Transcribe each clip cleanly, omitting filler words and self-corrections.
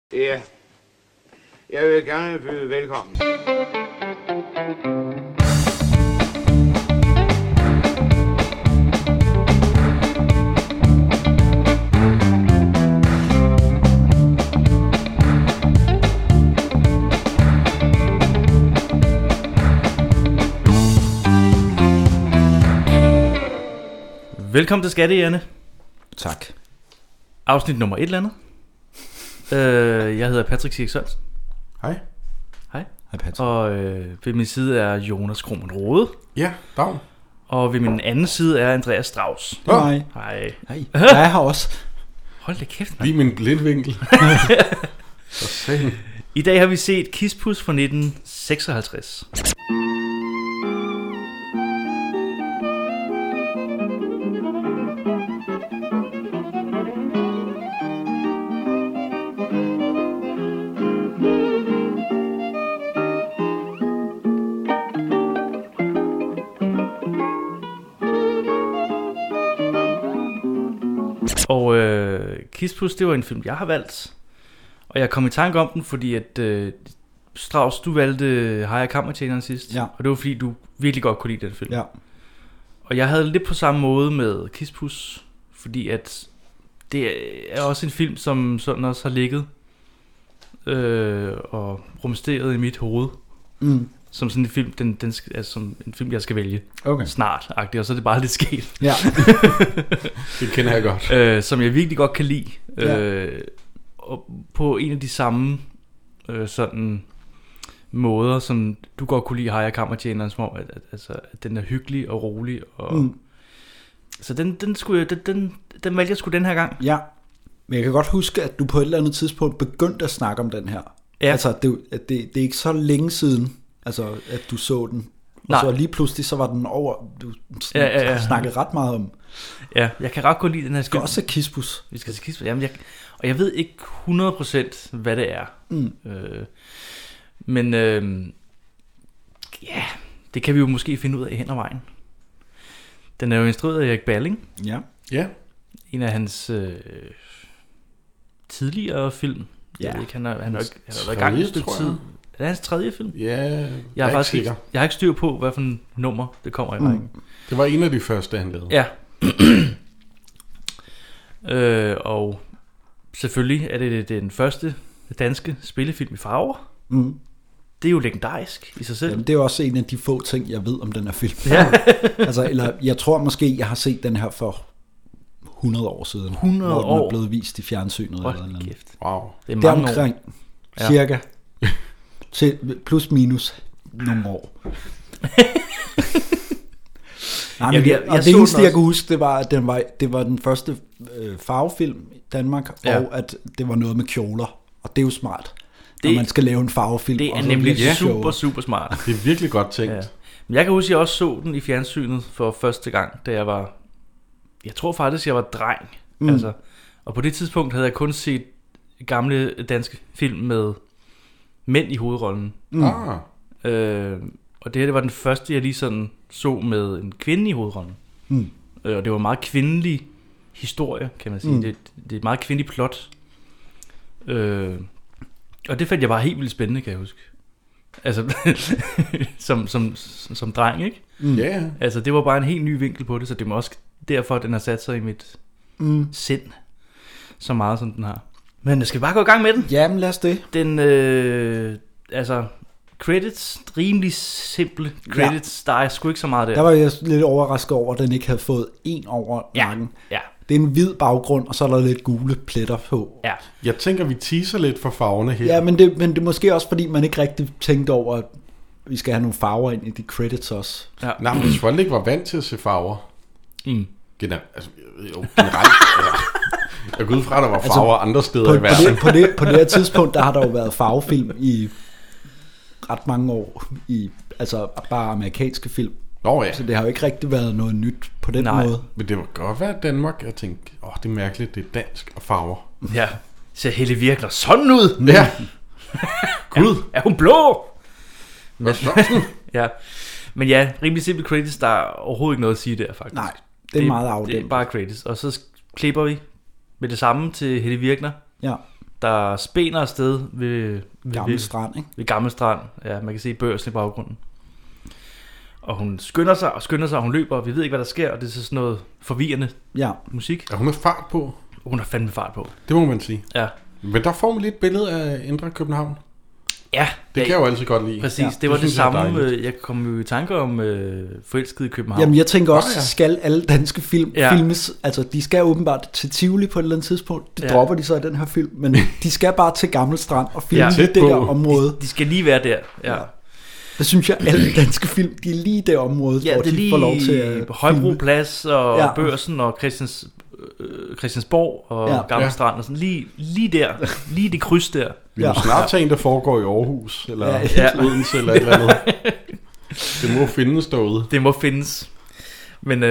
Ja, jeg vil gerne byde velkommen. Velkommen til Skattejægerne. Tak. Afsnit nummer 1 eller andet. Jeg hedder Patrick Sierk Sørensen. Hej. Hej. Hej Patrick. Og ved min side er Jonas Krohmann Rode. Ja, dag. Og ved min anden side er Andreas Strauss. Det er mig. Hej. Hej. Jeg er her også. Hold da kæft, man. Lige min blindvinkel. I dag har vi set Kispus fra 1956. Og Kispus, det var en film, jeg har valgt. Og jeg kom i tanke om den, fordi at Strauss, du valgte Higher Kammertjeneren sidst. Ja. Og det var fordi, du virkelig godt kunne lide den film. Ja. Og jeg havde lidt på samme måde med Kispus, fordi at det er også en film, som sådan også har ligget og rumsteret i mit hoved. Mm. Som sådan en film, den er som en film, jeg skal vælge snart-agtigt, og så er det bare lidt sket. Ja. Det kender jeg godt. Som jeg virkelig godt kan lide. Ja. Og på en af de samme sådan måder, som du godt kunne lide Higher Kammertjeneren, som om, at den er hyggelig og rolig. Og så den valgte jeg sgu den her gang. Ja. Men jeg kan godt huske, at du på et eller andet tidspunkt begyndte at snakke om den her. Ja. Altså, det er ikke så længe siden, altså, at du så den. Og Nej. så lige pludselig, så var den over, du snakkede ret meget om. Ja, jeg kan ret godt lide den her. Vi skal også se Kispus. Vi skal se Kispus. Jamen, jeg ved ikke 100% hvad det er. Men ja, det kan vi jo måske finde ud af hen ad vejen. Den er jo instrueret af Erik Balling. Ja. Ja. En af hans tidligere film. Ja. Jeg ved ikke, han har været i gang i et stykke tid. Er det hans tredje film? Ja, Jeg har ikke styr på, hvad for en nummer det kommer i rækken. det var en af de første, han lavede. Ja. Og selvfølgelig er det den første danske spillefilm i farver. Det er jo legendarisk i sig selv. Jamen, det er også en af de få ting, jeg ved om den her film. Ja. Altså, eller jeg tror måske, jeg har set den her for 100 år siden. 100 hvor den år? er blevet vist i fjernsynet. Hold eller noget. kæft. Wow. Det er Der mange år. omkring, Ja. cirka, til plus minus nogle år. Nej, men Jeg og det så eneste, den jeg kunne huske, det var, at det var den første farvefilm i Danmark, Ja. og at det var noget med kjoler. Og det er jo smart, når Det- man skal lave en farvefilm. Det og er så nemlig bliver det super, sjovere. super smart. Det er virkelig godt tænkt. Ja. Men jeg kan huske, at jeg også så den i fjernsynet for første gang, da jeg var... Jeg tror faktisk, jeg var dreng. Altså, og på det tidspunkt havde jeg kun set gamle danske film med mænd i hovedrollen. Og det her det var den første, jeg lige sådan så med en kvinde i hovedrollen. Og det var en meget kvindelig historie, kan man sige. Det er et meget kvindeligt plot. Og det fandt jeg bare helt vildt spændende, kan jeg huske. Altså, som dreng, ikke? Ja. Altså, det var bare en helt ny vinkel på det, så det må også derfor, at den har sat sig i mit sind så meget, som den har. Men skal vi bare gå i gang med den? Jamen, lad os det. Den, altså, credits, rimelig simple credits, der er sgu ikke så meget der. Der var jeg lidt overrasket over, at den ikke havde fået en over nakken. Ja. Det er en hvid baggrund, og så er der lidt gule pletter på. Ja. Jeg tænker, vi teaser lidt for farverne her. Ja, men det er måske også, fordi man ikke rigtig tænkte over, at vi skal have nogle farver ind i de credits også. Ja. Nej, men hvis folk ikke var vant til at se farver. Generelt. Jeg går ud fra, at der var farver andre steder i verden. På det her tidspunkt, der har der jo været farvefilm i ret mange år. Altså bare amerikanske film. Nå ja. Så det har jo ikke rigtig været noget nyt på den måde. Men det var godt være Danmark. Jeg tænkte, det er mærkeligt, det er dansk og farver. Ja. Ser Helle Virkler sådan ud? Ja. Gud. Er hun blå? Hvad så? Ja. Men ja, rimelig simple credits, der er overhovedet ikke noget at sige der, faktisk. Nej, det er meget afdæmpet. Det er bare credits. Og så klipper vi med det samme til Helle Virkner. Ja. der spænder afsted ved Gammel Strand, ikke? Ved Gammel Strand. Ja, man kan se Børsen i baggrunden. Og hun skynder sig, og hun løber, og vi ved ikke, hvad der sker, og det er sådan noget forvirrende musik. Ja, hun har fart på. Hun har fandme fart på. Det må man sige. Ja. Men der får man lidt billede af Indre København. Ja. Det kan jeg jo altid godt lide. Præcis, Ja, det var det samme. Jeg kom jo i tanker om Forelsket i København. Jamen, jeg tænker også, skal alle danske film filmes, altså de skal åbenbart til Tivoli på et eller andet tidspunkt. Det dropper de så i den her film, men de skal bare til Gammel Strand og filme det der område. De skal lige være der, ja. Det synes jeg, alle danske film, de er lige i det område, hvor de får lov til at Højbroplads og Børsen og Christiansborg og Gammel Strand og sådan lige der, lige det kryds der. Vi må snart tage en, der foregår i Aarhus eller Odense eller et eller andet. Det må findes derude. Det må findes. Men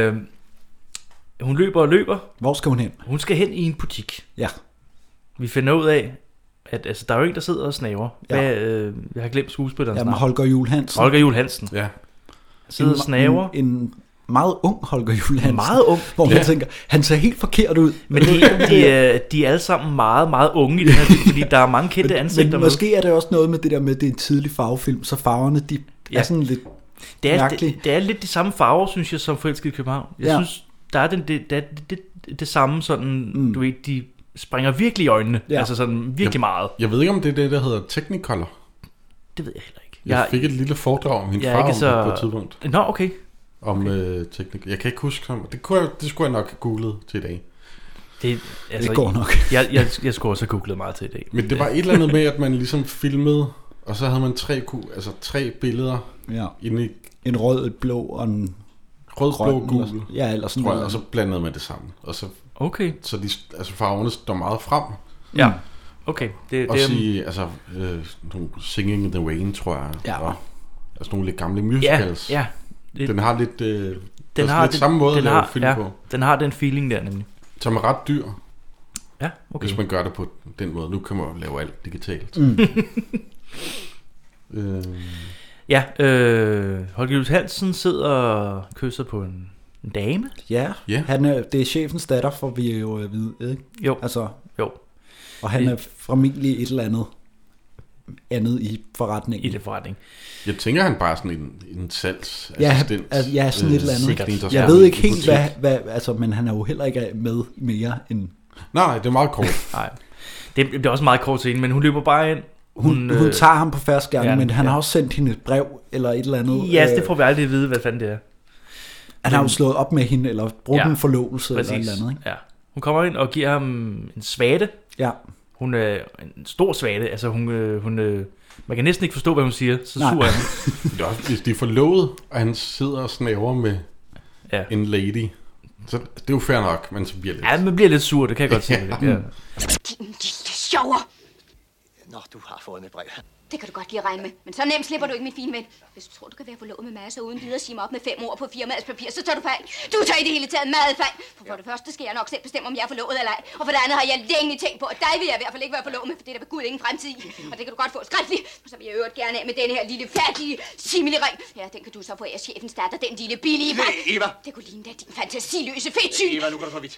hun løber og løber. Hvor skal hun hen? Hun skal hen i en butik. Ja. Vi finder ud af, at altså, der er jo en, der sidder og snaver. Jeg har glemt skuespilleren. Jamen, Holger Juhl Hansen. Holger Juhl Hansen. Ja. Sidder og snaver. En meget ung Holger Juhl Hansen. Meget ung. Hvor man tænker, han ser helt forkert ud. Men de er alle sammen meget, meget unge i den her film, fordi der er mange kendte ansigter men måske er det også noget med det der med, at det er en tidlig farvefilm, så farverne, de er sådan lidt mærkelige. Det er lidt de samme farver, synes jeg, som Forelsket i København. Jeg synes, der er det samme sådan, du ved, de springer virkelig i øjnene. Altså sådan virkelig meget. Jeg ved ikke, om det er det, der hedder Technicolor. Det ved jeg heller ikke. Jeg fik et lille foredrag om min far på et tidspunkt. Nå, okay. Om teknik. Jeg kan ikke huske det skulle jeg nok have googlet til i dag. Det går nok. Jeg skulle også have googlet meget til i dag. Men det var et eller andet med, at man ligesom filmede, og så havde man tre billeder inde i en rød, et blå og en rød, blå, gul. Ja, eller sådan noget. Og så blandede man det sammen. Og så så farverne står meget frem. Ja. Okay. Sige, Singing in the Rain, tror jeg. Ja. Og altså nogle lidt gamle musicals. Ja. Den har lidt, lidt samme måde at lave film på. Den har den feeling der nemlig. Som er ret dyr. Ja, okay. Hvis man gør det på den måde. Nu kan man jo lave alt digitalt. Holger Juhl Hansen sidder og kysser på en dame. Ja. Det er chefens datter, får vi jo at vide, ikke? Jo. Altså, jo. Og han er formentlig et eller andet i forretningen. I det forretning. Jeg tænker, han bare er sådan en salgsassistent. Ja, sådan et eller andet. Jeg ved ikke helt, hvad altså, men han er jo heller ikke med mere end... Nej, det er meget kort. Nej, det er også meget kort scene, men hun løber bare ind. Hun tager ham på færds gang, men han har også sendt hende et brev, eller et eller andet. Ja, det får vi aldrig at vide, hvad fanden det er. Han har jo slået op med hende, eller brugt en forlovelse, præcis. Eller et eller andet. Ikke? Ja. Hun kommer ind og giver ham en svate. Ja. Hun er en stor svate, altså hun man kan næsten ikke forstå, hvad hun siger, så sur er hun. Det er også, hvis de er forlovet, og han sidder og snaver med en lady, så det er jo fair nok, men så bliver lidt... Ja, man bliver lidt sur, det kan jeg godt sige. Ja. Din lille sjovere! Nå, du har fået mit brev. Det kan du godt lige regne med, men så nemt slipper du ikke, min fine ven. Hvis du tror, du kan være forlovet med masser uden videre sige mig op med 5 ord på firmaets papir, så tager du fejl. Du tager i det hele taget meget fejl. For det første skal jeg nok selv bestemme, om jeg er forlovet eller ej. Og for det andet har jeg længe tænkt på, at dig vil jeg i hvert fald ikke være forlovet med, for det er der ved Gud ingen fremtid i. Og det kan du godt få skriftligt. Og så vil jeg øvrigt gerne af med den her lille fattige simili-ring. Ja, den kan du så få af chefens datter, den lille billige vej. Eva! Det kunne ligne da din fantasiløse fedtsyg. Eva, nu går du for vidt.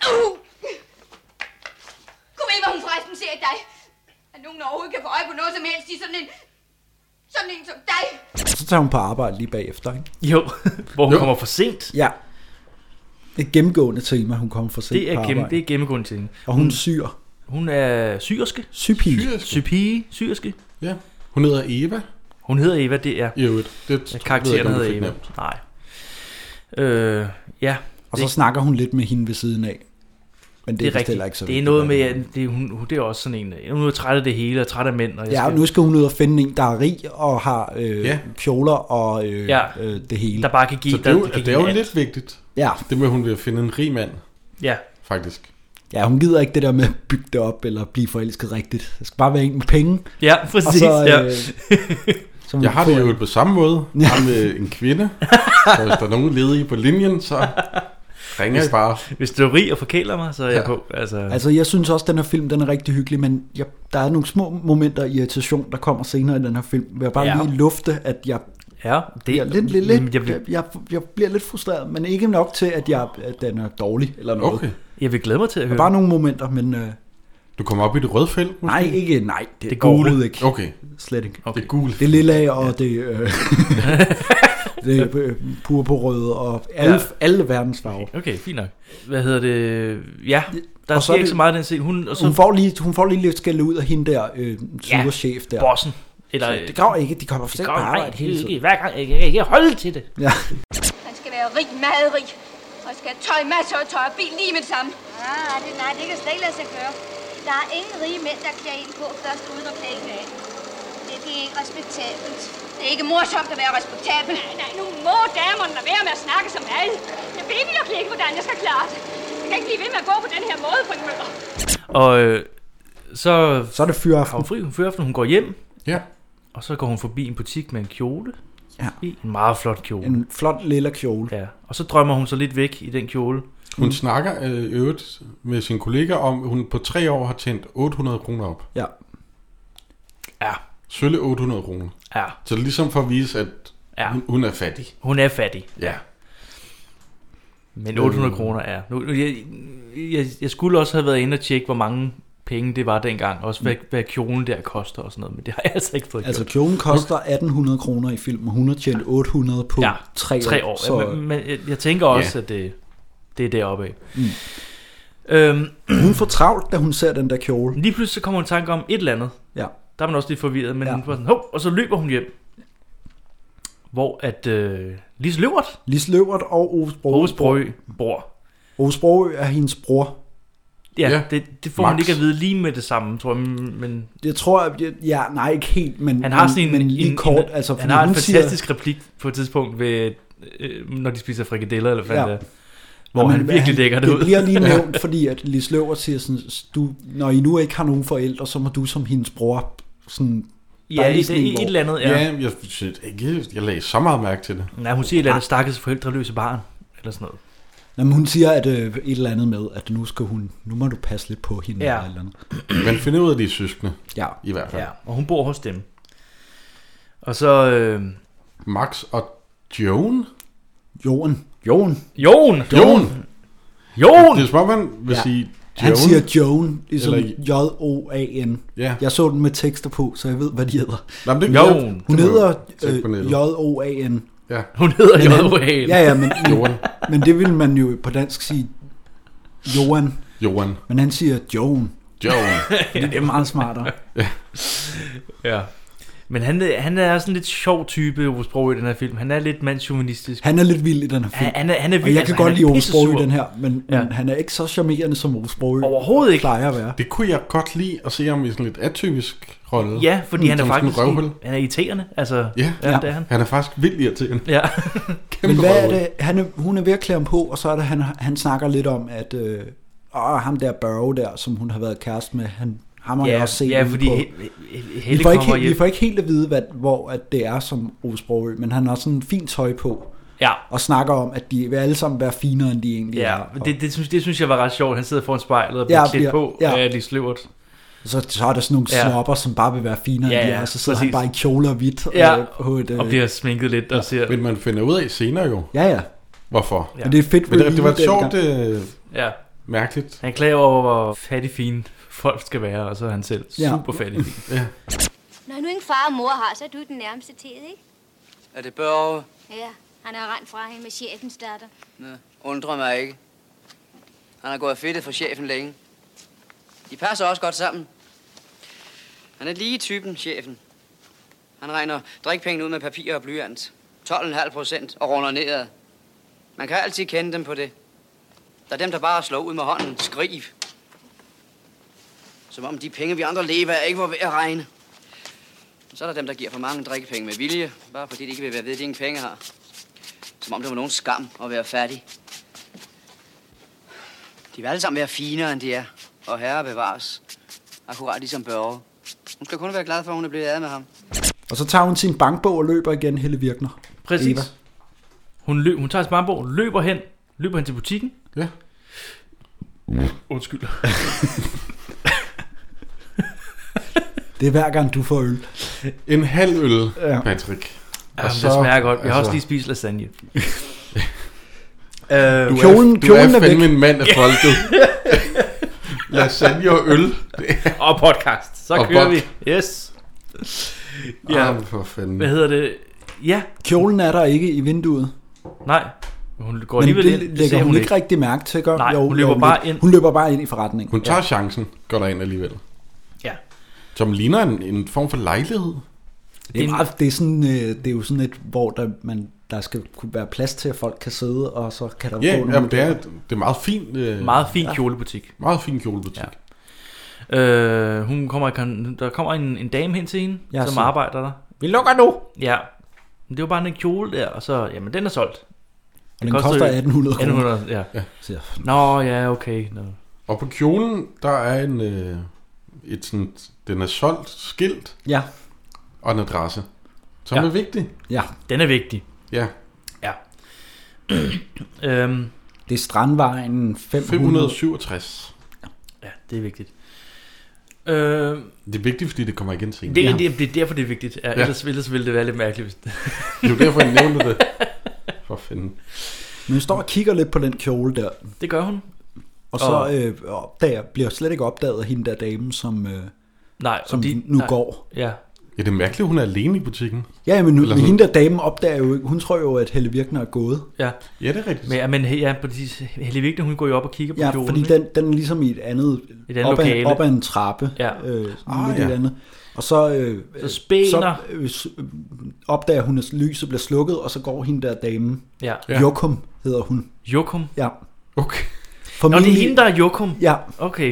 Gud ved, hvad hun forresten ser i dig. At nogen overhovedet kan få øje på noget som helst i sådan en som dig. Så tager hun på arbejde lige bagefter, ikke? Jo, hvor hun kommer for sent. Ja. Det er gennemgående tema, hun kommer for sent på arbejde. Det er gennemgående tema. Og hun syr. Hun er syrske. Sypige. Ja. Hun hedder Eva. Hun hedder Eva, det er... Jo, det karakteren hedder Eva. Nej. Ja. Og så snakker hun lidt med hende ved siden af. Men det er rigtigt. Ikke så det er noget med, at det er også sådan en... Hun er træt af det hele, og træt af mænd. Og nu skal hun ud og finde en, der er rig og har kjoler og det hele. Der bare kan give... Så det er jo lidt vigtigt. Ja. Det med, hun vil finde en rig mand. Ja. Faktisk. Ja, hun gider ikke det der med at bygge det op, eller blive forelsket rigtigt. Det skal bare være en med penge. Ja, præcis. Jeg har det jo på samme måde. Jeg har med en kvinde. Så hvis der er nogen ledige på linjen, så... ringer I bare. Hvis du er rig og forkæler mig, så er jeg på. Altså, jeg synes også, at den her film, den er rigtig hyggelig, men der er nogle små momenter i irritation, der kommer senere i den her film. Jeg vil bare lige lufte, at jeg jeg bliver lidt frustreret, men ikke nok til, at den er dårlig eller noget. Okay. Jeg vil glæde mig til at høre. Bare nogle momenter, men Du kommer op i det røde felt? Måske? Nej, det er gule. Overhovedet ikke. Okay. Slet ikke. Okay. Det er gule. Det er lilla, og det det er purpurrøde, og alle verdens farver. Okay, fint nok. Hvad hedder det? Ja, der sker ikke så meget den scene. Hun får lige lidt skæld ud af hende der superchef der. Bossen. Eller, det går ikke, de kommer for slet på arbejde hele tiden. Hver gang, jeg kan ikke holde til det. Ja. Han skal være rig, meget rig. Og skal tøj, masser af tøj og bil lige med det samme. Nej, det kan slet ikke lade sig gøre. Der er ingen rige mænd, der klæder ind på først uden at klæde ind af. Det er ikke respektabelt. Det er ikke morsomt at være respektabel. Nej, nu må damerne lade være med at snakke som alle. Jeg ved virkelig ikke, hvordan jeg skal klare det. Jeg kan ikke blive ved med at gå på den her måde, Britt Møller. Og så er det fyraften. Hun fyraften, hun går hjem. Ja. Og så går hun forbi en butik med en kjole. Ja. En meget flot kjole. En flot lilla kjole. Ja. Og så drømmer hun så lidt væk i den kjole. Hun snakker øvrigt med sin kollega om, at hun på 3 år har tjent 800 kroner op. Ja. Ja. Sølle 800 kroner. Ja. Så ligesom for at vise, at hun er fattig. Hun er fattig. Ja. Men 800 kroner er... Jeg skulle også have været inde og tjekke, hvor mange penge det var dengang. Også hvad kjolen der koster og sådan noget. Men det har jeg altså ikke fået gjort. Altså kjolen koster 1800 kroner i film, og hun har tjent 800 på 3 år. Så... Men jeg tænker også, at det er deroppe af. Hun får travlt, da hun ser den der kjole. Lige pludselig så kommer hun i tanke om et eller andet. Ja. Der er man også lidt forvirret, men hun var sådan, og så løber hun hjem. Hvor at Lise Løvert og Ove Sprogøe bor. Ove Sprogøe er hendes bror. Ja, det får man ikke at vide lige med det samme, tror jeg. Men jeg tror, nej, ikke helt, men han har sådan lige kort. Altså, han har en fantastisk replik på et tidspunkt, ved, når de spiser frikadeller, eller hvad det er. Hvor han virkelig dækker det ud. Det bliver lige nævnt, fordi at Lise Løvert siger sådan, når I nu ikke har nogen forældre, så må du som hendes bror sådan... Ja, det er et eller andet. Ja, jeg lagde så meget mærke til det. Nej, hun siger et eller andet stakkels forældreløse barn, eller sådan noget. Jamen, hun siger at et eller andet med, at nu må du passe lidt på hende. Ja. Eller andet. Man finder ud af de søskende. Ja. I hvert fald. Ja, og hun bor hos dem. Og så... Max og Joan. Jon. Det er som om man vil sige Joan. Han siger Joan, ligesom J-O-A-N. Ja. Jeg så den med tekster på, så jeg ved, hvad de hedder. Joan. Hun hedder J-O-A-N. Ja. Hun hedder J-O-A-N. Ja, men det vil man jo på dansk sige Joan. Men han siger Joan. Det er meget smartere. Ja. Men han er sådan lidt sjov type, Ove Sprogøe, i den her film. Han er lidt mandsjuvenistisk. Han er lidt vild i den her film. Han er vild. Og jeg kan godt lide Ove Sprogøe i den her, men han er ikke så charmerende som Ove Sprogøe. Overhovedet ikke. Plejer at være. Det kunne jeg godt lide at se ham i sådan lidt atypisk rolle. Ja, fordi han er faktisk han er irriterende. Altså, det er han. Han er faktisk vildt irriterende. Ja. Men hvad er det? Hun er ved at klæde ham på, og så er det, han snakker lidt om, at ham der Børge der, som hun har været kæreste med, ham har jeg også set fordi vi får ikke helt at vide, hvor at det er som Ove Sprogøe, men han har sådan en fint tøj på. Ja. Og snakker om, at de vil alle sammen være finere, end de egentlig er. Og det synes jeg var ret sjovt. Han sidder foran spejlet og bliver klædt på af Lise Løvert. Så er der sådan nogle snopper, som bare vil være finere, end de er. Så sidder han bare i kjole og hvidt. Og bliver sminket lidt og ser... Men man finder ud af senere jo. Ja. Hvorfor? Ja. Men det er fedt. Men det var sjovt, mærkeligt. Han klager over, hvor fattig fine folk skal være, og så er han selv super fattig fin. Ja. Når nu ingen far og mor har, så er du den nærmeste til, ikke? Er det Børge? Ja, han er rent fra hende med chefens datter. Nå, undrer mig ikke. Han har gået fedtet for chefen længe. De passer også godt sammen. Han er lige typen, chefen. Han regner drikpengene ud med papir og blyant. 12,5% og runder nedad. Man kan altid kende dem på det. Der er dem, der bare slår ud med hånden. Skriv. Som om de penge, vi andre lever af, ikke var ved at regne. Så er der dem, der giver for mange drikkepenge med vilje, bare fordi de ikke vil være ved, at de ingen penge har. Som om det var nogen skam at være fattig. De vil alle sammen være finere, end de er. Og herre bevares. Akkurat ligesom Børge. Hun skal kun være glad for, at hun er blevet ad med ham. Og så tager hun sin bankbog og løber igen, Helle Virkner. Præcis. Eva. Hun tager sin bankbog, løber hen til butikken. Ja. Undskyld. Det er hver gang, du får øl. En halv øl, Patrick. Ja, det smager godt. Jeg har også lige spist lasagne. Kjolen er fandme en mand af folket. lasagne og øl. Og podcast. Så kører vi. Yes. Ja, for fanden. Hvad hedder det? Ja. Kjolen er der ikke i vinduet. Nej. Hun går men alligevel det lægger hun ikke rigtig mærke til. Nej, hun løber bare ind. Hun løber bare ind i forretningen. Hun tager chancen, går der ind alligevel. Ja. Som ligner en form for lejlighed. Det er jo sådan et, hvor der skal kunne være plads til, at folk kan sidde, og så kan der gå nogle... Ja, det er meget fint. Meget fin kjolebutik. Meget fin kjolebutik. Ja. Der kommer en dame hen til hende, som arbejder der. Vi lukker nu! Ja. Men det var bare en kjole der, og så, jamen den er solgt. Og den koster 1800 kroner. 1800, ja. Nå, ja, okay. No. Og på kjolen, der er den er solgt skilt. Ja. Og en adresse, som er vigtig. Ja. Den er vigtig. Ja. Ja. Det er Strandvejen 567. Ja, det er vigtigt. Det er vigtigt, fordi det kommer igen senere. Det er derfor, det er vigtigt. Ja, ellers ville det være lidt mærkeligt. Det er jo derfor, jeg nævnte det. For fanden. Men hun står og kigger lidt på den kjole der. Det gør hun. Og så bliver slet ikke opdaget af hende der dame, som går. Ja. Ja, det er mærkeligt, hun er alene i butikken. Ja, men hende der dame opdager jo ikke. Hun tror jo, at Helle Virkner er gået. Ja, det er rigtigt. Men Helle Virkner, hun går jo op og kigger på kjolen. Ja, fordi den er ligesom i et andet lokale. Op ad en trappe. Ja. Et andet. Og så opdager hun, at lyset bliver slukket, og så går hende der dame. Ja. Jokum hedder hun. Jokum? Ja. Okay. Nå, det er hende, der er Jokum? Ja. Okay.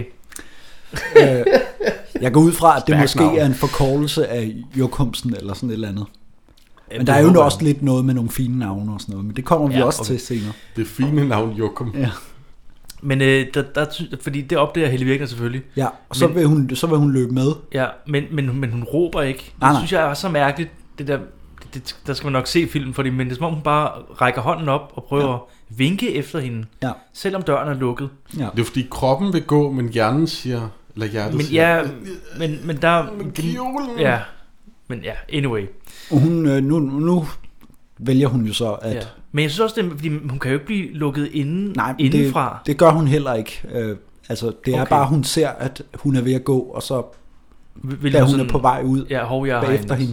Jeg går ud fra, at det måske er en forkortelse af Jokumsen, eller sådan et eller andet. Men der er jo også lidt noget med nogle fine navne og sådan noget, men det kommer vi også til senere. Det fine navn Jokum. Ja. Men fordi det opdager Helle Virkner selvfølgelig. Ja, og så vil hun løbe med. Ja, men hun råber ikke. Nej. Det synes jeg er så mærkeligt. Der skal man nok se filmen, fordi men det er som om hun bare rækker hånden op og prøver at vinke efter hende, selvom døren er lukket. Ja. Det er fordi kroppen vil gå, men hjernen siger, eller hjertet siger. Ja, men der... kjolen. Ja, men ja, anyway. Og hun, nu vælger hun jo så at... Ja. Men jeg synes også, fordi hun kan jo ikke blive lukket indenfra. Det gør hun heller ikke. Det er bare, hun ser, at hun er ved at gå, og så da hun er på vej ud bagefter hende,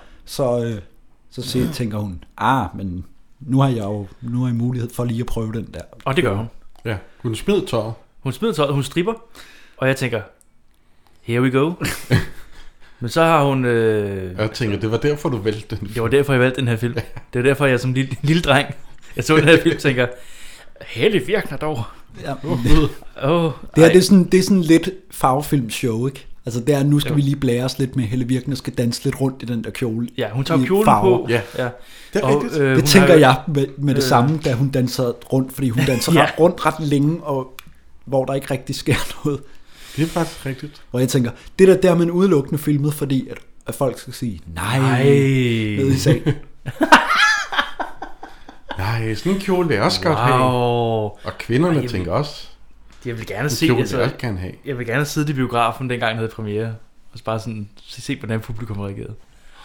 så tænker hun, men nu har jeg mulighed for lige at prøve den der. Og det gør hun. Ja, hun smider tøjet. Hun stripper, og jeg tænker, here we go. Men så har hun... Jeg tænker, det var derfor, du valgte den film. Det var derfor, jeg valgte den her film. Det var derfor, jeg som lille dreng, jeg så den her film, tænker, Helle Virkner dog. Ja. Det er sådan lidt fagfilmshow, ikke? Altså det er, nu skal vi lige blære os lidt med, Helle Virkner skal danse lidt rundt i den der kjole. Ja, hun tager kjolen på. Ja. Det er rigtigt. Det tænker jeg med det samme, da hun danser rundt, fordi hun danser rundt ret længe, og hvor der ikke rigtig sker noget. Det er faktisk rigtigt. Og jeg tænker, det der man udelukkende filmet, fordi at folk skal sige, nej. Nede i salen. Nej, sådan en kjole vil jeg også godt have. Og kvinderne tænker også, jeg vil gerne se det. Jeg vil gerne sidde i biografen, dengang jeg havde premiere, og bare sådan se, hvordan publikum reagerede.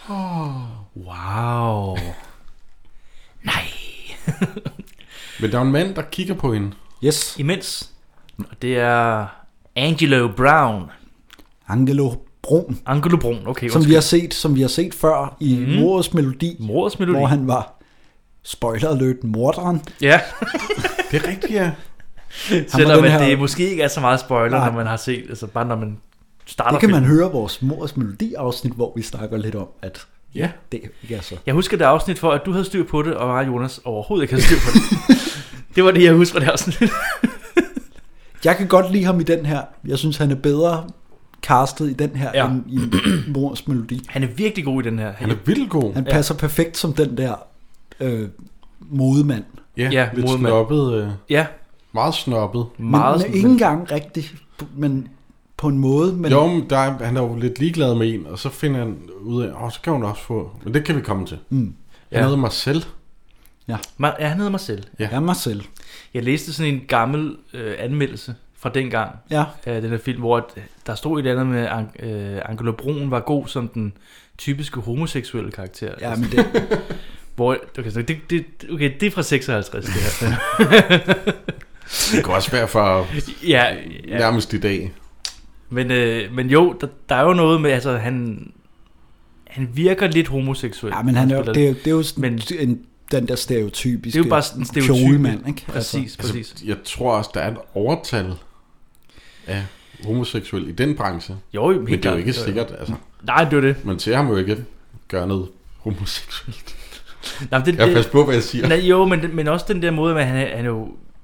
Wow. Nej. Men der er en mand, der kigger på hende. Yes. Imens. Og det er Angelo Brown. Angelo Brun, okay. Som vi har set før i Mordets Melodi. Hvor han var, spoiler alert, morderen. Ja. Det er rigtigt, ja. Selvom det måske ikke er så meget spoiler, når man har set, altså bare når man starter. Det kan man høre vores Mordets Melodi afsnit, hvor vi snakker lidt om, at det ikke er så. Jeg husker det afsnit for, at du havde styr på det, og Jonas overhovedet ikke havde styr på det. Det var det, jeg husker det afsnit. Jeg kan godt lide ham i den her. Jeg synes, han er bedre castet i den her, end i Mordets Melodi. Han er virkelig god i den her. Han er vildt god. Han passer perfekt som den der modemand. Ja, lidt snobbet. Meget snobbet. Men ikke engang rigtigt, men på en måde. Men... Jo, men han er jo lidt ligeglad med en, og så finder han ud af, så kan hun også få. Men det kan vi komme til. Han hedder Marcel. Ja. Han hedder Marcel. Ja, Marcel. Jeg læste sådan en gammel anmeldelse fra dengang af den her film, hvor der stod et eller andet med, Angelo Brun var god som den typiske homoseksuelle karakter. Ja, men det... Hvor, det er fra 56, det her. Det kan også være for nærmest i dag. Men jo, der er jo noget med, altså han virker lidt homoseksuel. Ja, men det er jo den der stereotypiske det er jo bare en stereotyp kjolemand, ikke? Præcis. Altså, jeg tror også, der er et overtal af homoseksuel i den branche. Jo, men det er jo ikke sikkert. Altså, nej, det er det. Man ser ham jo ikke gøre noget homoseksuelt. Nej, jeg passer på, hvad jeg siger. Nej, jo, men også den der måde, at han jo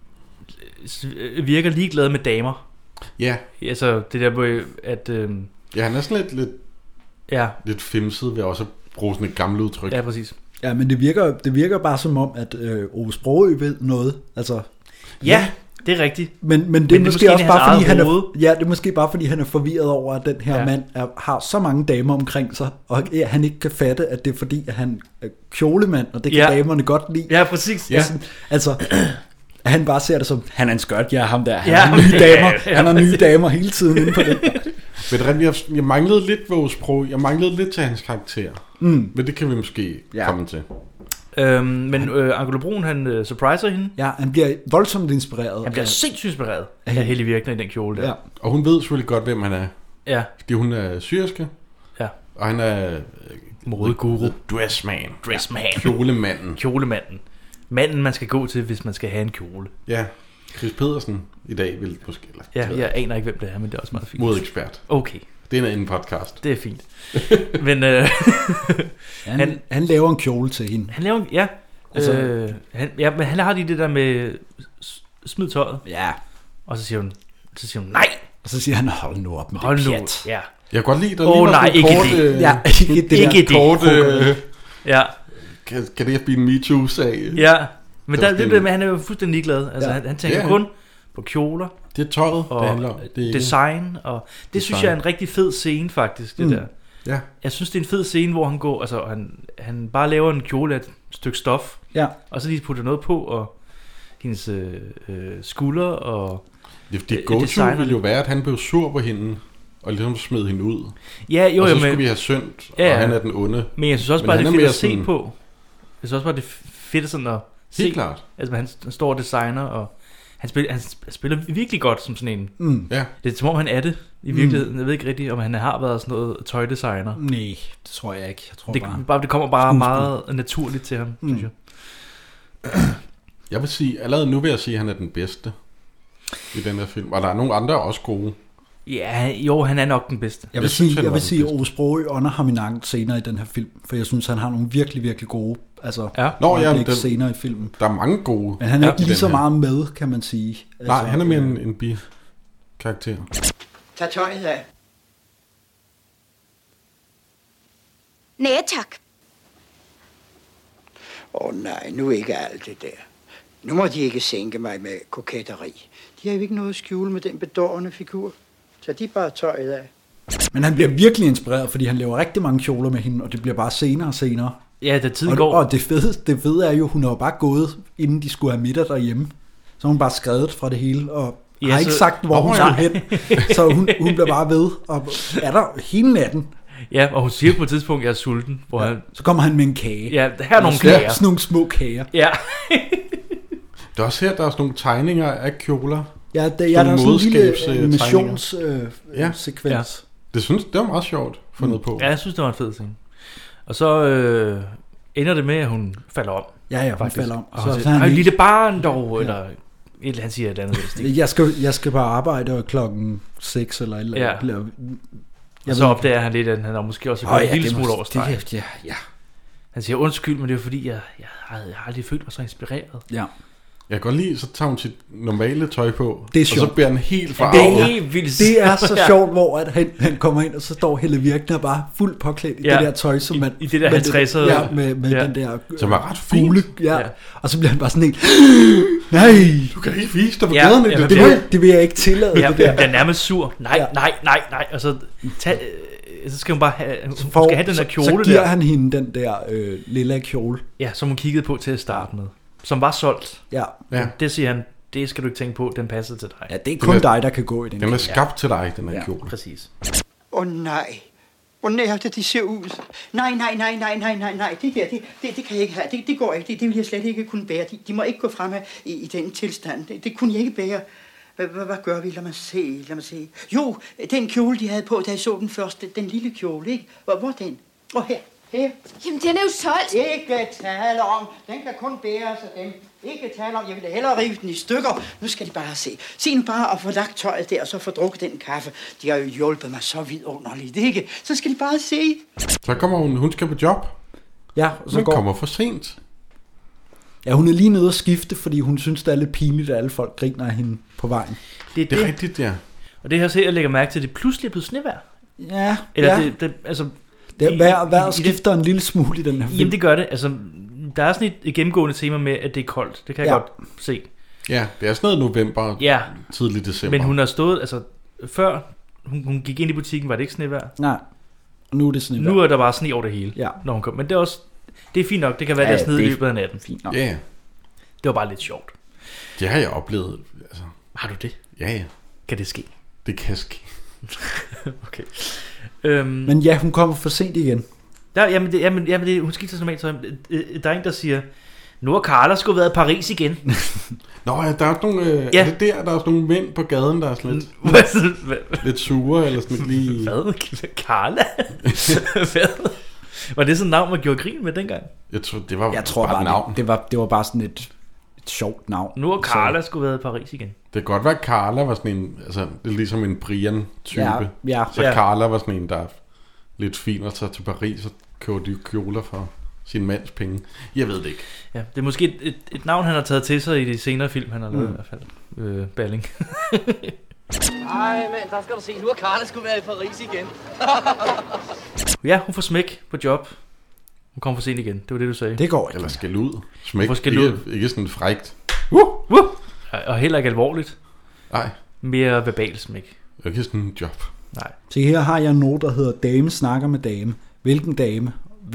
virker ligeglad med damer. Ja. Altså, det der med, at... ja, han er sådan lidt femset ved også at bruge sådan et gammelt udtryk. Ja, præcis. Ja, men det virker bare som om, at Ove Sprogøe ved noget. Altså, ja, det er rigtigt. Men det er måske også bare fordi han er, det er måske bare fordi han er forvirret over, at den her mand har så mange damer omkring sig, og han ikke kan fatte, at det er fordi, at han er kjolemand, og det kan damerne godt lide. Ja, præcis. Ja. Altså han bare ser det som, han er en skørt, ham der. Han har nye damer. Han har nye damer hele tiden inde på det. Jeg manglede lidt Vågesprog. Jeg manglede lidt til hans karakter. Men det kan vi måske komme til. Men Angela Brun, han surpriser hende. Ja, han bliver voldsomt inspireret. Han bliver sindssygt inspireret af Helle Virkner i den kjole der. Ja. Og hun ved selvfølgelig godt, hvem han er. Ja. Fordi hun er syriske. Ja. Og han er modeguru. Dressman. Kjolemanden. Manden, man skal gå til, hvis man skal have en kjole. Ja. Chris Pedersen i dag vil måske... Jeg aner ikke, hvem det er, men det er også meget fint. Modekspert. Okay. Det er en podcast. Det er fint. Men han laver en kjole til hende. Han laver men han har lige det der med smid tøjet. Ja. Og så siger hun nej. Og så siger han, hold nu op med det pjat. Ja. Jeg kan godt lide, der nej, ikke kort, det. Ikke det. Kort, ja. Kan det blive en MeToo-sag? Ja. Men det med, han er jo fuldstændig ligeglad. Altså, han tænker kun på kjoler. Det er tøjet, og det handler om. Det er design. Og det synes jeg er en rigtig fed scene, faktisk, det der. Ja. Jeg synes, det er en fed scene, hvor han går... Altså, han bare laver en kjole af et stykke stof. Ja. Og så lige putter noget på, og hendes skuldre, og... Det go-to ville jo være, at han blev sur på hende, og ligesom smed hende ud. Ja, jo, og så skulle vi have synd, og han er den onde. Men jeg synes også bare, det er fedt at se på. Jeg synes også bare, det er fedt sådan at se. Helt klart. Altså, han står og designer, og han spiller virkelig godt som sådan en. Ja. Det er som om, han er det i virkeligheden. Jeg ved ikke rigtigt, om han har været sådan noget tøjdesigner. Nej, det tror jeg ikke. Jeg tror det kommer bare meget naturligt til ham, synes jeg. Jeg vil sige, allerede nu vil jeg sige, at han er den bedste i den her film. Og der er nogle andre også gode. Ja, jo, han er nok den bedste. Jeg vil sige at Ove Sprogøe under ham en langt senere i den her film, for jeg synes, han har nogle virkelig, virkelig gode scener i filmen. Der er mange gode. Men han er ikke lige så meget med, kan man sige. Nej, han er mere en bi-karakter. Tag tøjet af. Nej, tak. Nej, nu ikke alt det der. Nu må de ikke sænke mig med koketteri. De har jo ikke noget at skjule med den bedårende figur. Så de bare tøjet af. Men han bliver virkelig inspireret, fordi han laver rigtig mange kjoler med hende, og det bliver bare senere og senere. Ja, da tiden går. Og det fede er jo, hun har jo bare gået, inden de skulle have middag derhjemme. Så hun bare skrevet fra det hele, og har ikke sagt, hvor hun skulle hen. Så hun bliver bare ved, og er der hele natten. Ja, og hun siger på et tidspunkt, at jeg er sulten. Så kommer han med en kage. Ja, her er nogle kager. Sådan nogle små kager. Ja. Det er også her, der er sådan nogle tegninger af kjoler. Ja, der er sådan en lille animationssekvens. Det var meget sjovt fundet på. Ja, jeg synes, det var en fed scene. Og så ender det med, at hun falder om. Ja, hun falder om. Og så siger, han, lille barn dog, eller han siger et andet. Jeg skal bare arbejde klokken 6 eller et eller andet. Ja. Og så opdager han lidt, at han har måske også gået en lille smule over stregen. Ja. Han siger undskyld, men det er fordi, jeg har aldrig følt mig så inspireret. Ja. Jeg kan godt lide, så tager hun sit normale tøj på, det er sjovt. Og så bliver han helt farvet. Det er så sjovt, hvor at han kommer ind, og så står Helle Virkner bare fuldt påklædt i det der tøj, som man... I det der 50'er... Ja, med den der... Som var ret fint. Gule, og så bliver han bare sådan helt... Nej! Du kan ikke vise dig på gaden. Det vil jeg ikke tillade. Ja, det der. Den er nærmest sur. Nej. Og så skal hun bare have... Hun skal have den der kjole der. Så giver han hende den der lilla kjole. Ja, som hun kiggede på til at starte med. Som var solgt. Ja. Det siger han, det skal du ikke tænke på, den passer til dig. Ja, det er kun dig, der kan gå i den. Den er skabt til dig, den her kjole. Præcis. Nej. Hvor nærte de ser ud. Nej. Det kan jeg ikke have. Det går ikke. Det vil jeg slet ikke kunne bære. De må ikke gå frem i den tilstand. Det kunne jeg ikke bære. Hvad gør vi? Lad mig se. Jo, den kjole, de havde på, da jeg så den første. Den lille kjole, ikke? Hvor den? Her. Jamen, den er jo solgt. Ikke tale om. Den kan kun bæres af dem. Ikke tale om. Jeg ville hellere rive den i stykker. Nu skal de bare se. Se nu bare at få lagt tøjet der, og så få drukket den kaffe. De har jo hjulpet mig så vidunderligt, ikke? Så skal de bare se. Så kommer hun skal på job. Ja, og så kommer for sent. Ja, hun er lige nede at skifte, fordi hun synes, det er lidt pinligt, at alle folk griner af hende på vejen. Det er rigtigt, ja. Og det her ser jeg lægger mærke til, at det pludselig er blevet snevejr. Ja. Eller ja. det altså... Vejret skifter en lille smule i den her film. Jamen det gør det. Altså, der er sådan et gennemgående tema med, at det er koldt. Det kan jeg godt se. Ja, det er sådan noget november, tidlig december. Men hun har stået, altså før hun gik ind i butikken, var det ikke snevejr? Nej, og nu er det snevejr. Nu er der bare sne over det hele, når hun kom. Men det er også, det er fint nok. Det kan være, der er sned i løbet af natten. Fint nok. Ja. Det var bare lidt sjovt. Det har jeg oplevet. Altså. Har du det? Ja. Kan det ske? Det kan ske. Okay. Men ja, hun kommer for sent igen. Jamen, hun skifter normalt så. Der er en, der siger, nu har Carla sgu været i Paris igen. Nå ja, der er også nogle, er det der er også nogle mænd på gaden, der er sådan lidt sure, eller sådan lige... Hvad? Carla? Hvad? Var det sådan et navn, man gjorde grin med dengang? Jeg tror bare navn. Det var bare sådan et sjovt navn. Nu har Carla sgu været i Paris igen. Det kan godt være, at Carla var sådan en, altså det er ligesom en Brian-type. Ja. Så Carla var sådan en, der er lidt fin at tage til Paris og købe de kjoler for sin mands penge. Jeg ved det ikke. Ja, det er måske et navn, han har taget til sig i de senere film, han har lavet i hvert fald. Balling. Nej, men der skal du se, nu har Carla sgu været i Paris igen. Ja, hun får smæk på job. Hun kommer for sent igen, det var det, du sagde. Det går ikke. Eller skal ud. Smæk, ikke sådan frækt. Og heller ikke alvorligt. Nej. Mere verbal smæk. Ikke sådan en job. Nej. Så her har jeg en note, der hedder Dame snakker med dame. Hvilken dame?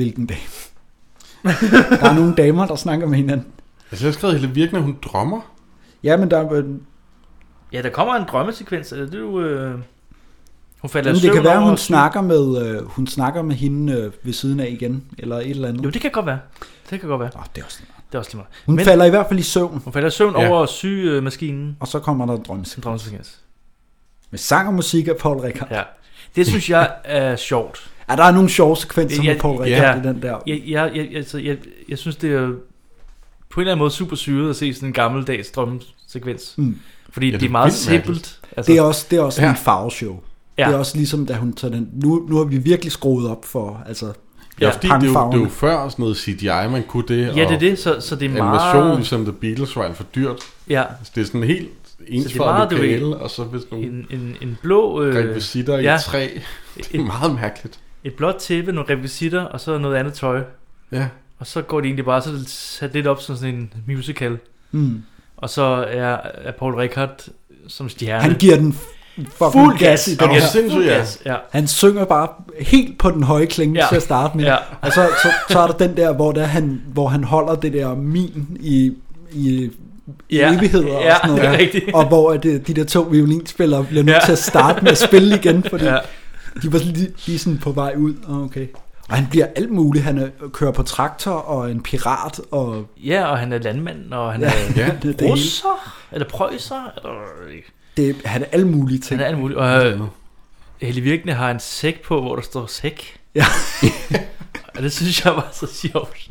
Der er nogle damer, der snakker med hinanden. Altså jeg har skrevet hele virkende, hun drømmer. Ja, men der... Ja, der kommer en drømmesekvens. Det er jo... Hun falder det kan være, hun snakker med hende ved siden af igen, eller et eller andet. Jo, det kan godt være. Det er også lige meget. Hun falder i hvert fald i søvn. Hun falder i søvn over symaskinen. Og så kommer der en drømmesekvens. Med sang og musik af Paul Rickard. Ja. Det synes jeg er sjovt. Ja, der er nogle sjove sekvenser med Paul Rickard i den der. Jeg synes, det er på en eller anden måde super syret at se sådan en gammeldags drømmesekvens. Fordi det er meget simpelt. Altså, det er også en farveshow. Ja. Det er også ligesom, da hun tager den... Nu har vi virkelig skruet op for... Altså, fordi det er jo før sådan noget CGI, man kunne det. Ja, det er det, så det er meget... Animation, ligesom The Beatles, var alt for dyrt. Ja. Så det er sådan helt ensfarvet lokale, og så hvis nogle... En blå... rekvisitter i træ. Det er meget mærkeligt. Et blåt tæppe, nogle rekvisitter, og så noget andet tøj. Ja. Og så går det egentlig bare så sat lidt op som sådan en musical. Og så er Paul Rickard som stjerne. Han giver den fuld gas i den her. Ja. Han synger bare helt på den høje klinge til at starte med. Og så er der den der, hvor han holder det der min i evigheder og sådan noget. Og hvor de der to violinspillere bliver nødt til at starte med at spille igen, fordi de var lige sådan på vej ud. Okay. Og han bliver alt muligt. Han kører på traktor og en pirat. Og og han er landmand, og han er russer, eller prøjser. Han er alle mulige ting. Han er alle mulige. Og Helle Virkende har en sæk på, hvor der står sæk. Ja. Og det synes jeg var så sjovt.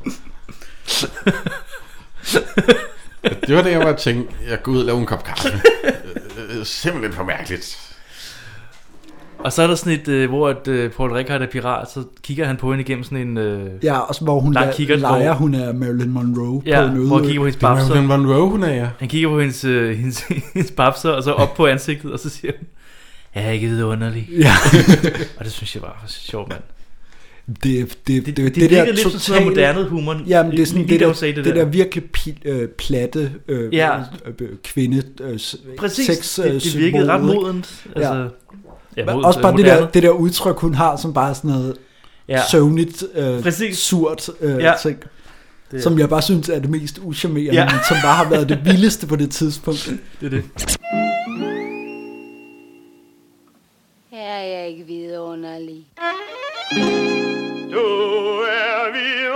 Det var det, jeg var tænkt, jeg går ud og laver en kop kaffe. Simpelthen for mærkeligt. Og så er der sådan et, hvor Paul Rickard er pirat, så kigger han på hende igennem sådan en og så hvor hun leger, hun er Marilyn Monroe på noget. Hvor han kigger på hendes babser. Marilyn Monroe, hun er, ja. Han kigger på hendes babser, og så op på ansigtet, og så siger han, jeg er ikke vidunderlig. Ja. Og det synes jeg var sjovt, mand. Det virker lidt som sådan noget moderne humor. Jamen, det er sådan det der virkelig platte kvinde præcis, det virkede ret modent. Altså, også bare det der udtryk, hun har, som bare sådan noget søvnigt, surt ting. Som jeg bare synes er det mest uschammerende, men som bare har været det vildeste på det tidspunkt. Det er det. Ja, Er jeg ikke vidunderlig? Du er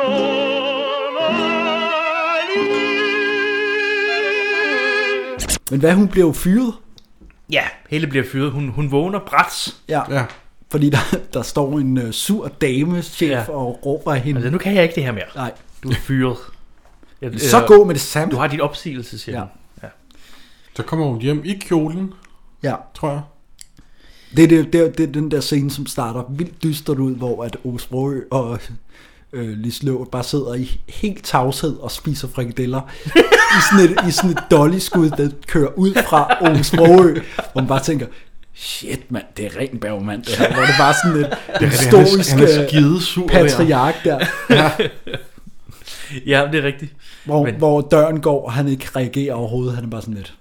vidunderlig. Men hvad, hun bliver jo fyret? Ja, Helle bliver fyret. Hun vågner brat. Ja. Fordi der står en sur dameschef og råber af hende. Altså, nu kan jeg ikke det her mere. Nej. Du er fyret. Så gå med det samme. Du har dit opsigelse, siger hun. Ja. Så kommer hun hjem i kjolen, tror jeg. Det er den der scene, som starter vildt dystert ud, hvor at Ove Sprogøe og Lis Løv bare sidder i helt tavshed og spiser frikadeller i sådan et dolly-skud, der kører ud fra Ove Sprogøe, hvor man bare tænker, shit mand, det er ren Bergman det her, hvor det bare sådan et historisk patriark der. Ja, det er rigtigt. Hvor døren går, og han ikke reagerer overhovedet, han er bare sådan lidt,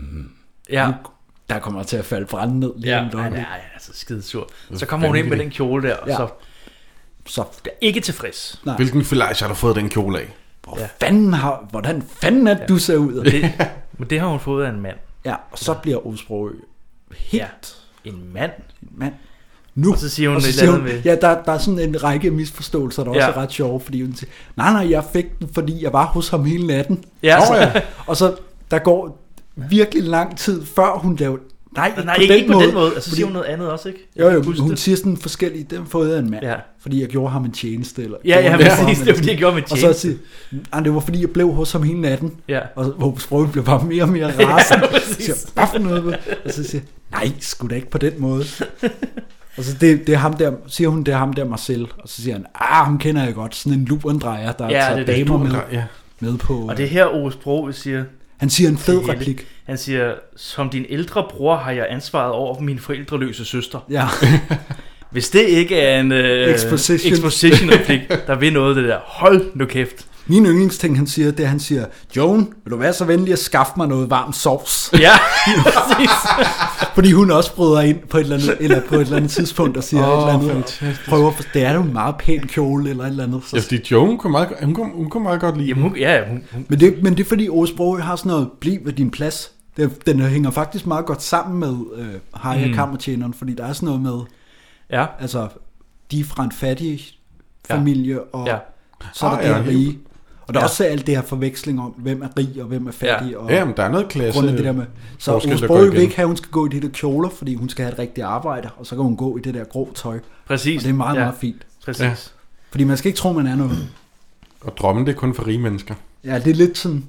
der kommer til at falde branden ned. Ja, han er altså skidesur. Så kommer hun ind med den kjole der, og så er ikke tilfreds. Nej. Hvilken fillage har du fået den kjole af? Hvordan fanden er du ser ud? Men det har hun fået af en mand. Ja, og så bliver Ove Sprogøe helt... En mand. Nu. Og så siger hun et eller andet med... Ja, der er sådan en række misforståelser, der også er ret sjove, fordi hun siger, nej, jeg fik den, fordi jeg var hos ham hele natten. Ja. Og så der går virkelig lang tid, før hun laver... Nej, ikke på den måde. Og så siger hun noget andet også, ikke? Jo, hun siger sådan forskellige, det har fået af en mand, fordi jeg gjorde ham en tjeneste. Eller præcis, det var fordi jeg gjorde ham en tjeneste. Og så siger det var fordi jeg blev hos ham hele natten, og hvor Sprogøe blev bare mere og mere rasende. Siger, hvad for noget? Og så siger nej, sgu da ikke på den måde. Og så det er ham der, siger hun, det er ham der Marcel, og så siger han, ham kender jeg godt, sådan en lurendrejer, der tager damer med på. Og det her Ove Sprogøe siger, han siger en fed replik. Han siger, som din ældre bror har jeg ansvaret over for min forældreløse søster. Ja. Hvis det ikke er en exposition replik, der vil noget det der, hold nu kæft. Min yndlingsting, han siger, det er, han siger, Joan, vil du være så venlig at skaffe mig noget varm sovs? Ja, præcis. Fordi hun også bryder ind på et eller andet tidspunkt og siger et eller andet. Prøver, det er jo en meget pæn kjole eller et eller andet. Ja, fordi Joan kunne meget godt lide. Jamen, men det er fordi Ove Sprogøe har sådan noget, bliv ved din plads. Den hænger faktisk meget godt sammen med Harry Kammertjeneren, fordi der er sådan noget med, altså, de er fra en fattig familie, og så er der rige. Og der er også alt det her forveksling om, hvem er rig og hvem er fattig. Og men der er noget klasse. Det der med. Så Ove Sprogøe vil ikke have, at hun skal gå i de der kjoler, fordi hun skal have et rigtigt arbejde, og så kan hun gå i det der grå tøj. Præcis. Og det er meget, meget fint. Præcis. Ja. Fordi man skal ikke tro, man er noget. Og drømme, det er kun for rige mennesker. Ja, det er lidt sådan.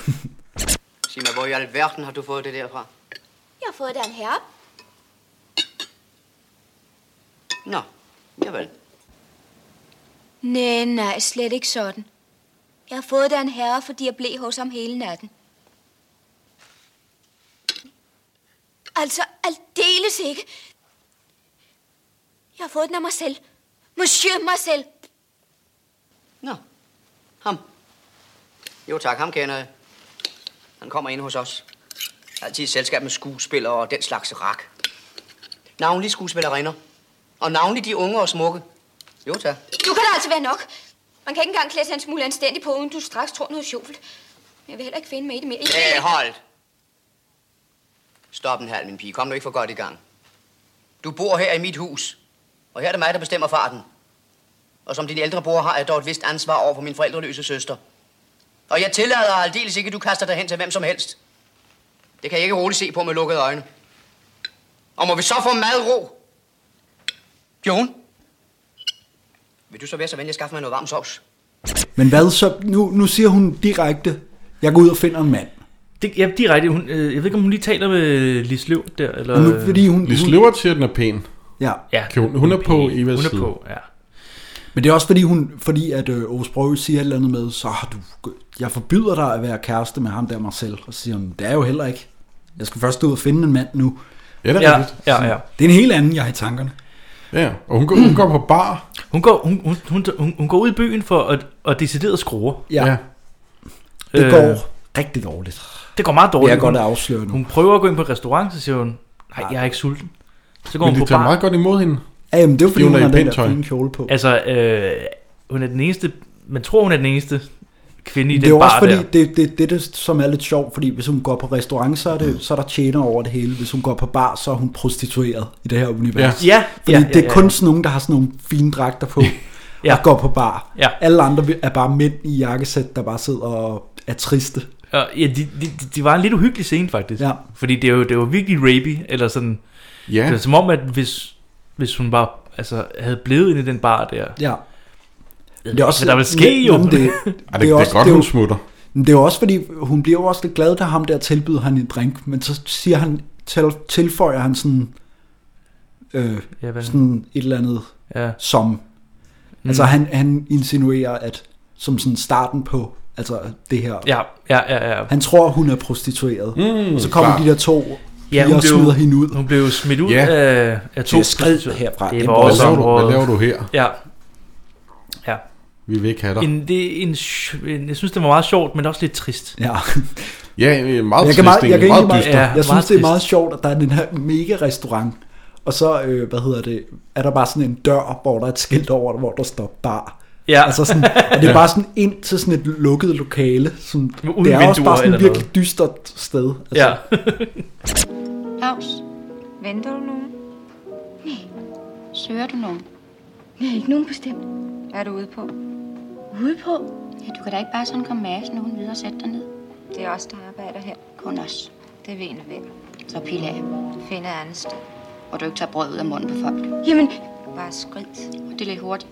Sig mig, hvor i alverden har du fået det der fra? Jeg har fået det af en herre. Nå, javel. Nej, slet ikke sådan. Jeg har fået det af en herre, fordi jeg blev hos ham hele natten. Altså, aldeles ikke. Jeg har fået den af mig selv. Monsieur Marcel. Nå, ham. Jo tak, ham kender jeg. Han kommer ind hos os. Altid i selskab med skuespillere og den slags rak. Navnlig skuespillerinder. Og navnlig de unge og smukke. Jo tak. Nu kan det altså være nok. Man kan ikke engang klæde sig en smule anstændig på, uden du straks tror noget sjovt. Jeg vil heller ikke finde mig i det mere. Hold. Stop en halv, min pige. Kom nu ikke for godt i gang. Du bor her i mit hus. Og her er det mig, der bestemmer farten. Og som din ældre bror har jeg dog et vist ansvar over for min forældreløse søster. Og jeg tillader aldeles ikke, at du kaster dig hen til hvem som helst. Det kan jeg ikke roligt se på med lukkede øjne. Og må vi så få madro? Joan? Vil du så være så venlig at skaffe mig noget varm sovs? Men hvad så? Nu siger hun direkte, jeg går ud og finder en mand. Ja, direkte. Jeg ved ikke, om hun lige taler med Lis Løv der, eller... Lis Løv siger, den er pæn. Ja. Hun er på Evas side. Hun er på, ja. Men det er også fordi at Ove Sprogøe siger et eller andet med, så jeg forbyder dig at være kæreste med ham der Marcel. Og så siger hun, det er jo heller ikke. Jeg skal først ud og finde en mand nu. Ja, det er rigtigt. Ja. Det er en helt anden, jeg har i tankerne. Ja, og hun går på bar. Hun går ud i byen for at decideret skrue. Ja. Det går rigtig dårligt. Det går meget dårligt. Jeg godt afsløre nu. Hun prøver at gå ind på et restaurant, så siger hun, nej, jeg er ikke sulten. Så går hun på bar. Men de tager meget godt imod hende. Ja, jamen det er fordi hun har den der fine kjole på. Altså, hun er den eneste, man tror hun er den eneste kvinde i det er den bar også fordi, der. det som er lidt sjovt, fordi hvis hun går på restaurant, så er der tjener over det hele. Hvis hun går på bar, så er hun prostitueret i det her univers. Ja. Fordi det er kun sådan nogen, der har sådan nogle fine dragter på og går på bar. Ja. Alle andre er bare mænd i jakkesæt, der bare sidder og er triste. Ja, de var en lidt uhyggelig scene faktisk. Ja. Fordi det var virkelig rapey, eller sådan. Ja. Det er som om, at hvis hun bare havde blevet inde i den bar der. Ja. Det er også, der vil ske jo. Det er godt, hun smutter. Det er jo også fordi, hun bliver jo også lidt glad, da ham der tilbyder han en drink, men så siger han, tilføjer han sådan, sådan et eller andet som. Altså han insinuerer, at som sådan starten på det her. Ja. Han tror, hun er prostitueret. Så kommer de der to piger og smider hende ud. Hun blev smidt ud af to skrid herfra. Hvad laver du her? Ja. Vi vil ikke have dig. Jeg synes, det var meget sjovt, men også lidt trist. Ja. Ja, meget trist. Jeg synes, det er meget sjovt, at der er den her mega restaurant. Og så, er der bare sådan en dør, hvor der er et skilt over, hvor der står bar. Ja. Altså sådan, og det er bare sådan ind til sådan et lukket lokale. Sådan, det er også bare sådan et virkelig dystert sted. Altså. Ja. Claus, venter du nogen? Nej. Søger du nogen? Jeg er ikke nogen bestemt. Hvad er du ude på? Ude på? Ja, du kan da ikke bare sådan komme med sådan nogen videre og sætte dig ned. Det er os, der arbejder her. Kun os. Det ved en vel. Så pil af. Find et andet sted. Hvor du ikke tager brød ud af munden på folk. Jamen, bare skridt. Og det er lidt hurtigt.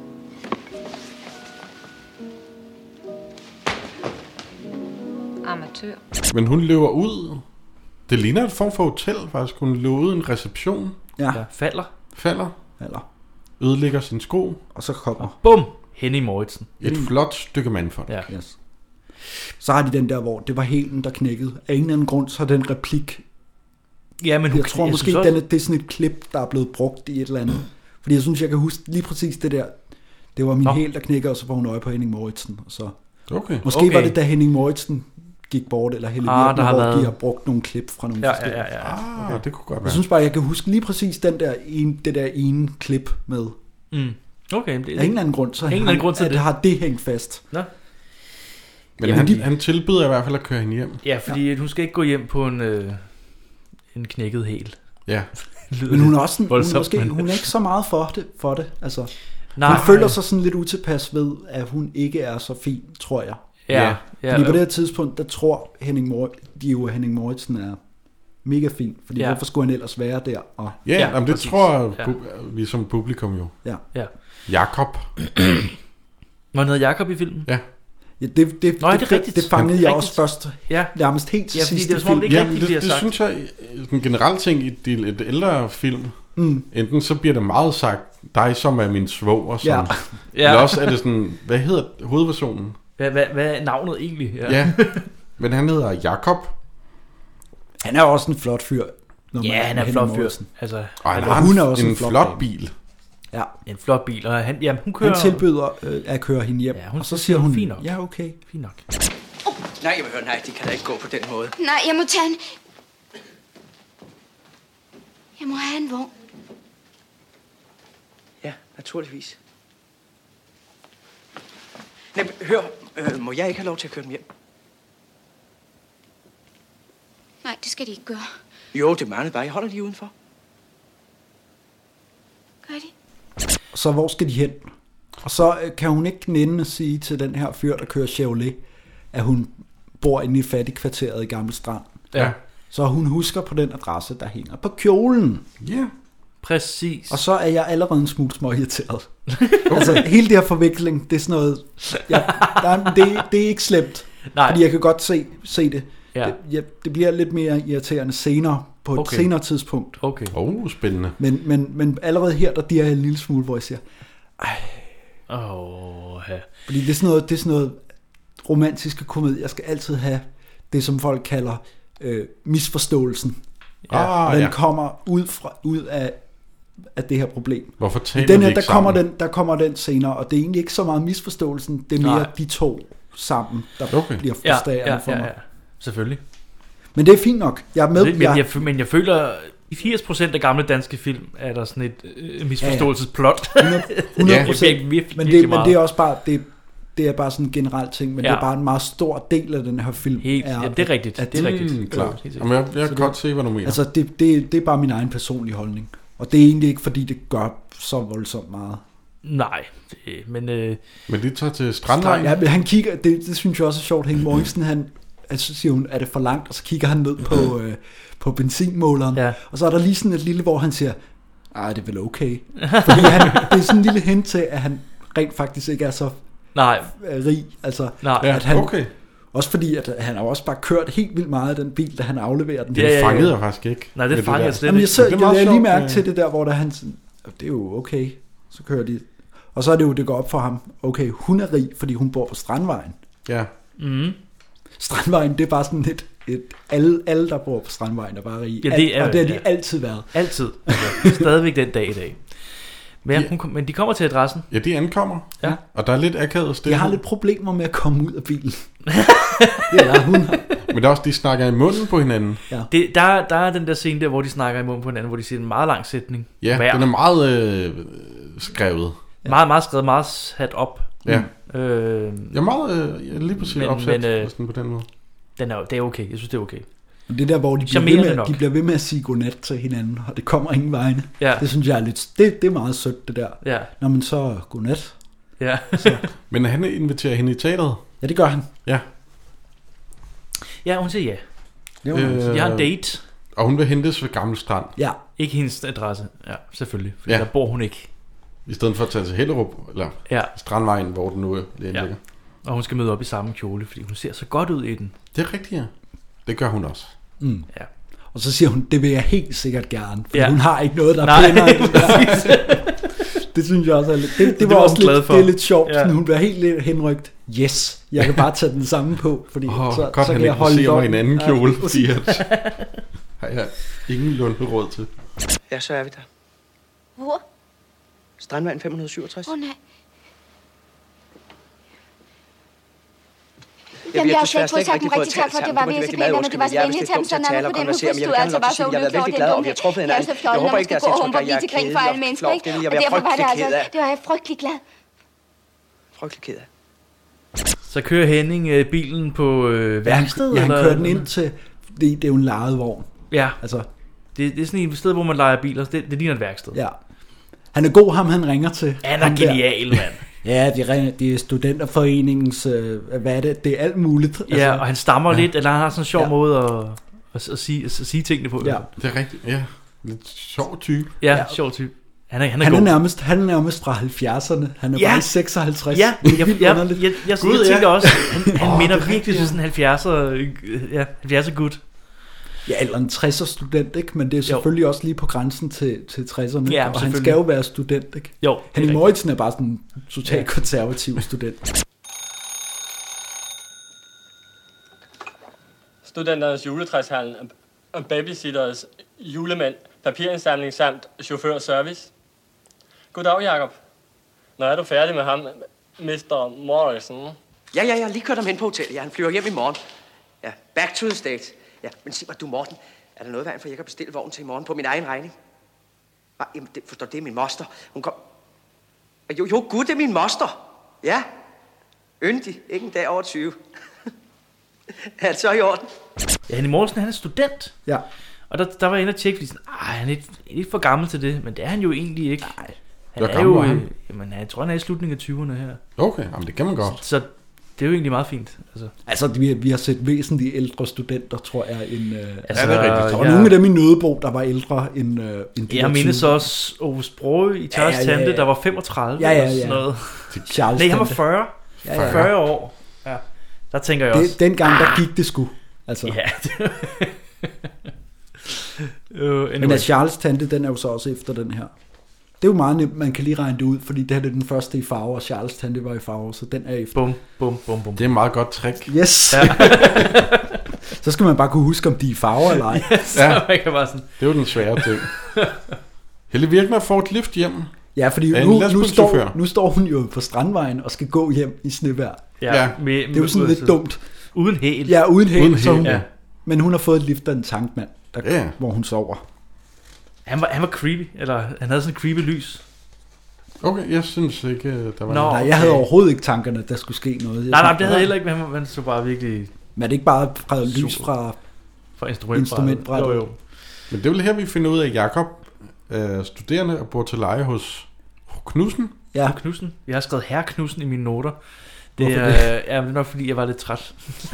Amatør. Men hun løber ud. Det ligner et form for hotel, faktisk. Hun løber ud i en reception. Ja. Falder. Ødelægger sin sko. Og så kommer. Bum! Henning Moritzen. Et flot stykke mandfolk. Ja. Yes. Så har de den der, hvor det var hælen, der knækkede. Af en eller anden grund, så er den replik. Ja, men jeg tror måske, det er sådan et klip, der er blevet brugt i et eller andet. Fordi jeg synes, jeg kan huske lige præcis det der. Det var min hæl, der knækkede, og så får hun øje på Henning Moritzen. Og så. Måske var det, da Henning Moritzen gik bort, eller Helle Virkner, hvor de har brugt nogle klip fra nogle forskellige. Ja. Okay, det kunne godt være. Jeg synes bare, jeg kan huske lige præcis det der ene klip med. Okay, det er ingen anden grund, så det har det hængt fast. Nå. Men han tilbyder i hvert fald at køre hende hjem. Ja, fordi hun skal ikke gå hjem på en knækket hæl. Ja. Men hun er også hun er ikke så meget for det. Altså, hun føler sig sådan lidt utilpas ved, at hun ikke er så fin, tror jeg. Ja. Fordi på det her tidspunkt, der tror Henning Moritzen er mega fin. Fordi hvorfor skulle han ellers være der? Og jamen, det tror vi som publikum jo. Ja. Jakob. Var han hedder Jakob i filmen? Ja. Ja, det fangede jeg også først. Ja. Nærmest helt til sidste det film. Det synes jeg, en generelt ting i et ældre film, enten så bliver det meget sagt, dig som er min svoger, eller også er det sådan, hvad hedder hovedversionen? Hvad er navnet egentlig? Ja. Men han hedder Jakob. Han er også en flot fyr. Han er en flot fyr. Altså, hun er også en flot bil. Ja. En flot bil, og hun kører. Han tilbyder at køre hende hjem, og så siger hun, fint nok. Ja, okay. Fint nok. Nej, jeg vil høre, nej, det kan da ikke gå på den måde. Nej, jeg må tage en... Jeg må have en vogn. Ja, naturligvis. Nej, hør, må jeg ikke have lov til at køre dem hjem? Nej, det skal de ikke gøre. Jo, det manglede bare. Jeg holder lige udenfor. Gør de? Så hvor skal de hen? Og så kan hun ikke nænde at sige til den her fyr, der kører Chevrolet, at hun bor inde i fattigkvarteret i Gamle Strand. Ja. Så hun husker på den adresse, der hænger på kjolen. Ja. Præcis. Og så er jeg allerede en smule småirriteret. Altså hele det her forvikling, det er sådan noget... det er ikke slemt. Nej. Fordi jeg kan godt se det. Ja. Det bliver lidt mere irriterende senere, på et senere tidspunkt. Okay. Spændende. Men allerede her, der dirrer jeg en lille smule, hvor jeg siger... Fordi det er sådan noget romantiske komedie. Jeg skal altid have det, som folk kalder misforståelsen. Og den kommer ud af det her problem. Hvorfor taler de ikke sammen? Der kommer den senere, og det er egentlig ikke så meget misforståelsen, det er mere de to sammen, der bliver frustrerende for mig. Ja. Selvfølgelig. Men det er fint nok. Jeg er med. Men jeg føler, i 80% af gamle danske film, er der sådan et misforståelsesplot. 100%. Men det er også bare, det er bare sådan en generel ting, men det er bare en meget stor del af den her film. Det er rigtigt. Det er rigtigt. Klart. Jamen, jeg kan godt se, hvad du mener. Altså, det er bare min egen personlige holdning. Og det er egentlig ikke, fordi det gør så voldsomt meget. Nej, men de tager til Strandvejen. Ja, men han kigger, det synes jeg også er sjovt. Henning Mortensen, så siger hun, er det for langt? Og så kigger han ned på benzinmåleren. Ja. Og så er der lige sådan et lille, hvor han siger, det er vel okay. Fordi det er sådan en lille hint til, at han rent faktisk ikke er så rig. Altså, at han, okay. Også fordi, at han har også bare kørt helt vildt meget af den bil, da han afleverer den. Det fangede jeg faktisk ikke. Nej, det fangede jeg slet ikke. Jeg lige mærke til det der, hvor der han sådan, det er jo okay. Så kører de. Og så er det jo, det går op for ham. Okay, hun er rig, fordi hun bor på Strandvejen. Ja. Mm. Strandvejen, det er bare sådan alle, der bor på Strandvejen, er bare rige. Ja, og det har de altid været. Altid. Altså, stadigvæk den dag i dag. Men de kommer til adressen. Ja, de ankommer. Ja. Og der er lidt akavet sted. Jeg har lidt problemer med at komme ud af bilen. Ja, hun har. Men der er også, de snakker i munden på hinanden. Ja. Der er den der scene der, hvor de snakker i munden på hinanden, hvor de siger en meget lang sætning. Ja, den er meget skrevet. Ja. Meget, meget skrevet, meget sat op. Ja. Jeg er meget lige præcis opsat på den måde. Det er okay. Jeg synes, det er okay. Det er der, hvor de bliver ved med at sige godnat til hinanden, og det kommer ingen vegne. Ja. Det synes jeg er lidt... Det er meget sødt, det der. Ja. Når man så godnat. Ja. Men han inviterer hende i teateret. Ja, det gør han. Ja. Ja, hun siger ja. De har en date. Og hun vil hentes ved Gammel Strand. Ja. Ikke hendes adresse. Ja, selvfølgelig. For der bor hun ikke. I stedet for at tage til Hellerup, eller Strandvejen, hvor den nu ligger. Og hun skal møde op i samme kjole, fordi hun ser så godt ud i den. Det er rigtigt, ja. Det gør hun også. Mm. Ja. Og så siger hun, det vil jeg helt sikkert gerne, for hun har ikke noget, der er pænere end det der. Det synes jeg også er lidt... Det var også lidt, det er lidt sjovt. Ja. Hun bliver helt lidt henrygt. Yes, jeg kan bare tage den samme på, fordi så kan jeg holde mig i en anden kjole, fordi har jeg ingen lunderåd til. Ja, så er vi der. Hvor? Strandvejen 567. Nej. Jamen, jeg har slet ikke fået sagt dem rigtig tak for, det var ved at se men det var så venligt at tage dem sådan noget, fordi nu forstod jeg altså bare så ulykkelig over det dumme. Jeg er så fjollet, når man skulle gå home og blive til grin for alle mennesker, ikke? Og derfor var det altså, det var jeg frygtelig glad. Frygtelig ked af. Så kører Henning bilen på værksted? Ja, han kører den ind til, det er jo en lejet vogn. Ja, altså. Det er sådan et sted, hvor man lejer biler, det ligner et værksted. Ja. Han er god, han ringer til. Han er genial, mand. Ja, det er studenterforeningens, hvad er det? Det er alt muligt. Ja, og han stammer lidt, eller han har sådan en sjov måde at sige tingene på. Ja, det er rigtigt, ja. Lidt sjov type. Ja, sjov type. Han er nærmest fra 70'erne. Han er bare 56. Ja, jeg tænker også, han minder virkelig sådan en 70'er gut. Ja, eller en 60'er student, ikke? Men det er selvfølgelig også lige på grænsen til 60'erne. Ja, og han skal jo være student, ikke? Jo. Henning Mortensen er bare sådan en totalt konservativ student. Studenternes juletræshallen, babysitters, julemænd, papirindsamling samt chaufførservice. Goddag, Jacob. Når er du færdig med ham, Mr. Morrison? Ja, jeg har lige kørt ham hen på hotellet. Ja, han flyver hjem i morgen. Ja, back to the States. Ja, men sig mig, du Morten, er der noget vejen for, jeg kan bestille vognen til i morgen på min egen regning? Nej, jamen, det er min moster. Hun kom... Jo, gud, det er min moster. Ja, yndig, ikke en dag over 20. Er det så i orden? Ja, Henning Mortensen, han er student. Ja. Og der var jeg inde og tjekke, fordi han er lidt for gammel til det, men det er han jo egentlig ikke. Nej. Han er jo, jamen, jeg tror, han er i slutningen af 20'erne her. Okay, jamen det kan man godt. Så det er jo egentlig meget fint. Altså vi har set væsentligt ældre studenter, tror jeg, end... Altså, der var nogle af dem i Nødebo, der var ældre end jeg mindes også Ove Sprogøe i Charles Tante, der var 35 eller sådan noget. Nej, han var 40. 40 år. Ja. Der tænker jeg også... Dengang, der gik det sgu. Altså. Ja. Men Charles Tante, den er jo så også efter den her. Det er jo meget nemt, man kan lige regne det ud, fordi det her er den første i farve, og Charles Tante var i farve, så den er efter. Bum. Det er et meget godt trick. Yes. Ja. Så skal man bare kunne huske, om de er i farve eller ej. Ja, man kan bare sådan. Det er jo den svære ting. Helle Virkner får et lift hjem. Ja, fordi nu står hun jo på Strandvejen og skal gå hjem i snevejr. Ja. Det er jo sådan lidt dumt. Uden hæl. Ja, uden hæl. Ja. Men hun har fået et lift af en tankmand, hvor hun sover. Han var creepy, eller han havde sådan en creepy lys. Okay, jeg synes ikke, der var noget. Nej, jeg havde overhovedet ikke tankerne, at der skulle ske noget. Nej, det havde heller ikke, men man så bare virkelig... Men er det ikke bare fra lys fra instrumentbrættet? Jo. Men det er vel her, vi finder ud af, at Jakob er studerende og bor til leje hos Knudsen. Ja. Knudsen. Jeg har skrevet herr Knudsen i mine noter. Det er nok fordi, jeg var lidt træt.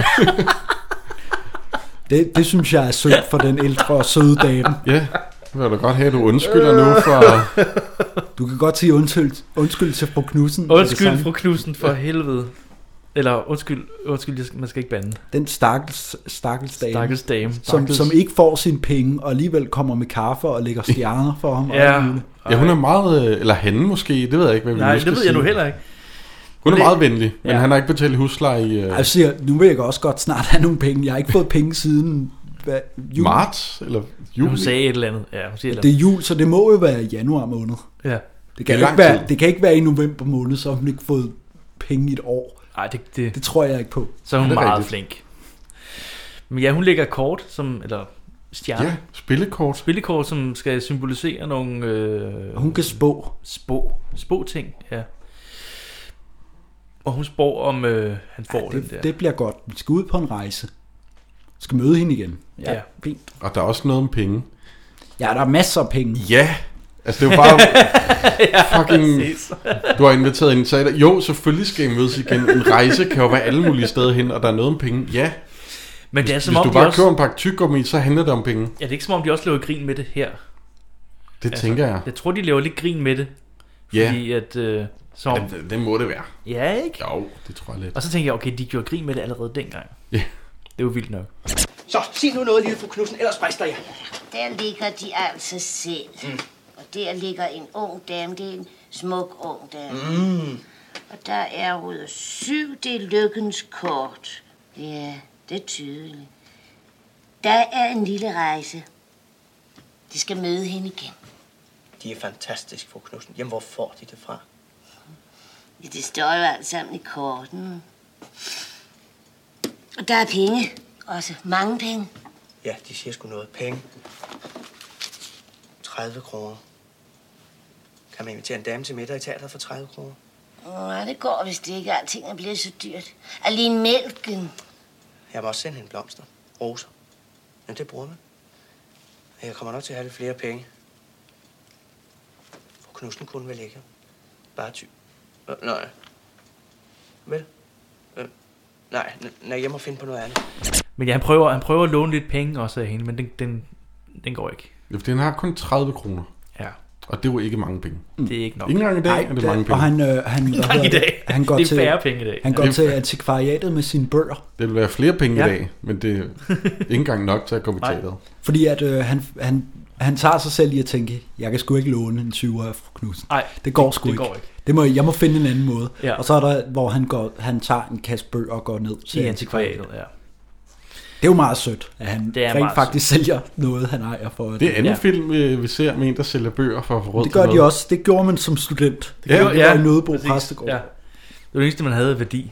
det synes jeg er synd for den ældre og søde dame. Ja, det vil du godt have, at du undskylder nu for... Du kan godt sige undskyld til fru Knudsen. Undskyld fru Knudsen for helvede. Eller undskyld, man skal ikke bande. Den stakkels dame. Som ikke får sine penge, og alligevel kommer med kaffe og lægger stjerner for ham. Ja, hun er meget... Eller han måske, det ved jeg ikke, hvad vi nu skal sige. Nej, det ved jeg nu heller ikke. Hun er meget venlig, men han har ikke betalt husleje i... Jeg siger, nu vil jeg også godt snart have nogle penge. Jeg har ikke fået penge siden... Jul. Marts eller juli? Hun sagde et eller andet. Ja, hun siger det er jul, så det må jo være i januar måned. Ja. Det kan ikke være i november måned, så har hun ikke fået penge i et år. Nej, det tror jeg ikke på. Så er hun meget flink. Men ja, hun lægger kort, eller stjerner. Ja, spillekort, som skal symbolisere nogle... Hun kan spå ting, ja. Og hun spår om han får den der. Det bliver godt. Vi skal ud på en rejse. Vi skal møde hende igen. Ja, fint. Og der er også noget om penge. Ja, der er masser af penge. Ja, altså det er jo bare fucking... Du har inviteret hende, sagde der, jo, selvfølgelig skal I mødes igen. En rejse kan jo være alle mulige steder hen, og der er noget om penge. Ja. Men det er som hvis om du bare køber en pakke tyggegummi, så handler det om penge. Ja, det er ikke som om de også laver grin med det her. Det tænker jeg. Jeg tror, de laver lidt grin med det. Fordi at... Det må det være. Ja, ikke? Jo, det tror jeg lidt. Og så tænker jeg, okay, de gjorde grin med det allerede dengang. Ja. Det var vildt nok. Så, sig nu noget, lille fru Knudsen, ellers brister jeg. Der ligger de altså selv. Og der ligger en ung dame, det er en smuk ung dame. Og der er rød 7, det er lykkens kort. Ja, det er tydeligt. Der er en lille rejse. De skal møde hende igen. De er fantastiske, fru Knudsen. Jamen, hvor får de det fra? Ja, det står jo alt sammen i korten. Og der er penge. Også mange penge. Ja, de siger sgu noget. Penge. 30 kroner. Kan man invitere en dame til middag i teateret for 30 kroner? Nej, det går, hvis det ikke alting er blevet så dyrt. Alene mælken. Jeg må også sende hende blomster. Roser. Men det bruger man. Jeg kommer nok til at have lidt flere penge. Fru Knudsen kunne vel ikke. Bare nej. Vel? Nej, jeg må finde på noget andet. Men ja, han prøver at låne lidt penge også af hende, men den går ikke. Ja, fordi han har kun 30 kroner. Ja. Og det er jo ikke mange penge. Det er ikke nok. Ikke engang i dag er det mange penge. Og han går det er færre penge i dag. Han går til antikvariatet med sine bøger. Det vil være flere penge i dag, men det er ikke engang nok til at komme i teateret. Fordi at han tager sig selv i at tænke, jeg kan sgu ikke låne en 20'er af fru Knudsen. Nej, det går sgu ikke. Jeg må finde en anden måde. Ja. Og så er der, hvor han tager en kasse bøger og går ned til antikvariatet. Ja. Det er jo meget sødt, at han rent faktisk sælger noget, han ejer for. Det er anden film, vi ser med en, der sælger bøger for at få råd. Det gør de også. Det gjorde man som student. Det gjorde i Nødebo Præstegård. Ja. Det var det eneste, man havde værdi.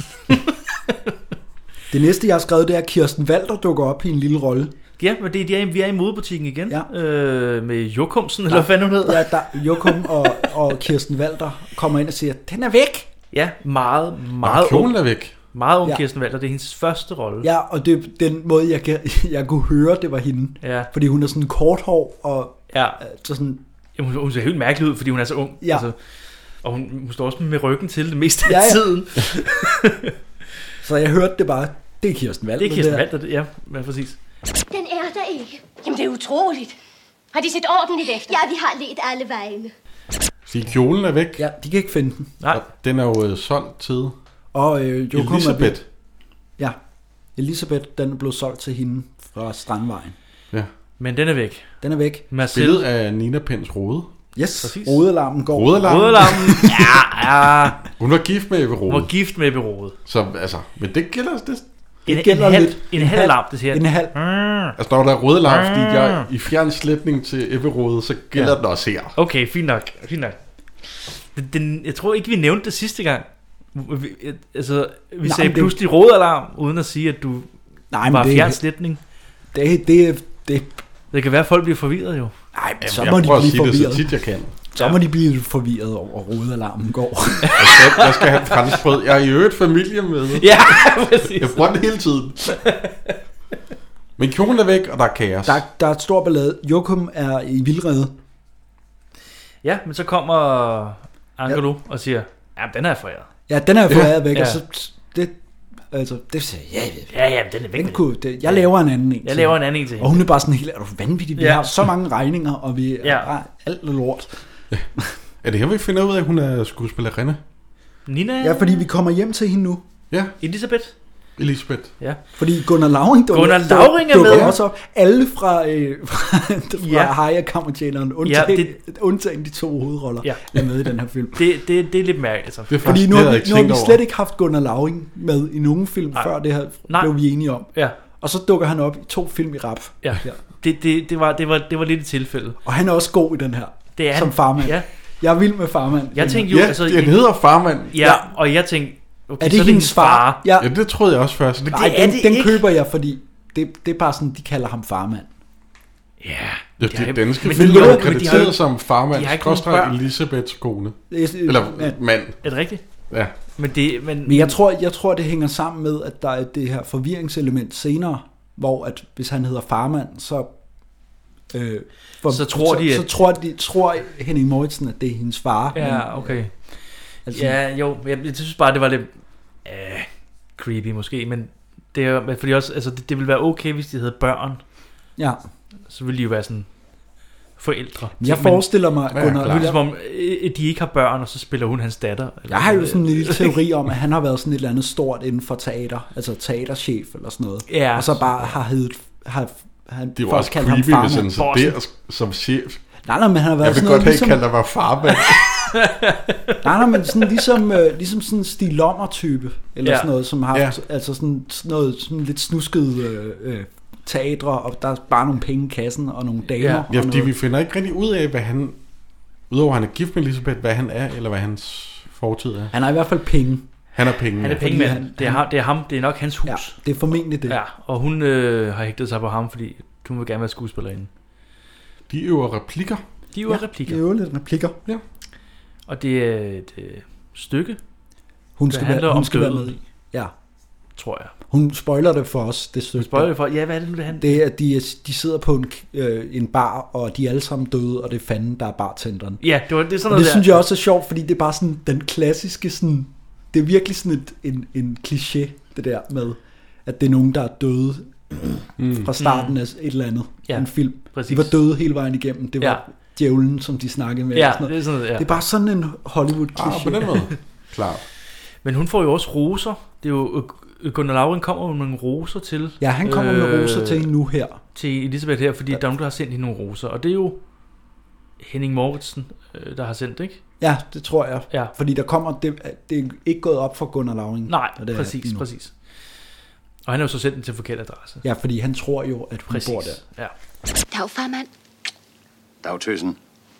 Det næste, jeg har skrevet, det er, at Kirsten Walther dukker op i en lille rolle. Ja, men vi er i modebutikken igen. Ja. Med Jokumsen, eller hvad hun hedder. Ja, Jokum og Kirsten Walther kommer ind og siger, den er væk. Ja, meget kjolen er væk. Meget ung Kirsten Walther, det er hendes første rolle. Ja, og det er den måde, jeg kunne høre, det var hende. Ja. Fordi hun er sådan kort hår, og så sådan... Jamen, hun ser helt mærkelig ud, fordi hun er så ung. Ja. Altså, og hun står også med ryggen til det meste af tiden. Så jeg hørte det bare, det er Kirsten Walther. Det er Kirsten Walther, ja, præcis. Den er der ikke. Jamen, det er utroligt. Har de set ordentligt efter? Ja, vi har let alle vejene. Fordi kjolen er væk. Ja, de kan ikke finde den. Nej. Den er jo solgt til... Og Elisabeth. Ja, Elisabeth, den er blevet solgt til hende fra Strandvejen. Ja. Men den er væk. Den er væk. Billedet af Nina Pens Rode. Yes, præcis. Rodealarmen går. Rodealarmen. Ja. Hun var gift med Ebbe Rode. Hun var gift med Ebbe Rode. Så altså, men det gælder det. En halv alarm, det siger. En halv. Altså, når der er rodealarm, fordi jeg i fjern sletning til Ebbe Rode, så gælder den også her. Okay, fint nok. Jeg tror ikke, vi nævnte det sidste gang. Vi sagde pludselig rodealarm, uden at sige, at du var fjernslætning. Det kan være, at folk bliver forvirret jo. Nej, så må de blive forvirret. Jeg prøver at sige det så tit, jeg kan. Så må de blive lidt forvirret over, at rodealarmen går. Jeg skal have franskbrød. Jeg er i øvrigt familie med. Ja, præcis. Jeg bruger det hele tiden. Men kjolen er væk, og der er kaos. Der er et stort ballade. Jokum er i vildrede. Ja, men så kommer Angelo og siger, ja, den er foræret. Ja, den er foræret væk, ja. og så det siger ja, den er væk. Jeg laver en anden en. Jeg laver en anden en til hende. Og hun er bare sådan helt, er du vanvittig? Vi har så mange regninger, og vi har alt lort. Er det her, vi finder ud af, at hun er skuespillerinde? Nina? Ja, fordi vi kommer hjem til hende nu. Ja. Elisabeth. Ja. Fordi Gunnar Lauring er med. Også op. Alle fra Haya Kammertjeneren, undtagen de 2 hovedroller, er med i den her film. Det er lidt mærkeligt. Altså. Fordi nu har vi slet ikke haft Gunnar Lauring med i nogen film, før det her blev vi enige om. Ja. Og så dukker han op i 2 film i rap. Ja. Det var lidt et tilfælde. Og han er også god i den her, det er som farmand. Ja. Jeg er vild med farmand. Jeg tænkte jo, altså, den hedder Farmand. Ja, og jeg tænkte, okay, er det så hendes far? Ja, det troede jeg også først. Men nej, den køber jeg, fordi det er bare sådan, de kalder ham farmand. Ja. Den danske film er krediteret som Farmand, skråstreg Elisabeths kone. Eller mand. Er det rigtigt? Ja. Men jeg tror, det hænger sammen med, at der er det her forvirringselement senere, hvor at hvis han hedder farmand, så tror Henning Moritzen, at det er hendes far. Ja, okay. Altså, ja, jo, jeg synes bare, det var lidt creepy måske, men det er fordi også, altså det ville være okay, hvis de havde børn. Ja. Så ville de jo være sådan forældre. Jeg forestiller mig, Gunnar, det er som om de ikke har børn, og så spiller hun hans datter. Jeg har jo sådan en lille teori om, at han har været sådan et eller andet stort inden for teater, altså teaterchef eller sådan noget. Ja, og så bare har heddet det var også creepy, hvis han så der som chef. Nej, men han har været jeg vil godt have kaldt dig farmand. nej, men sådan ligesom sådan en Stig Lommer type eller sådan noget, som har altså sådan noget sådan lidt snusket teatre, og der er bare nogle penge i kassen og nogle damer. Ja, fordi vi finder ikke rigtig ud af, hvad han, udover han er gift med Elisabeth, hvad han er, eller hvad hans fortid er. Han har i hvert fald penge. Han er penge. Han er pengemand. Det er ham. Det er nok hans hus. Ja, det er formentlig det. Ja, og hun har hægtet sig på ham, fordi hun vil gerne være skuespillerinde. De øver replikker. De øver lidt replikker. Ja. Og det er et stykke. Hun skal være med i. Ja. Tror jeg. Hun spoiler det for os, det stykke. Spoiler det for, ja, hvad er det nu, det handler? Det er, at de sidder på en bar, og de er alle sammen døde, og det er fanden, der er bartenderen. Ja, det er sådan noget. Og det synes jeg også er sjovt, fordi det er bare sådan den klassiske sådan, det er virkelig sådan en kliché, det der med, at det er nogen, der er døde fra starten af et eller andet. Ja, en film. Præcis. De var døde hele vejen igennem. Det var djævlen, som de snakkede med. Ja, det er sådan noget, ja. Det er bare sådan en Hollywood-kliché. På den måde. Klart. Men hun får jo også roser. Det er jo Gunnar Lauring kommer med nogle roser til. Ja, han kommer med roser til hende nu her. Til Elisabeth her, fordi der er nogen, der har sendt hende nogle roser. Og det er jo Henning Moritzen, der har sendt, ikke? Ja, det tror jeg. Ja. Fordi der kommer, det er ikke gået op for Gunnar Lauring. Nej, præcis. Og han har jo så sendt den til forkert adresse. Ja, fordi han tror jo, at hun bor der. Ja. Dag, farmand. Dag, tøsen.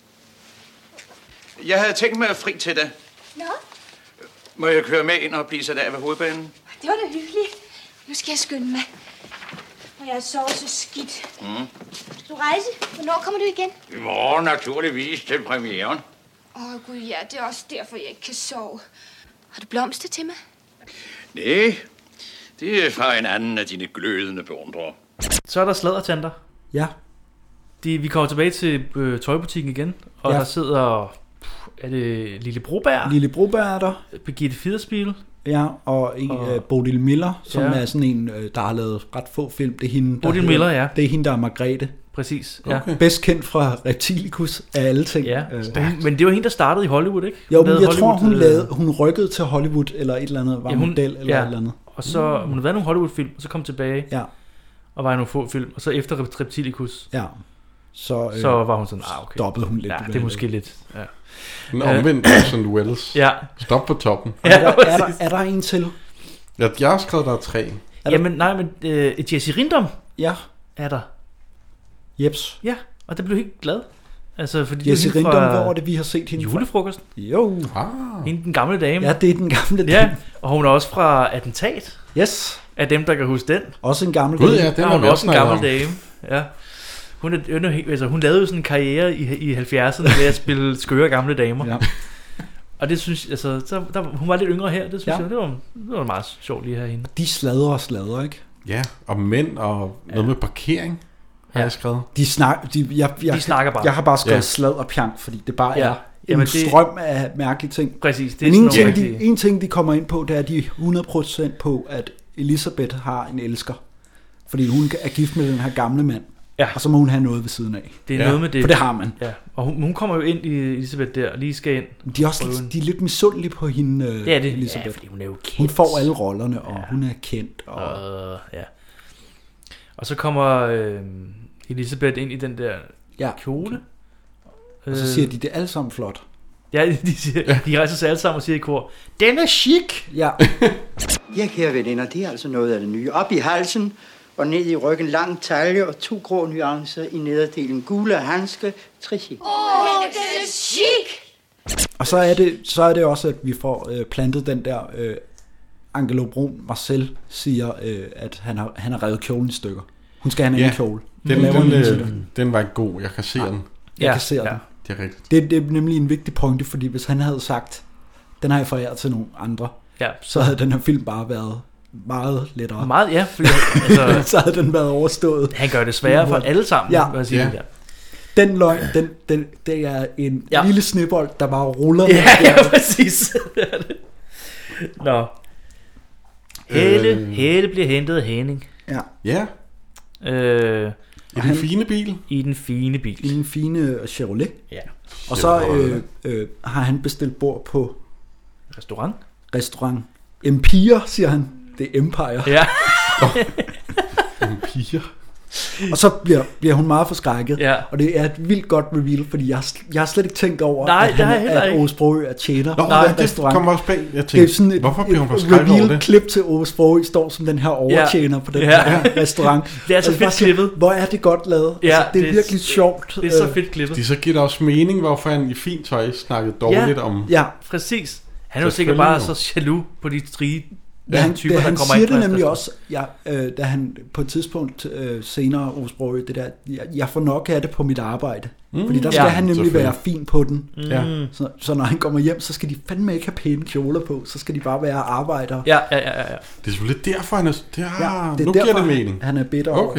Jeg havde tænkt mig at fri til dig. Nå? Må jeg køre med ind og blive sat af ved hovedbanen? Det var da hyggeligt. Nu skal jeg skynde mig. Og jeg har sovet så skidt. Skal du rejse? Hvornår kommer du igen? I morgen naturligvis til premieren. Gud ja, det er også derfor, jeg ikke kan sove. Har du blomster til mig? Nej, det er fra en anden af dine glødende beundrere. Så er der sladdertanter. Ja. Vi kommer tilbage til tøjbutikken igen, og der sidder, er det Lille Broberg? Lille Broberg er der. Birgitte Federspiel. Ja, og Bodil Miller, som er sådan en, der har lavet ret få film. Det er hende, Bodil Miller, ja. Det er hende, der er Margrethe. Præcis, ja. Okay. Bedst kendt fra Reptilicus af alle ting. Ja, men det var hende, der startede i Hollywood, ikke? Jo, men jeg tror, hun rykkede til Hollywood, eller et eller andet, var model, eller et eller andet. Og så, hun har været nogle Hollywood-film, og så kom tilbage, og var i nogle få film, og så efter Reptilicus, så var hun sådan, okay. Stoppede hun lidt. Ja, det er måske lidt, ja. Den omvendte Orson Welles. Ja. Stop på toppen. Ja, er der en til? Ja, jeg har skrevet, der er 3. Jamen, nej, men Jesse Rindom er der. Jeps. Ja, og det blev helt glad. Altså, fordi Jesse Rindom, hvor er det, vi har set hende? Julefrokosten. Jo. Hende den gamle dame. Ja, det er den gamle dame. Ja, og hun er også fra Attentat. Yes. Af dem, der kan huske den. Også en gammel dame. Gud, ja, den er også en gammel dame. Ja. Hun lavede jo sådan en karriere i 70'erne ved at spille skøre gamle damer. Ja. Og det synes jeg, altså, hun var lidt yngre her, det synes jeg, det var meget sjovt lige herinde. De sladrer, ikke? Ja, og mænd og noget med parkering, har jeg skrevet. De snakker bare. Jeg har bare skrevet slad og pjank, fordi det bare er en strøm af mærkelige ting. Præcis. Det men en ting, de kommer ind på, det er, at de er 100% på, at Elisabeth har en elsker. Fordi hun er gift med den her gamle mand. Ja. Og så må hun have noget ved siden af. Det er noget med det. For det har man. Ja. Og hun kommer jo ind i Elisabeth der, og lige skal ind. De er lidt misundelige på hende, Elisabeth. Ja, fordi hun er jo kendt. Hun får alle rollerne, og hun er kendt. Og så kommer Elisabeth ind i den der kjole. Og så siger de alle sammen flot. Ja, de rejser sig alle sammen og siger i kor, den er chic! Ja. Ja, kære veninder, det er altså noget af det nye. Op i halsen og ned i ryggen, lang talje og 2 grå nuancer i nederdelen. Gule handske, trichy. Det er chic! Og så er det også, at vi får plantet den der Angelo Brun Marcel siger, at han har revet kjolen i stykker. Hun skal have en anden kjole. Den var ikke god, jeg kan se den. Jeg kan se den. Det er rigtigt. Det er nemlig en vigtig pointe, fordi hvis han havde sagt, den har jeg foræret til nogle andre, så havde den her film bare været meget lettere. Meget, ja. Fordi, altså, så havde den været overstået. Han gør det sværere for alle sammen. Ja. Den løgn, det er en lille snebold, der bare ruller. Ja, præcis. Nå. Helle bliver hentet af Henning. Ja. I den fine bil. I den fine bil. I den fine Chevrolet. Ja. Og så har han bestilt bord på Restaurant Empire, siger han. Det er Empire. Ja. Empire. Og så bliver hun meget forskrækket. Og det er et vildt godt reveal, fordi jeg har slet ikke tænkt over, at Ove Sprogøe er tjener. Det kommer også bag. Jeg tænkte, hvorfor bliver hun forskrækket over det? Reveal-klip til Ove Sprogøe står som den her overtjener på den her restaurant. Det er så fedt klippet. Hvor er det godt lavet. Altså, det er virkelig sjovt. Det er så fedt klippet. De så giver der også mening, hvorfor han i fint tøj snakkede dårligt om. Ja, præcis. Han er jo sikkert bare så jaloux på de trige typer, der han kommer siger ind. Det nemlig også, da han på et tidspunkt senere, Ove Sprogøe, det der, jeg får nok af det på mit arbejde. Fordi der skal han nemlig være fin på den. Så når han kommer hjem, så skal de fandme ikke have pæne kjoler på, så skal de bare være arbejdere. Ja. Det er selvfølgelig derfor, han er... nu giver det mening. Han er bitter over.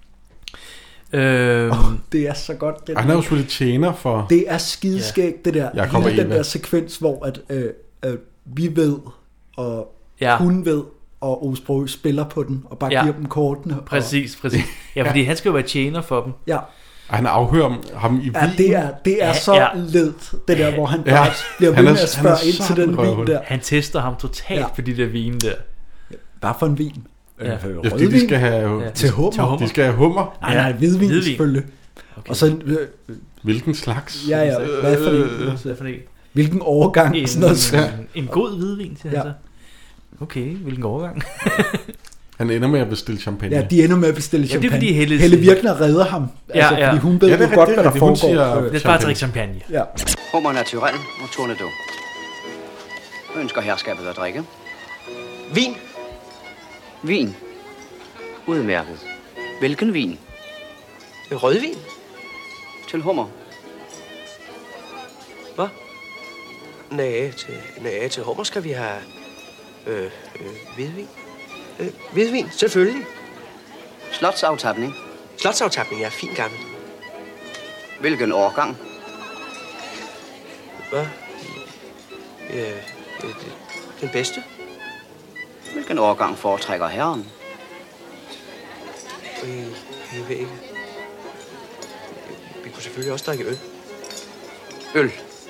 Det er så godt. Han er jo selvfølgelig tjener for... Det er skideskægt, det der. Hele den der sekvens, hvor at vi ved, og hun ved, og Ove Sprogøe spiller på den, og bare giver dem kortene. Præcis. Ja, fordi han skal jo være tjener for dem. Ja. Og han afhører ham i vin. Det er så ledt, det der, hvor han bare bliver ved med at spørge ind til den vin der. Han tester ham totalt på de der vine der. Bare for en vin. Rødvin. De skal have til hummer. De skal have hummer. Nej, hvidvin selvfølgelig. Okay. Og så hvilken slags? Ja, hvad for en? Hvilken årgang? En god hvidvin, siger han så. Okay, hvilken årgang? Han ender med at bestille champagne. Ja, de ender med at bestille champagne. Det er fordi Helle virkelig redder ham. Fordi hun ved jo godt, hvad der foregår. Det er bare at drikke champagne. Ja. Hummer naturel og tornado. Ønsker herskabet at drikke? Vin. Vin. Udmærket. Hvilken vin? Rødvin. Til hummer. Hvad? Nej, til hummer skal vi have hvidvin. Hvidvin, selvfølgelig. Slotsaftapning. Slotsaftapning, ja, fin gammel. Hvilken årgang? Hvad? Den bedste. Hvilken årgang foretrækker herren? Jeg ved ikke. Vi kunne selvfølgelig også drikke øl. Øl?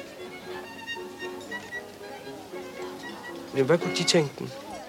Men hvad kunne de tænke den?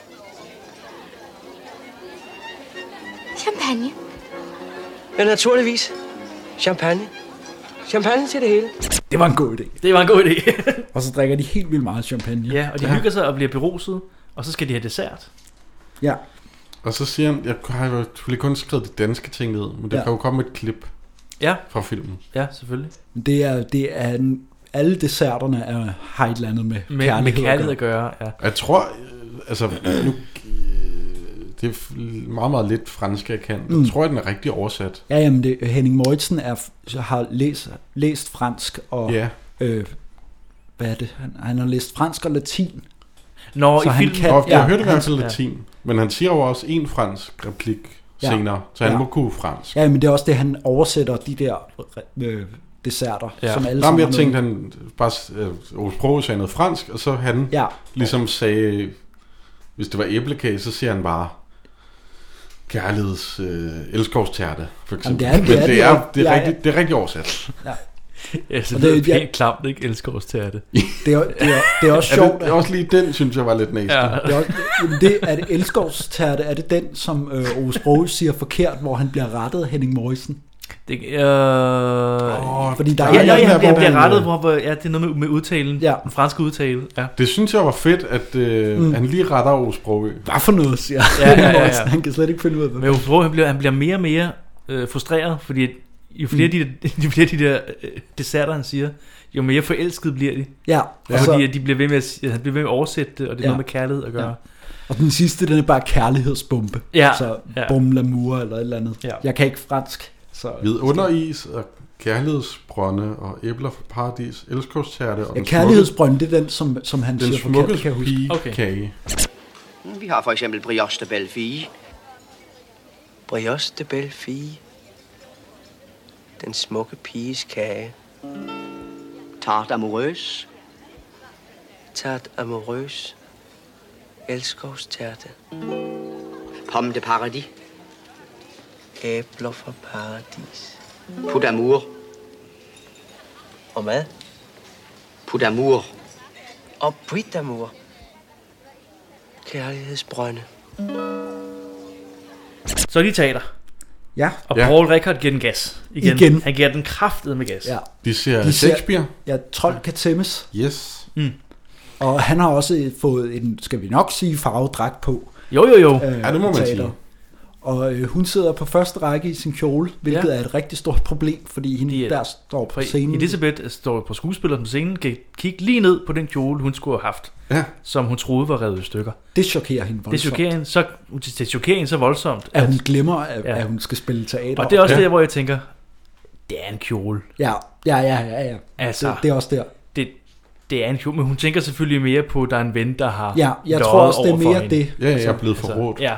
Champagne. Ja, naturligvis. Champagne. Champagne til det hele. Det var en god idé. Det var en god idé. Og så drikker de helt vildt meget champagne. Ja, og de hygger sig og bliver beruset. Og så skal de have dessert. Ja. Og så siger han, jeg har jo selvfølgelig kun skrevet de danske ting ned, men der kan jo komme et klip fra filmen. Ja, selvfølgelig. Det er alle desserterne har et eller andet med kærlighed at gøre. Ja. Jeg tror, altså nu, det Det er meget, meget lidt fransk, jeg kan. Jeg tror, den er rigtig oversat. Ja, jamen Henning Moritzen har læst fransk, og hvad er det? Han har læst fransk og latin. Nå, så i filmen. Jeg hørte i hvert fald latin, men han siger jo også en fransk replik senere, så han må kunne fransk. Ja, men det er også det, han oversætter de der desserter, som alle sammen. Jeg tænkte, han bare sprog sagde noget fransk, og så han ligesom sagde, hvis det var æblekage, så siger han bare kærligheds elskovstærte, for eksempel. Jamen, det er rigtig oversat. Ja. Ja, så det er pænt klamt, ikke? Elskovstærte. Det er også sjovt. Det er også lige den, synes jeg var lidt næsten. Ja. Er det elskovstærte, er det den, som Ove Sprogøe siger forkert, hvor han bliver rettet af Henning Moritzen? Fordi der er han bliver rettet, hvor det er noget med udtalen, den franske udtale. Ja. Det synes jeg var fedt, at han lige retter Ove Sprogøe. Hvad for noget, siger Henning Moritzen? Han kan slet ikke finde ud af det. Men Ove Sprogøe, han bliver mere og mere frustreret, fordi jo flere de der desserter, han siger, jo mere forelskede bliver de. Ja. Fordi de bliver ved med han bliver ved med at oversætte det, og det er noget med kærlighed at gøre. Ja. Og den sidste, den er bare kærlighedsbombe. Ja. Så bum l'amour eller et eller andet. Ja. Jeg kan ikke fransk. Vidunder-is og kærlighedsbrønde og æbler fra paradis, elskovstærte og kærlighedsbrønde, det er den, som han den siger forkert. Den smukke pigekage. Vi har for eksempel brioche de belle fille. Brioche de belle fille. Den smukke piges kage. Tarte amoureuse. Tarte amoureuse. Elskovstærte. Pomme de paradis. Æbler fra paradis. Pou d'amour. Og hvad? Pou d'amour. Og puit d'amour. Kærlighedsbrønde. Så er de teater. Ja. Og Paul Rickard giver den gas. Igen. Han giver den kraftet med gas. Ja. De ser Shakespeare. Ja, Trold kan tæmmes. Yes. Og han har også fået en, skal vi nok sige, farvedragt på. Jo. Ja, det må man sige. Og hun sidder på første række i sin kjole, hvilket er et rigtig stort problem, fordi hende der står på scenen. Elisabeth står på skuespilleren på scenen, kan kigge lige ned på den kjole, hun skulle have haft, som hun troede var revet i stykker. Det chokerer hende voldsomt. Det chokerer hende så voldsomt, at hun glemmer, at hun skal spille teater. Og det er også der, hvor jeg tænker, det er en kjole. Ja. Altså, det er også der. Det er en kjole, men hun tænker selvfølgelig mere på, at der er en ven, der har jeg tror også, det er mere det. Ja, jeg er blevet forrådt. Ja.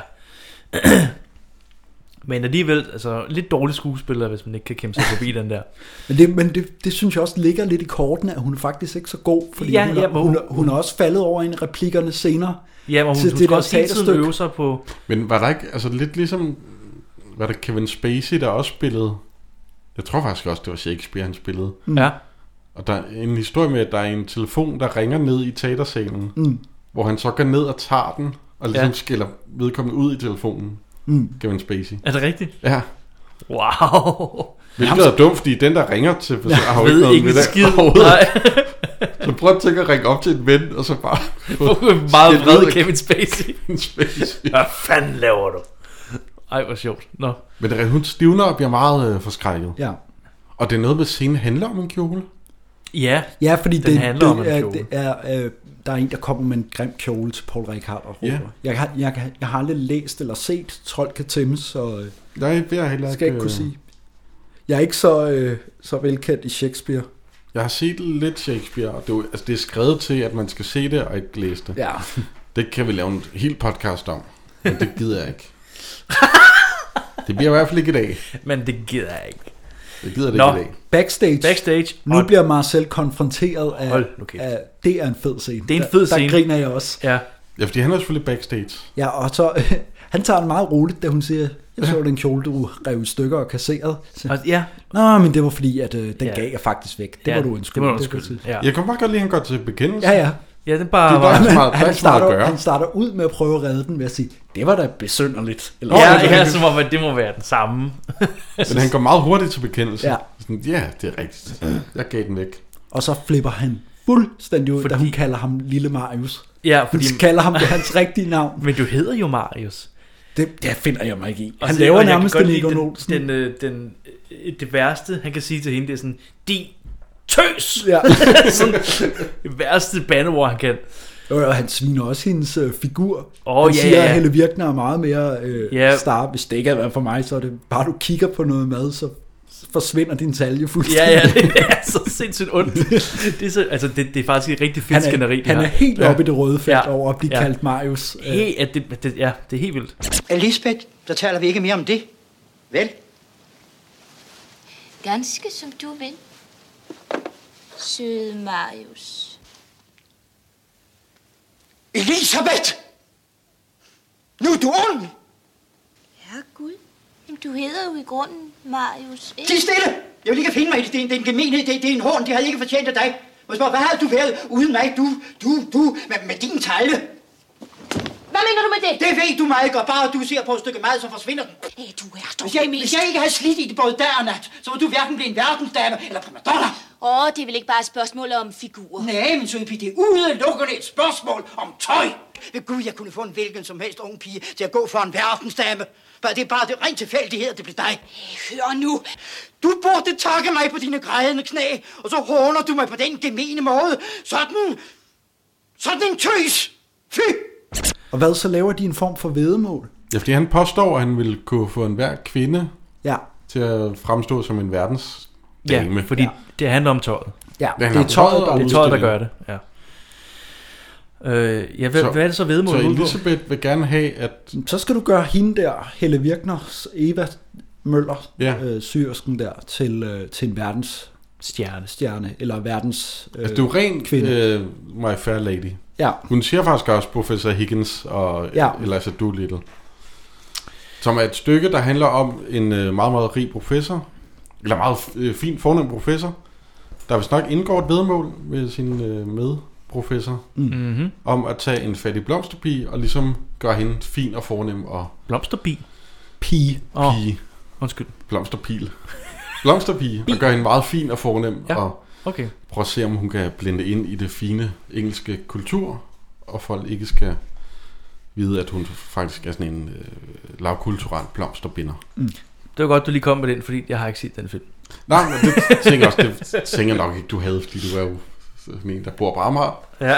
Men alligevel, altså lidt dårlig skuespiller, hvis man ikke kan kæmpe sig forbi den der. Men det synes jeg også ligger lidt i kortene, at hun er faktisk ikke så god, fordi hun er også faldet over i replikkerne senere. Ja, men hun skal også hele tiden øve sig på. Men var der ikke, altså lidt ligesom, var der Kevin Spacey, der også spillede? Jeg tror faktisk også, det var Shakespeare, han spillede. Ja. Og der er en historie med, at der er en telefon, der ringer ned i teatersalen, hvor han så går ned og tager den, og ligesom skiller vedkommende ud i telefonen. Kevin Spacey. Er det rigtigt? Ja. Wow. Hvilket er dumt, fordi den der ringer til har jo ikke noget med det skid. Nej. Så prøv at tænke at ringe op til en ven, og så bare meget vred Kevin Spacey. Spacey. Hvad fanden laver du? Ej, hvor sjovt. Nå. Men hun stivner og bliver meget forskrækket. Ja. Og det er noget med, scenen handler om en kjole. Ja, fordi den handler om en kjole. Der er en, der kommer med en grim kjole til Paul Rickard og råber. Jeg har aldrig læst eller set Trold kan tæmmes, så nej, det er heller skal jeg ikke kunne sige. Jeg er ikke så velkendt i Shakespeare. Jeg har set lidt Shakespeare, og det er skrevet til, at man skal se det og ikke læse det. Ja. Det kan vi lave en helt podcast om, men det gider jeg ikke. Det bliver i hvert fald ikke i dag. Men det gider jeg ikke. Det gider det ikke i dag. Backstage. Nu bliver Marcel konfronteret af det er en fed scene. Det er en fed scene. Der griner jeg også. Ja, fordi han er selvfølgelig backstage. Ja, og så han tager den meget roligt, da hun siger, jeg så den kjole, du rev i stykker og kasseret. Ja. Nå, men det var fordi, at den gav jeg faktisk væk. Det var du undskyldt. Ja. Jeg kan bare godt lide, at han går til bekendelse. Ja. Ja, det er bare han starter ud med at prøve at redde den ved at sige, det var da besynderligt. Ja, som om det må være den samme. Men han går meget hurtigt til bekendelse. Ja, det er rigtigt. Jeg gav den væk. Og så flipper han fuldstændig ud, da hun kalder ham Lille Marius. Ja, fordi hun kalder ham det hans rigtige navn. Men du hedder jo Marius. Det finder jeg mig ikke i. Han laver nærmest en Egon Olsen. Det værste, han kan sige til hende, det er sådan, din tøs! Ja. Sådan det værste bandeord, han kan. Og han sviner også hendes figur. Han siger, at Helle Virkner er meget mere star. Hvis det ikke havde været for mig, så er det bare, du kigger på noget mad, så forsvinder din talje fuldstændig. Ja, det er så sindssygt ondt. Det er faktisk et rigtig fedt skænderi. Han er helt oppe i det røde felt over at blive kaldt Marius. Det er helt vildt. Elisabeth, der taler vi ikke mere om det. Vel? Ganske som du vil. Søde Marius. Elisabeth! Nu er du ond! Ja, Gud. Jamen, du hedder jo i grunden Marius, ikke? Tid stille! Jeg vil ikke finde mig i det. Det er en gemenhed. Det er en hån. Det havde ikke fortjent af dig. Hvad havde du været uden mig? Du med din talje. Hvad mener du med det? Det ved du meget godt. Bare du ser på et stykke mad, så forsvinder den. Du er dog hvis jeg ikke havde slidt i det både dag og nat, så var du hverken blive en verdensdame eller primadonna. Det er vel ikke bare et spørgsmål om figurer? Nej, men så det er udelukkende et spørgsmål om tøj. Ved Gud, jeg kunne få en hvilken som helst ung pige til at gå for en verdensdame. Det er bare det rent tilfældighed, det blev dig. Hør nu. Du burde takke mig på dine grædende knæ, og så håner du mig på den gemene måde. Sådan en tøs. Fy! Og hvad, så laver de en form for væddemål? Ja, fordi han påstår, at han ville kunne få enhver kvinde til at fremstå som en verdensdame. Ja, fordi det handler om tøjet. Ja, det er tøjet, der gør det. Ja. Hvad er det så væddemål? Så Elisabeth vil gerne have, at... Så skal du gøre hende der, Helle Virkners Eva Møller, syrsken der, til en verdensstjerne, eller verdens altså, det er jo rent My Fair Lady. Ja. Hun siger faktisk også Professor Higgins og Eliza Doolittle. Som er et stykke, der handler om en meget, meget rig professor, eller meget fin fornem professor, der vist nok indgår et væddemål med sin medprofessor, om at tage en fattig blomsterpige og ligesom gøre hende fin og fornem. Og blomsterpige? Pige. Pige. Undskyld. Blomsterpige. Blomsterpige. Og gøre hende meget fin og fornem. Ja. Og okay. Prøv at se, om hun kan blende ind i det fine engelske kultur, og folk ikke skal vide, at hun faktisk er sådan en lavkulturel blomsterbinder. Det var godt, du lige kom med den, fordi jeg har ikke set den film. Nej, men det tænker også, det tænker nok ikke, du havde, fordi du er jo sådan en, der bor på Amager. Ja.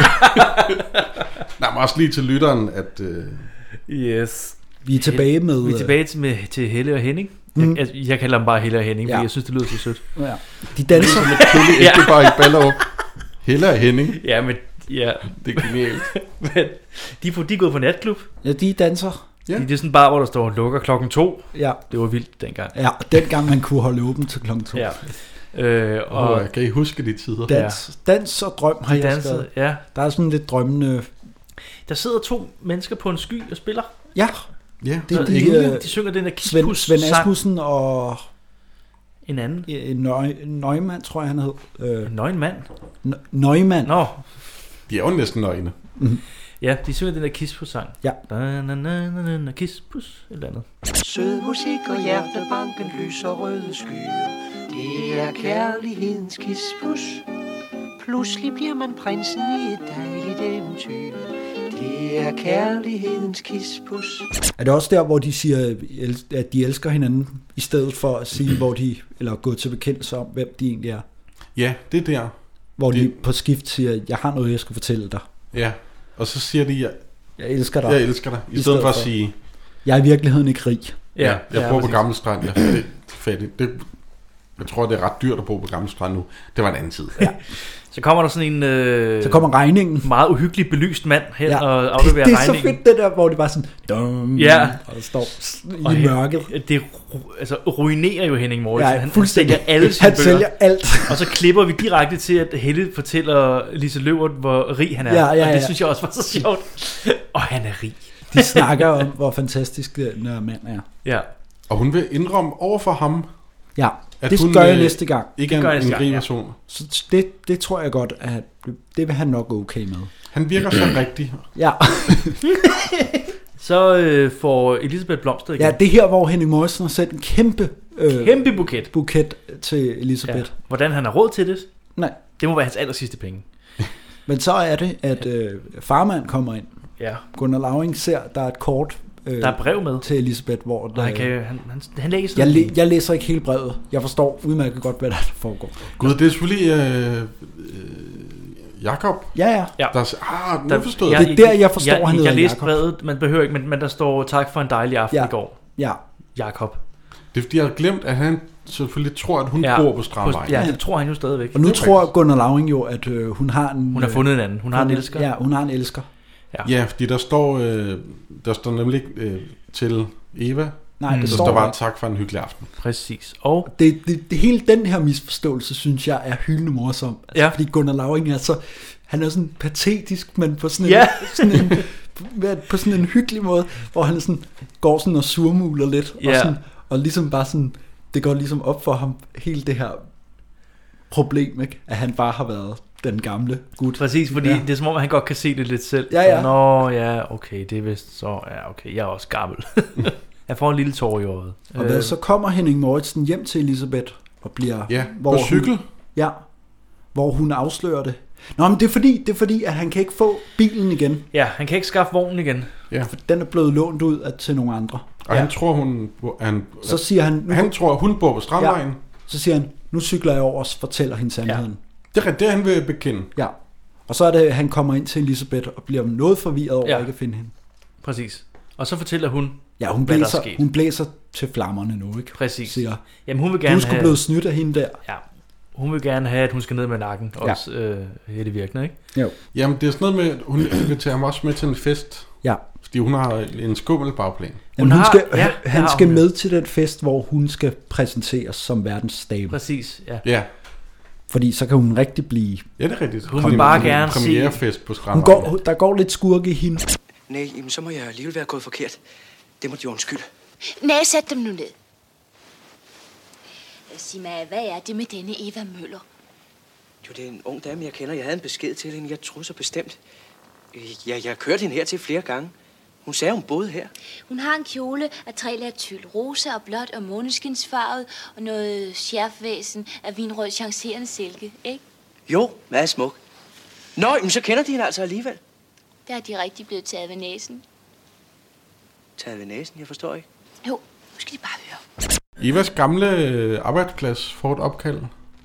Nej, men også lige til lytteren, at... Yes. Vi er tilbage med... Vi er tilbage til Helle og Henning. Jeg kalder dem bare Helle og Henning, fordi jeg synes, det lyder så sødt. Ja. De danser med Helle, ikke bare i Ballerup. Helle og Henning. Ja, men... Ja. Det er genialt. Men de er gået på natklub. Ja, de danser. Ja. Det er sådan bare, hvor der står lukker 2:00. Ja. Det var vildt dengang. Ja, dengang man kunne holde åben til 2:00. Ja. Og kan I huske de tider? Dans og drøm har jeg skrevet. Ja. Der er sådan lidt drømmende... Der sidder 2 mennesker på en sky og spiller. Ja. Ja. Det er de synger den der Kispus Svend Asmussen og... En anden? Neumann, tror jeg, han hed. Neumann? Neumann. Nå. De er jo næsten nøgne. Ja, de synger den der Kispus-sang. Ja. Kispus, et eller andet. Sød musik og hjertebanken lyser røde skyer. Det er kærlighedens Kispus. Pludselig bliver man prinsen i et dejligt eventyr. Det er kærlighedens Kispus. Er det også der, hvor de siger, at de elsker hinanden, i stedet for at sige, hvor de, eller gå til bekendelse om, hvem de egentlig er? Ja, det er der. Hvor de på skift siger, jeg har noget, jeg skal fortælle dig. Ja, og så siger de, jeg elsker dig. Jeg elsker dig. I stedet for at sige, jeg er i virkeligheden ikke rig. Ja, jeg bor på Gammel Strand. Jeg er fattig. Jeg tror, det er ret dyrt at bo på Gammel Strand nu. Det var en anden tid. Ja. Så kommer der sådan en... så kommer regningen. Meget uhyggelig belyst mand hen og afleverer regningen. Det er så fedt det der, hvor det bare sådan... Dum, og der står i mørket. Det ruinerer jo Henning Mortensen. Ja, han sælger alle sine bøger. Han sælger alt. Og så klipper vi direkte til, at Helle fortæller Lise Løvert, hvor rig han er. Ja. Og det synes jeg også var så sjovt. Og han er rig. De snakker om, hvor fantastisk den mand er. Ja. Og hun vil indrømme over for ham... Ja, det gør jeg næste gang. Ikke en rig person. Så det tror jeg godt, at det vil han nok okay med. Han virker så rigtig. Ja. Så får Elisabeth blomster igen. Ja, det her, hvor Henning Mortensen har sendt en kæmpe buket til Elisabeth. Ja. Hvordan han har råd til det? Nej. Det må være hans aller sidste penge. Men så er det, at farmand kommer ind. Ja. Gunnar Lauring ser, der er et kort... der er brev med til Elisabeth, hvor der, han læser jeg læser ikke hele brevet. Jeg forstår udmærket godt, hvad der foregår. Gud, det er selvfølgelig Jakob? Ja. Nu forstod jeg. Det er der, jeg forstår, han hedder Jeg læste Jakob. brevet, man behøver ikke, men der står tak for en dejlig aften i går. Ja. Jakob. Det er fordi, jeg havde glemt, at han selvfølgelig tror, at hun bor på Strandvejen. Ja, det tror han jo stadigvæk. Og nu tror Gunnar Lauring jo, at hun har en... Hun har fundet en anden. Hun har en elsker. Ja, hun har en elsker. Ja, fordi der står nemlig ikke til Eva. Nej, det der står bare tak for en hyggelig aften. Præcis. Og det hele den her misforståelse, synes jeg, er hyldende morsom. Altså, fordi Gunnar Lauring er så... Han er sådan patetisk, men på sådan på sådan en hyggelig måde, hvor han sådan går sådan og surmuler lidt, og ligesom bare sådan, det går ligesom op for ham, hele det her problem, ikke? At han bare har været den gamle gut. Præcis, fordi det er som om, han godt kan se det lidt selv. Ja. Nå, ja, okay, det er vist så, ja, okay, jeg er også gammel. Jeg får en lille tår i øjet. Og så kommer Henning Moritzen hjem til Elisabeth, og bliver... Ja, på cykel. Hvor hun afslører det. Nå, men det er fordi, at han kan ikke få bilen igen. Ja, han kan ikke skaffe vognen igen. Ja. For den er blevet lånt ud til nogle andre. Og han tror, så siger han... Han tror, hun bor på Strandvejen. Ja, så siger han, nu cykler jeg over og fortæller hende sandheden. Det er det, han vil bekende. Ja. Og så er det, han kommer ind til Elisabeth og bliver noget forvirret over ikke at finde hende. Præcis. Og så fortæller hun, hun blæser til flammerne nu, ikke? Præcis. Siger, jamen, hun vil gerne du skulle blive snydt af hende der. Ja. Hun vil gerne have, at hun skal ned med nakken. Også Helle Virkner, ikke? Jo. Jamen, det er sådan noget med, at hun inviterer ham også med til en fest. Ja. Fordi hun har en skummel bagplan. Jamen, han skal med til den fest, hvor hun skal præsenteres som verdensdame. Præcis, ja. Fordi så kan hun rigtig blive... Ja, det er rigtigt. Hun vil bare gerne premierefest på Strandvejen. Der går lidt skurke i hende. Nej, jamen, så må jeg alligevel være gået forkert. Det må de undskylde. Nej, sæt dem nu ned. Sig mig, hvad er det med denne Eva Møller? Jo, det er en ung dame, jeg kender. Jeg havde en besked til hende. Jeg troede så bestemt. Jeg kørte hende hertil flere gange. Hun sagde, hun boede her. Hun har en kjole af 3 lag tyld, rosa og blåt og måneskinsfarvet, og noget skærfvæsen af vinrød chancerende silke, ikke? Jo, meget smuk. Nå, men så kender de hende altså alligevel. Der er de rigtig blevet taget ved næsen. Taget ved næsen? Jeg forstår ikke. Jo, nu skal de bare høre. Evas gamle arbejdsplads får et opkald.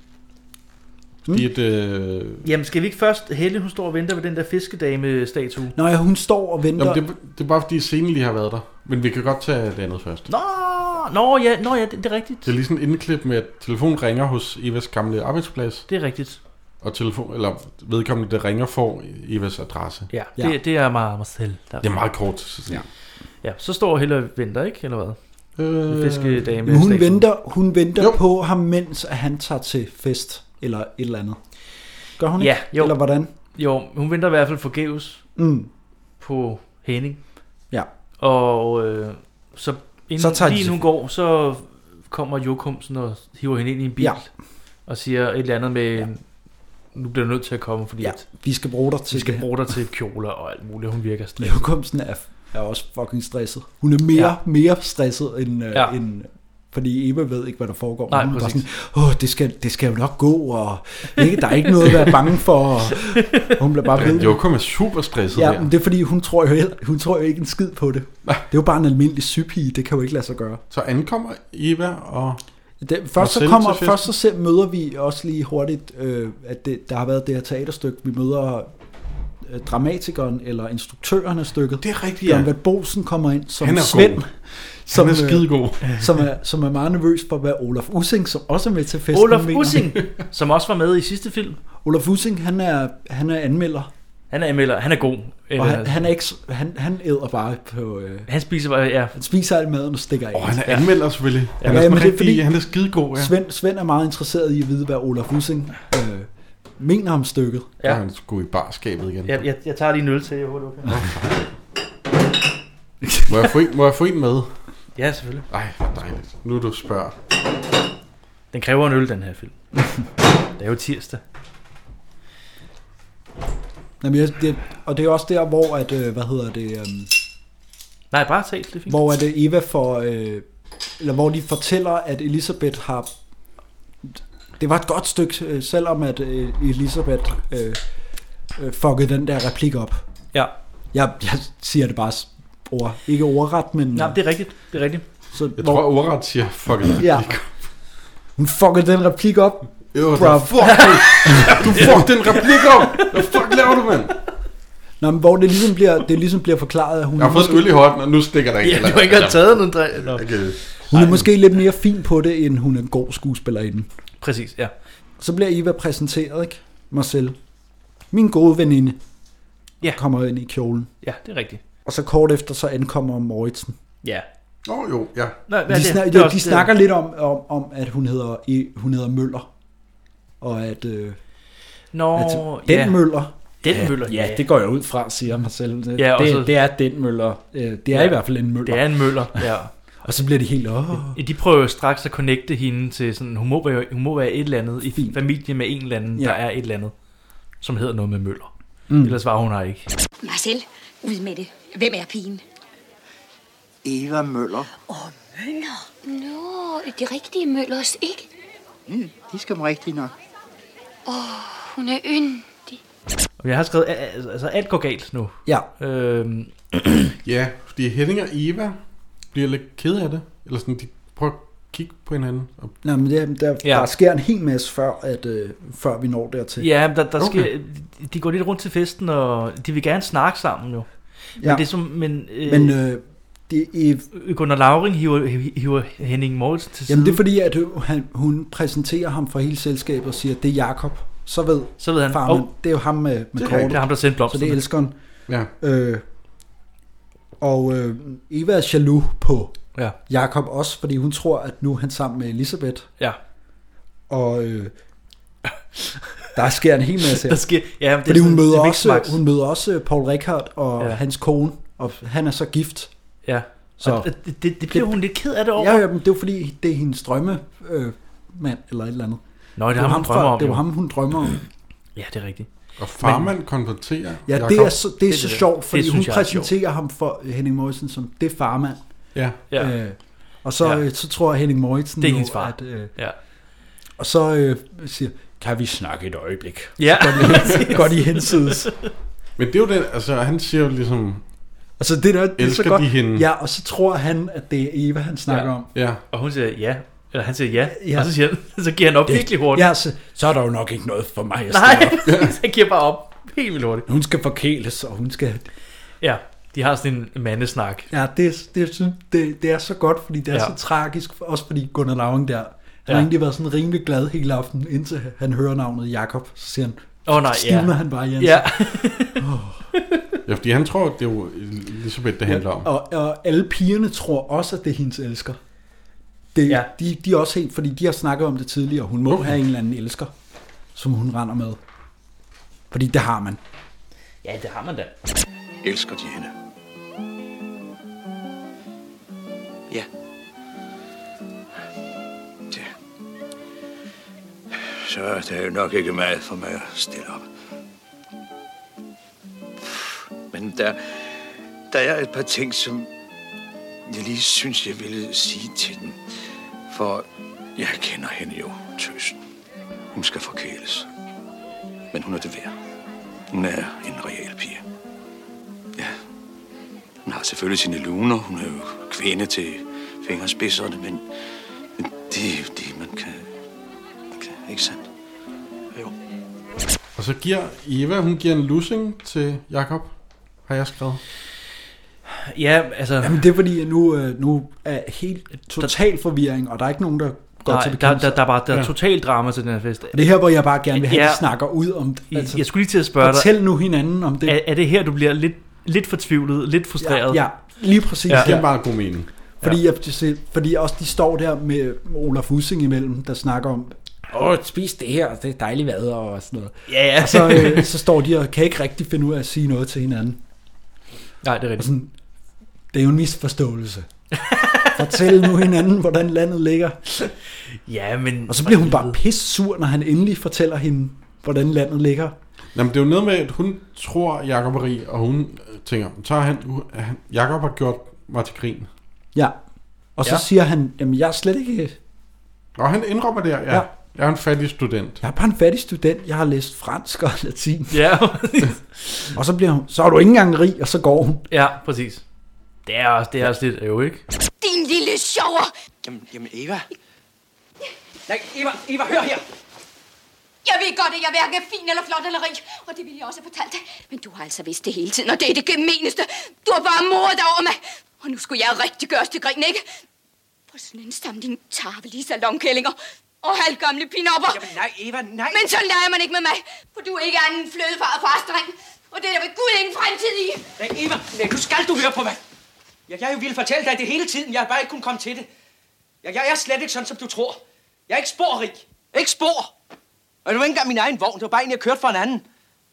Jamen, skal vi ikke først... Helle, hun står og venter ved den der fiskedame-statue. Nå ja, hun står og venter. Jamen, det er bare fordi scenen lige har været der. Men vi kan godt tage det andet først. Nå ja, det er rigtigt. Det er lige sådan en indklip med, at telefonen ringer hos Evas gamle arbejdsplads. Det er rigtigt. Og vedkommende, der ringer, får Evas adresse. Ja, det er Marcel. Det er meget kort. Ja, så står Helle og venter, ikke? Eller hvad? Fiskedame. Hun venter på ham, mens han tager til fest. Eller et eller andet. Gør hun ikke? Jo. Eller hvordan? Jo, hun venter i hvert fald forgæves på Henning. Ja. Og så inden hun går, så kommer Jokumsen og hiver hende ind i en bil og siger et eller andet med, nu bliver du nødt til at komme, fordi at vi skal bruge dig til kjoler og alt muligt. Hun virker stresset. Jokumsen er også fucking stresset. Hun er mere stresset end fordi Eva ved ikke, hvad der foregår. Nej, hun er bare sådan, det skal jo nok gå, og der er ikke noget at være bange for. Og hun bliver bare ved. Jokum er super stresset her. Men det er fordi, hun tror jo ikke en skid på det. Det er jo bare en almindelig sygepige, det kan jo ikke lade sig gøre. Så ankommer Eva og... Først så møder vi også lige hurtigt, at der har været det her teaterstykke. Vi møder dramatikeren eller instruktøren af stykket. Det er rigtigt, Bjørn Bosen kommer ind som han er Svend. God. Han er skidegod. Som er meget nervøs for, hvad Olaf Ussing, som også er med til festen. Olaf Ussing, som også var med i sidste film. Olaf Ussing, han er anmelder. Han er god. Og han æder bare på... Han spiser bare, Han spiser alt maden og stikker af. Han er anmelder selvfølgelig. Han er skidegod, Svend er meget interesseret i at vide, hvad Olaf Ussing mener om stykket. Ja, han skulle i barskabet igen. Jeg tager lige en øl til, jeg håber, okay. Må jeg få en med? Ja, selvfølgelig. Ej, hvor dejligt. Nu du spørger. Den kræver en øl, den her film. Det er jo tirsdag. Jamen, og det er også der, hvor at, nej, bare talt, det er fint. Hvor at Eva får, eller hvor de fortæller, at Elisabeth har... Det var et godt stykke, selvom at Elisabeth fuckede den der replik op. Ja. Jeg siger det bare ikke ordret, men... Nej, det er rigtigt. Så, jeg tror, ordret siger fuckede den replik op. Hun fuckede den replik op Bruv. Du fuck den replik om. Hvad fuck laver du, mand? Nå, men hvor det ligesom bliver forklaret, at hun... Jeg har fået øl i hånden, og nu stikker der ikke. Ja, du har ikke engang taget noget. Hun er måske lidt mere fin på det, end hun er en god skuespillerinde. Præcis, ja. Så bliver Eva præsenteret, ikke? Marcel. Min gode veninde. Ja. Kommer ind i kjolen. Ja, det er rigtigt. Og så kort efter, så ankommer Mauritsen. Ja. Jo, ja. Nå, De snakker lidt om, at hun hedder Møller. Og at... den Møller... Den Møller, ja, det går jeg ud fra, siger Marcel. Det er den Møller. Det er i hvert fald en Møller. Det er en Møller, ja. Og så bliver de helt... De prøver straks at connecte hende til sådan... Hun må være et eller andet i familie med en eller anden, der er et eller andet, som hedder noget med Møller. Ellers var hun her ikke. Marcel, ud med det. Hvem er pigen? Eva Møller. Møller? Nå, det rigtige Møllers, ikke? Det skal man rigtig nok. Hun er yndig. Og jeg har skrevet, altså alt går galt nu. Ja. Ja, fordi Henning og Eva bliver lidt ked af det. Eller sådan, de prøver at kigge på hinanden. Nej, men der sker en hel masse før vi når dertil. Ja, der sker, de går lidt rundt til festen, og de vil gerne snakke sammen jo. Ja. Men det er som, Gunnar Lauring hiver Henning Mauritsen til side. Jamen det er fordi, at hun præsenterer ham for hele selskabet og siger, det er Jakob. Så ved han, farmen, det er jo ham med kortet. Det er ham, der sendte blomsterne. Så det elsker han. Ja. Eva er jaloux på Ja. Jakob også, fordi hun tror, at nu er han sammen med Elisabeth. Ja. Og der sker en hel masse. Der sker, ja, fordi hun møder også Paul Rickard og hans kone, og han er så gift. Ja. Så det bliver hun lidt ked af det over. Ja, men det er jo fordi, det er hendes drømme mand eller et eller andet. Nå, det er ham, hun drømmer om. Det var ham, hun drømmer om. Ja, det er rigtigt. Og farmand konfronterer Ja, Jacob. det er så sjovt, fordi hun præsenterer ham for Henning Mauritsen som det farmand. Ja. Og så tror jeg Henning Mauritsen det er hendes far. Og så siger, kan vi snakke et øjeblik? Ja. Så går de hensides. Men det er jo det, altså han siger jo ligesom, altså det er så godt. De hende? Ja, og så tror han, at det er Eva, han snakker om. Ja. Og hun siger ja. Eller han siger ja. Og så giver han op virkelig hurtigt. Ja, så er der jo nok ikke noget for mig. Nej, han giver bare op helt vildt hurtigt. Hun skal forkæles, og hun skal... Ja, de har sådan en mandesnak. Ja, det er så godt, fordi det er så tragisk. Også fordi Gunnar Lauring der, han har egentlig været sådan rimelig glad hele aftenen, indtil han hører navnet Jakob. Så siger han, stivner han bare igen. Ja. Ja, fordi han tror, det er jo Elisabeth, det handler om. Og alle pigerne tror også, at det er hendes elsker. De er også helt, fordi de har snakket om det tidligere. Hun må have en eller anden elsker, som hun render med. Fordi det har man. Ja, det har man da. Elsker de hende? Ja. Ja. Så er det jo nok ikke meget for mig at stille op. Men der er et par ting, som jeg lige synes, jeg ville sige til dem. For jeg kender hende jo, tøsen. Hun skal forkæles. Men hun er det værd. Hun er en reel pige. Ja. Hun har selvfølgelig sine luner. Hun er jo kvinde til fingerspidserne, men det er jo det, man kan. Ikke sandt? Jo. Og så giver Eva, hun giver en lussing til Jakob, har jeg skrevet. Ja, altså... Jamen det er fordi, nu er helt total forvirring, og der er ikke nogen, der går til bekendelse. Der er total drama til den her fest. Og det er her, hvor jeg bare gerne vil have, at de snakker ud om det. Altså, jeg skulle lige til at spørge dig. Fortæl nu hinanden om det. Er det her, du bliver lidt fortvivlet, lidt frustreret? Ja, lige præcis. Det er bare god mening. Fordi også de står der med Olaf Ussing imellem, der snakker om, spis det her, det er dejligt vejr og sådan noget. Ja. Og så står de og kan ikke rigtig finde ud af at sige noget til hinanden. Nej, det er rigtigt. Sådan, det er jo en misforståelse. Fortæl nu hinanden, hvordan landet ligger. Ja, men... Og så bliver hun bare pissur, når han endelig fortæller hende, hvordan landet ligger. Jamen, det er jo noget med, at hun tror, Jakob er rig, og hun tænker, Jakob har gjort mig til grin. Ja. Og så siger han, jamen jeg er slet ikke... Og han indrømmer det, ja. Jeg er en fattig student. Jeg er bare en fattig student. Jeg har læst fransk og latin. Ja. Og så bliver hun, så er du ikke engang rig, og så går hun. Ja, præcis. Det er også lidt ikke? Din lille sjover! Jamen Eva. Nej, Eva, hør her. Jeg ved godt, at jeg hverken er fin eller flot eller rig, og det ville jeg også have fortalt dig. Men du har altså vidst det hele tiden, og det er det gemeneste. Du har bare moret over mig. Og nu skulle jeg rigtig gøres til grin, ikke? For sådan en samling tarvelige salonkællinger og halvgamle pinopper. Jamen nej, Eva, nej. Men så leger man ikke med mig, for du er ikke anden flødefar og farstreng. Og det er der ved Gud ingen fremtid i. Nej, Eva, nej, nu skal du høre på mig. Jeg jo ville fortælle dig det hele tiden. Jeg har bare ikke kunnet komme til det. Jeg er slet ikke sådan, som du tror. Jeg er ikke sporrig. Ikke spor. Og det var ikke engang min egen vogn. Det var bare en, jeg kørte for en anden.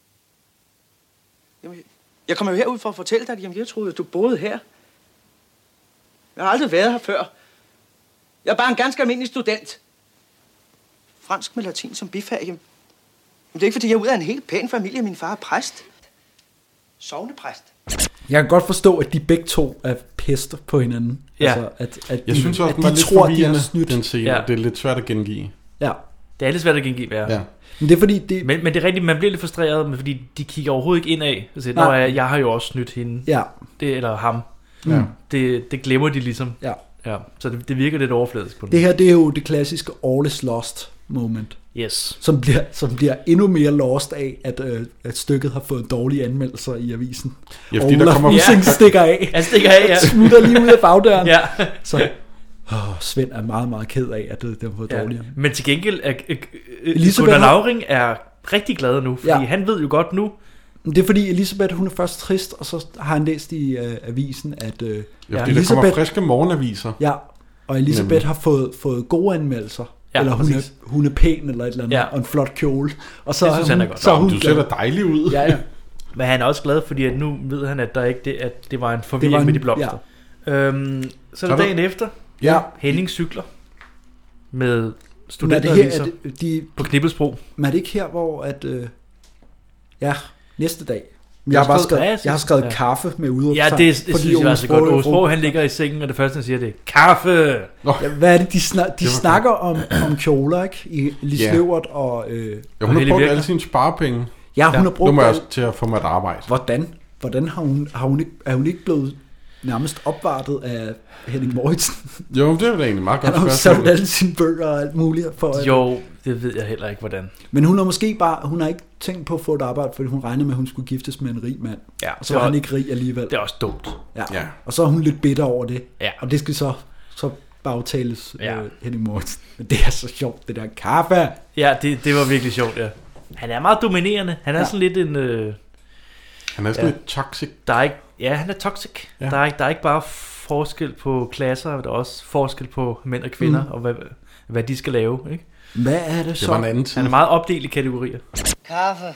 Jamen, jeg kommer jo herud for at fortælle dig, at jeg troede, at du boede her. Jeg har aldrig været her før. Jeg er bare en ganske almindelig student. Fransk med latin som bifag. Jamen, det er ikke, fordi jeg er ude af en helt pæn familie. Min far er præst. Sognepræst. Jeg kan godt forstå, at de begge to er pester på hinanden. Ja. Altså, at Jeg synes også, at den var de lidt tror, de forvirrende, har snydt. den scene. Ja. Det er lidt svært at gengive. Ja. Det er lidt svært at gengive, ja. Men det er fordi, det... Men det er rigtigt, man bliver lidt frustreret, fordi de kigger overhovedet ikke indad. Altså, Nej. jeg har jo også snydt hende. Ja. Det, eller ham. Ja. Det glemmer de ligesom. Ja. Ja. Så det virker lidt overfladisk på den. Det her, det er jo det klassiske all is lost moment. Yes. Som bliver endnu mere lost af, at stykket har fået dårlige anmeldelser i avisen. Ja, fordi der kommer... stikker af. Han stikker af, ja. Smutter lige ud af bagdøren. Ja. Så Svend er meget, meget ked af, at det har fået dårligere. Men til gengæld er Elisabeth Gunnar Lauring er rigtig glad nu, fordi Ja. han ved jo godt nu. Det er fordi Elisabeth, hun er først trist, og så har han læst i avisen, at fordi Elisabeth, der kommer friske morgenaviser. Ja, og Elisabeth har fået gode anmeldelser. Ja, eller hun er pæn eller et eller andet, og en flot kjole. Og så det synes han er godt. Så hun du ser da dejlig ud. Ja. Men han er også glad, fordi at nu ved han, at det var en forvirring med de blomster. Ja. Så er der dagen efter. Ja. Henning cykler med studenteraviser på Knibbelsbro. Men er det ikke her, hvor at... næste dag. Jeg har skrevet kaffe med udråbstegn. Ja, det synes jeg altså godt. Ove Sprogh, han ligger i sengen, og det første, han siger, det er kaffe! Ja, hvad er det, de snakker om kjoler, ikke? I Lis Løvert og... Ja, hun har brugt alle sine sparepenge. Ja, hun har brugt... Nu må jeg til at få mig et arbejde. Hvordan er hun ikke blevet nærmest opvartet af Henning Moritzen? Jo, det er da egentlig meget godt spørgsmål. Han har solgt alle sine bøger og alt muligt. Jo, det ved jeg heller ikke, hvordan. Men hun har måske hun har ikke tænkt på at få et arbejde, fordi hun regnede med, at hun skulle giftes med en rig mand. Ja, og så var han ikke rig alligevel. Det er også dumt. Ja. Og så er hun lidt bitter over det. Ja. Og det skal så bagtales Henning Moritzen. Men det er så sjovt, det der kaffe. Ja, det var virkelig sjovt, ja. Han er meget dominerende. Han er sådan lidt en... Han er sådan lidt toxic. Han er toxic. Ja. Der er ikke bare forskel på klasser, der er også forskel på mænd og kvinder, og hvad de skal lave, ikke? Hvad er det så? Han er meget opdelt i kategorier. Kaffe.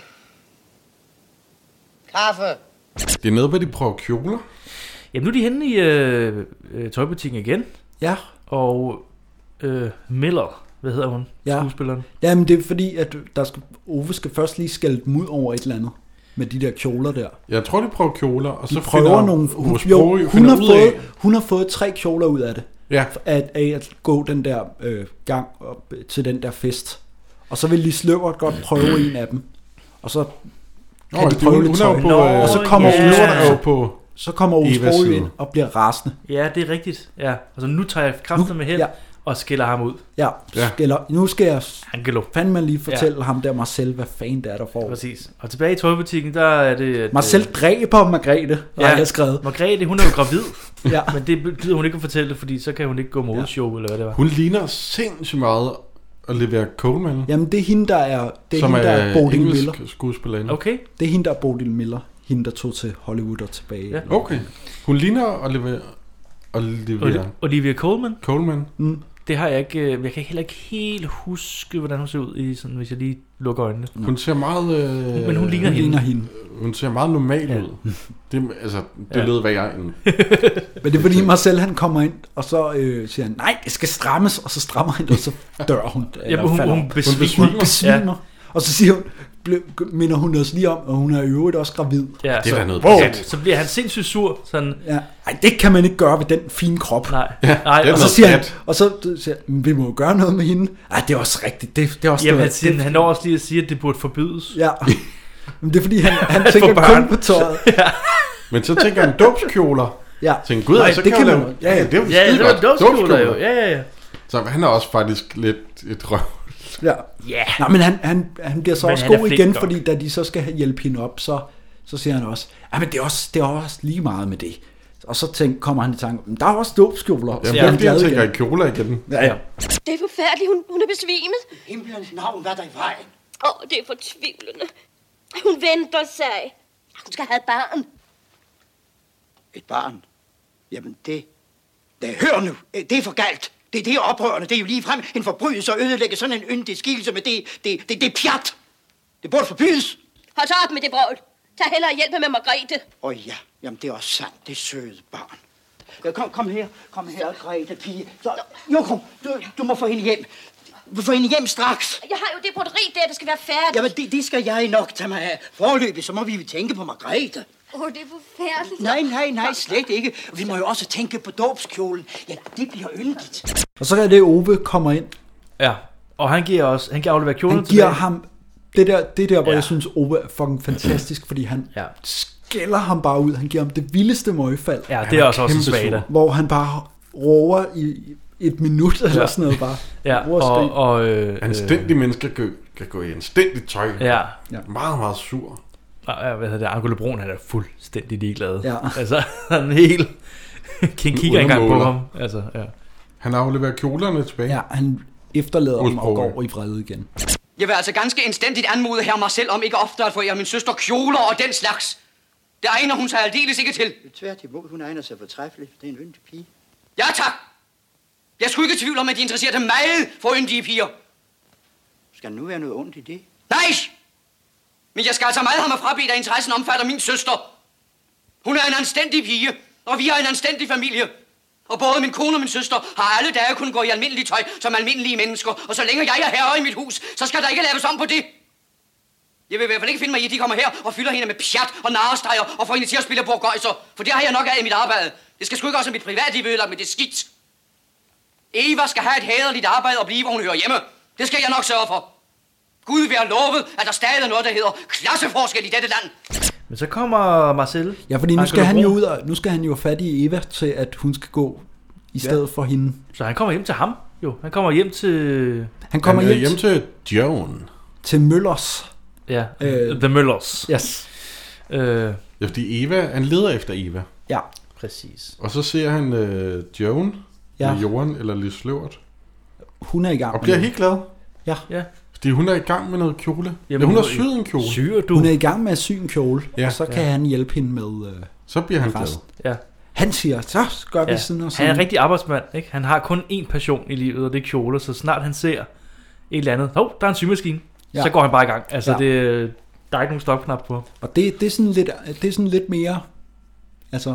Kaffe. Det er noget, hvor de prøver kjoler. Jamen nu er de henne i tøjbutikken igen. Ja. Og Miller, hvad hedder hun? Skuespilleren. Jamen det er fordi, at Ove skal først lige skælde dem ud over et eller andet. Med de der kjoler der. Jeg tror, de prøver kjoler, og så prøver nogle... Hun har fået 3 kjoler ud af det. Ja. At gå den der gang op til den der fest. Og så vil Lis Løvert godt prøve en af dem. Og så kan de prøve lidt tøj. Og så kommer så kommer Ove Sprogøe ind og bliver rasende. Ja, det er rigtigt. Ja. Altså nu tager jeg kræfter med hen og skiller ham ud. Ja. Nu skal jeg fandme lige fortælle ham der Marcel, hvad fanden det er, der får. Præcis. Og tilbage i tøjbutikken, der er det... Marcel dræber Margrethe, har jeg skrevet. Margrethe, hun er jo gravid. Men det gider hun ikke at fortælle, fordi så kan hun ikke gå modeshow, eller hvad det var. Hun ligner sindssygt meget Olivia Colman. Jamen det er hende, der er... Det er som hende, der er Bodil Miller. Skuespillerinde. Okay. Det er hende, der er Bodil Miller. Hende, der tog til Hollywood og tilbage. Ja. Okay. Hun ligner Olivia Colman. Colman. Mm. Det har jeg ikke... Jeg kan heller ikke helt huske, hvordan hun ser ud, i sådan, hvis jeg lige lukker øjnene. Hun ser meget... Men hun ligner hende. Hun ser meget normal ud. Det lød værre end... Men det er fordi Marcel, han kommer ind, og så siger han, nej, det skal strammes, og så strammer han det, og så dør hun. Hun besvimer. Ja. Og så siger hun, minder hun os lige om, og hun er i øvrigt også gravid. Ja, det er da noget så bliver han sindssygt sur. Sådan. Ja. Ej, det kan man ikke gøre ved den fine krop. Nej. Og så siger han, vi må jo gøre noget med hende. Ej, det er også rigtigt. Det er også jamen, han når også lige at sige, at det burde forbydes. Ja. Men det er fordi, han tænker kun på tøjet. Ja. Men så tænker han dåbskjoler. Ja. Tænker, gud, så kan man ja, det er jo skide godt. Dåbskjoler jo. Ja. Så han er også faktisk lidt et røv. Ja. Ja. Nej, men han bliver så Men også han er god flink igen, nok. fordi da de så skal hjælpe hende op, så siger han også, men det er også lige meget med det. Og så kommer han i tanke, der er også dåbskjoler. Ja, jeg tænker i kjoler igen. Ja. Det er forfærdeligt. Hun er besvimet. Himlens navn, hvad er der i vejen? Det er fortvivlende. Hun venter sig. Hun skal have et barn. Et barn? Jamen hør nu, det er for galt. Det er oprørende. Det er jo ligefrem en forbrydelse at ødelægge sådan en yndig skikkelse med det er pjat. Det burde forbydes. Hold så op med det brøl. Tag hellere hjælp med Margrethe. Ja, jamen det er også sandt, det søde barn. Kom her, Grete, pige. Så, Jokum, du må få hende hjem. Få hende hjem straks. Jeg har jo det broderi der, det skal være færdigt. Jamen det skal jeg nok tage mig af. Foreløbig, så må vi tænke på Margrethe. Det er forfærdeligt. Nej, slet ikke. Vi må jo også tænke på dåbskjolen. Ja, det bliver yndigt. Og så er det Ove kommer ind. Ja, og han giver aflevere kjolen Han giver ham det der, hvor jeg synes Ove er fucking fantastisk, fordi han skælder ham bare ud. Han giver ham det vildeste møgfald. Ja, det er også en svada. Hvor han bare råber i et minut eller sådan noget bare. Ja, og anstændige mennesker kan gå i anstændigt tøj. Ja. Meget, meget sur. Hvad hedder det? Anke Lebron, han er fuldstændig ligeglad. Ja. Altså, han er helt... kigger engang på ham. Altså, ja. Han afleverer kjolerne tilbage. Ja, han efterlader dem og går i vrede igen. Jeg vil altså ganske indstændigt anmode her mig selv om ikke ofte at forære min søster kjoler og den slags. Det egner hun sig aldeles ikke til. Tværtimod, hun egner sig fortræffeligt. Det er en yndig pige. Ja, tak. Jeg skulle ikke tvivle om, at de interesserer sig meget for yndige piger. Skal der nu være noget ondt i det? Nej! Men jeg skal altså meget have mig frabedt, at interessen omfatter min søster. Hun er en anstændig pige, og vi er en anstændig familie. Og både min kone og min søster har alle dage kunnet gå i almindeligt tøj som almindelige mennesker. Og så længe jeg er herre i mit hus, så skal der ikke laves om på det. Jeg vil i hvert fald ikke finde mig i, at de kommer her og fylder hende med pjat og narrestreger og får hende til at spille burgøjser. For det har jeg nok af i mit arbejde. Det skal sgu ikke også mit privatliv ødelagt med det skidt. Eva skal have et hæderligt arbejde og blive, hvor hun hører hjemme. Det skal jeg nok sørge for. Gud være lovet, at der stadig er noget, der hedder klasseforskel i dette land. Men så kommer Marcel. Ja, fordi nu skal han jo ud, og nu skal han jo fat i Eva til, at hun skal gå i stedet for hende. Så han kommer hjem til ham. Jo, han kommer hjem til... Han kommer hjem til Joan. Til Møllers. Ja, The Møllers. Yes. Ja, fordi han leder efter Eva. Ja, præcis. Og så ser han Joan med Johan eller Lis Sløvert. Hun er i gang. Og bliver helt glad. Ja. Fordi hun er i gang med noget kjole. Jamen, hun har syet en kjole. Syr du? Hun er i gang med at sy en kjole, og så kan han hjælpe hende med så bliver han glad. Ja. Han siger, så gør vi sådan og sådan. Han er en rigtig arbejdsmand, ikke? Han har kun én passion i livet, og det er kjoler, så snart han ser et eller andet, der er en symaskine, så går han bare i gang. Altså, der er ikke nogen stopknap på. Og det er sådan lidt mere, altså,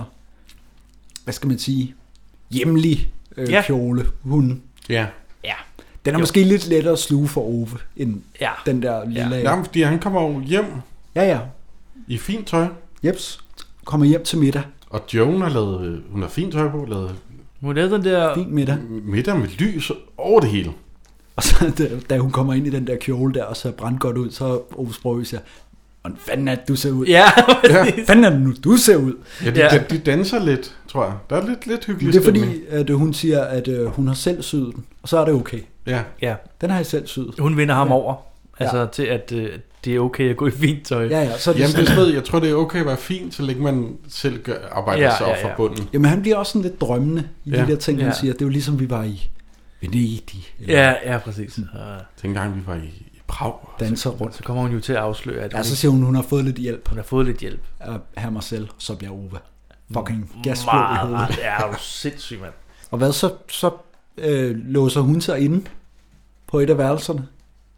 hvad skal man sige, hjemlig kjole. Hun. Ja. Den er måske lidt lettere at sluge for Ove, end den der lille... Jamen, fordi han kommer jo hjem. Ja. I fint tøj. Jeps. Kommer hjem til middag. Og Joan har lavet... Hun har fint tøj på. Hun lavede den der... Fint middag. Middag med lys over det hele. Og så da hun kommer ind i den der kjole der, og ser brandgodt ud, så Ove Sprogøe siger, hvordan fanden er det, du ser ud? Ja. Fanden er det nu, du ser ud? Ja, de danser lidt, tror jeg. Der er lidt hyggeligt. Det er fordi, at hun siger, at hun har selv syet den, og så er det okay. Ja. Den har jeg selv syet. Hun vinder ham over, altså til at det er okay at gå i fint tøj. Ja, så jeg tror, det er okay at være fint, så længe man selv arbejder sig op fra bunden. Jamen, han bliver også sådan lidt drømmende i de der ting, han siger. Det er jo ligesom, vi var i Venedig. Ja, præcis. Tænk gang, vi var i Prag. Danser rundt. Så kommer hun jo til at afsløre, at så siger hun har fået lidt hjælp. Hun har fået lidt hjælp. Af herr Marcel, så bliver Ove fucking gasflå i hovedet. Det er jo sindssygt, mand. Og hvad så låser hun sig inde på et af værelserne.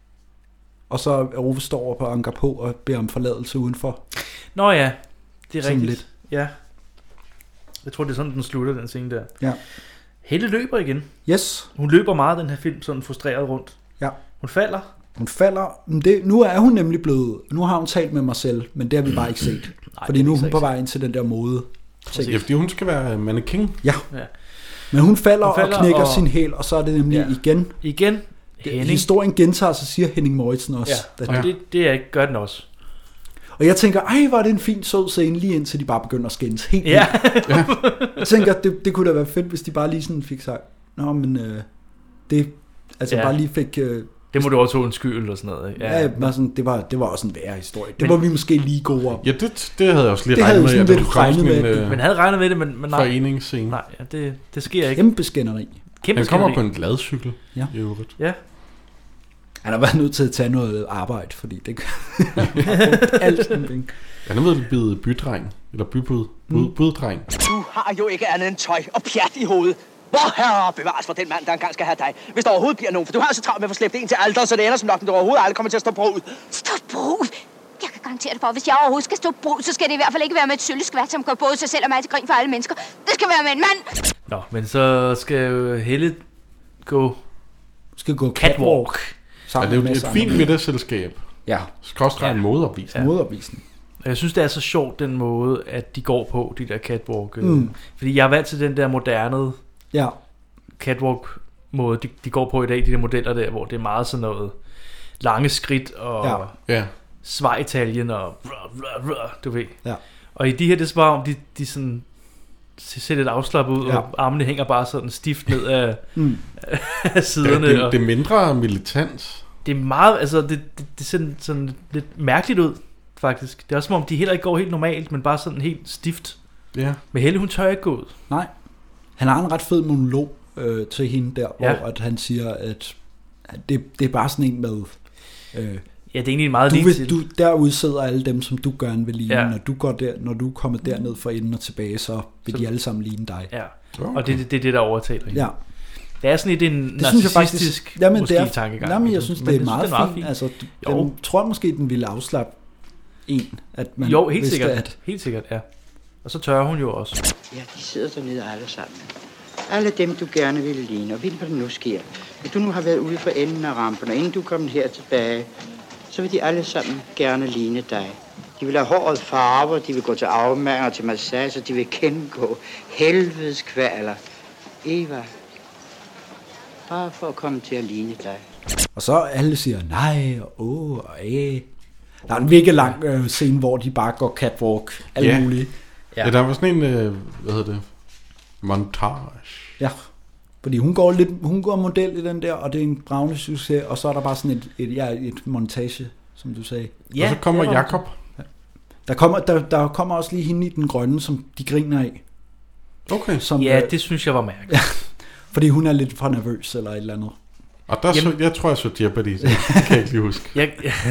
Og så Ove står op og anker på og beder om forladelse udenfor. Nå ja, det er sådan rigtigt. Lidt. Ja. Jeg tror, det er sådan, den slutter, den scene der. Ja. Helle løber igen. Yes. Hun løber meget, den her film, sådan frustreret rundt. Ja. Hun falder. Nu er hun nemlig blevet... Nu har hun talt med Marcel, men det har vi bare ikke set. Fordi nu er hun på vej ind til den der mode. Ja, fordi hun skal være mannequin. Ja. Men hun falder og knækker sin hæl, og så er det nemlig igen. Historien gentager sig, siger Henning Moritzen også. Ja, og det gør den også. Og jeg tænker, var det en fin sød scene, lige indtil de bare begynder at skændes helt ja. Jeg tænker, det kunne da være fedt, hvis de bare lige sådan fik sagt, nå, men det, altså bare lige fik... det Det må du også undskylde og sådan noget. Ikke? Ja, sådan, det var også en værre historie. Det var vi måske lige gode om. Ja, det havde jeg også lige regnet med. Det havde med. Man havde regnet med det, men nej. Foreningsscene. Nej, det sker ikke. Kæmpe skænderi. Han kommer på en gladcykel. Ja. I øvrigt. Ja. Han har været nødt til at tage noget arbejde, fordi det alt sådan ting. Han er ved at blive bydreng. Eller buddreng. Du har jo ikke andet end tøj og pjat i hovedet. Hvor herre bevares for den mand, der engang skal have dig. Hvis der overhovedet bliver nogen, for du har så travlt med at få slæbt en til alder, så det ender som nok, når du overhovedet aldrig kommer til at stå brud. Stå brud? Jeg kan garantere dig for, at hvis jeg overhovedet skal stå brud, så skal det i hvert fald ikke være med et sølvskvat, som går både sig selv og mig til grin for alle mennesker. Det skal være med en mand. Nå, men så skal Helle gå catwalk. Ja, det er jo et fint middagsselskab. Ja. Skråstreg en modervisning. Modervisning. Jeg synes, det er så sjovt, den måde, at de går på, de der catwalk. Fordi jeg er vant til den der moderne catwalk-måde, de går på i dag, de der modeller der, hvor det er meget sådan noget lange skridt og svejtaljen og du ved. Ja. Og i de her, det er så bare om, de sådan ser lidt afslappet ud, og armene hænger bare sådan stift ned af siderne. Det er mindre militant. Det er meget, altså det ser sådan lidt mærkeligt ud, faktisk. Det er også som om, de heller ikke går helt normalt, men bare sådan helt stift. Ja. Men Helle, hun tør ikke gå ud. Nej. Han har en ret fed monolog til hende der, hvor at han siger, at det er bare sådan en med... Ja, det er egentlig meget lige til. Derude sidder alle dem, som du gerne vil ligne. Når du kommer derned for enden og tilbage, så vil de alle sammen ligne dig. Ja, og det er det, der overtaler. Ja. Det er sådan lidt en narcissistisk tankegang. Jamen, jeg synes, det er meget fint. Altså, jeg tror måske, den ville afslappe en. At man jo, helt vidste, sikkert. Helt sikkert, ja. Og så tør hun jo også. Ja, de sidder dernede alle sammen. Alle dem, du gerne ville ligne, og ved hvad der nu sker. Hvis du nu har været ude for enden af rampen, og inden du kommer her tilbage, så vil de alle sammen gerne ligne dig. De vil have håret farver, de vil gå til afmager, til massage, de vil kendgå helvedes kvaler. Eva, bare for at komme til at ligne dig. Og så alle siger nej, og og Der er en virkelig lang scene, hvor de bare går catwalk, alle mulige. Ja, der var sådan en, montage. Ja, fordi hun går model i den der, og det er en bravende succes, og så er der bare sådan et montage, som du sagde. Ja, og så kommer Jakob. Ja. Der kommer også lige hende i den grønne, som de griner af. Okay. Som, det synes jeg var mærkeligt. Fordi hun er lidt for nervøs, eller et eller andet. Og der jeg tror, jeg så Jeopardy, det kan jeg ikke lige huske.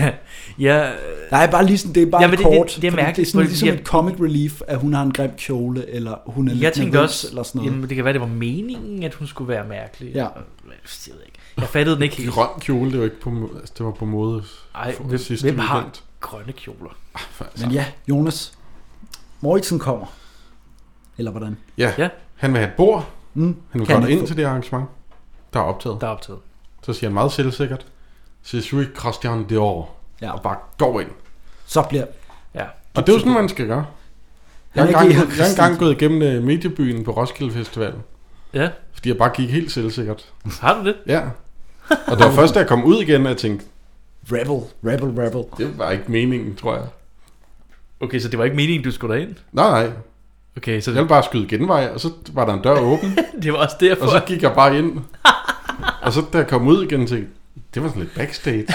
Nej, bare lige sådan, det er bare kort. Det er mærkeligt. Det er sådan ligesom et comic relief, at hun har en grim kjole, eller hun er lidt nervøs, også, eller sådan noget. Jamen, det kan være, det var meningen, at hun skulle være mærkelig. Ja. Jeg ved ikke. Jeg fattede den ikke helt. Grøn kjole, det var ikke på, det var på mode. Ej, hvem har grønne kjoler? Men ja, Jonas Moritzen kommer. Eller hvordan? Ja. Han vil have et bord. Han vil godt ind til det arrangement. Der er optaget. Så siger han meget selvsikkert, Je suis Christian Dior. Ja. Og bare går ind. Så bliver... Ja. Og det er jo sådan, man skal gøre. Jeg har engang gået igennem mediebyen på Roskilde Festival. Ja. Fordi jeg bare gik helt selvsikkert. Har du det? Ja. Og det var først, da jeg kom ud igen, at jeg tænkte... Rebel. Det var ikke meningen, tror jeg. Okay, så det var ikke meningen, du skulle derind? Nej. Okay, så jeg ville bare skyde genvej, og så var der en dør åben. Det var også derfor. Og så gik jeg bare ind. Og så da jeg kom ud igen, tænkte det var sådan lidt backstage.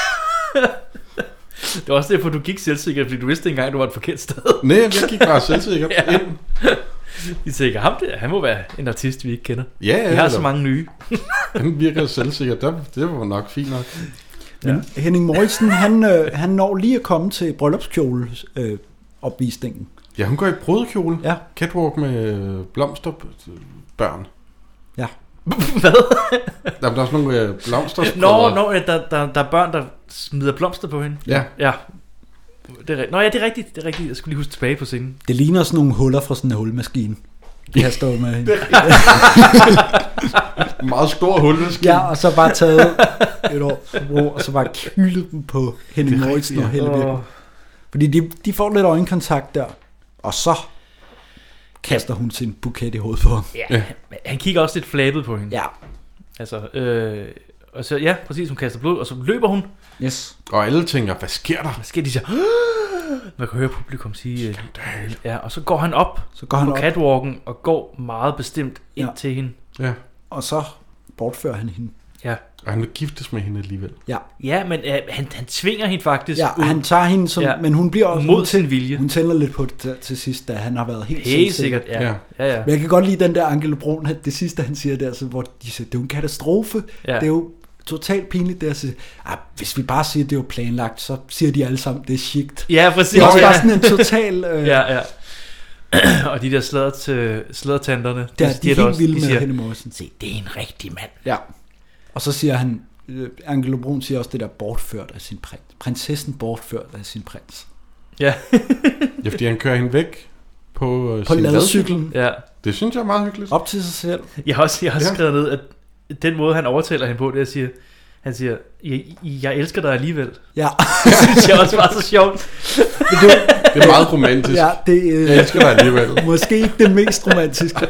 Det var også derfor, du gik selvsikkert, fordi du vidste ikke engang, du var et forkert sted. Nej, jeg gik bare selvsikkert ind. De tænker, ham der, han må være en artist, vi ikke kender. Ja, vi har så mange nye. Han virker selvsikkert, det var nok fint nok. Men Henning Moritzen, han når lige at komme til bryllupskjole opvisningen. Ja, hun går i brudekjole. Ja. Catwalk med blomsterbørn. Ja. Hvad? Der er også nogle blomster. Der er børn, der smider blomster på hende. Ja. Det er rigtigt. Jeg skulle lige huske tilbage på scenen. Det ligner sådan nogle huller fra sådan en hulmaskine. Jeg står med hende. Meget stor hulmaskine. Ja, og så bare taget et år, og så bare kylet dem på Henning Moritzen og Helle Virkelig. Fordi de får lidt øjenkontakt der, og så kaster hun sin buket i hovedet på ham. Ja. Han kigger også lidt flabet på hende. Ja. Altså, og så, præcis, hun kaster blod, og så løber hun. Yes. Og alle tænker, hvad sker der? Hvad sker de siger? Man kan høre publikum sige, ja, og så går han op på catwalken og går meget bestemt ind til hende. Ja. Og så bortfører han hende. Ja. Og han vil giftes med hende alligevel. Ja, men han tvinger hende faktisk ud. Han tager hende som... Ja. Men hun bliver også... Mod sin vilje. Hun tænder lidt på det til sidst, da han har været helt sikkert, ja. Men jeg kan godt lide den der Angelo Brun, det sidste han siger der, så, hvor de siger, det er jo en katastrofe. Ja. Det er jo totalt pinligt der at sige, hvis vi bare siger, det er jo planlagt, så siger de alle sammen, det er chict. Ja, præcis. Det er også bare sådan en total... ja. Og de der slædertanterne, de er helt vilde med Henny Morrison. Se, det er en rigtig mand. Ja. Og så siger han, Angelo Brun siger også det der bortført af sin prins. Prinsessen bortført af sin prins. Ja. Ja, fordi han kører hende væk på sin ladcyklen. Ja. Det synes jeg er meget hyggeligt. Op til sig selv. Jeg har også skrevet ned, at den måde han overtaler hende på, det er, han siger, jeg elsker dig alligevel. Ja. Det synes jeg også var så sjovt. Det er meget romantisk. Ja, jeg elsker dig alligevel. Måske ikke det mest romantiske.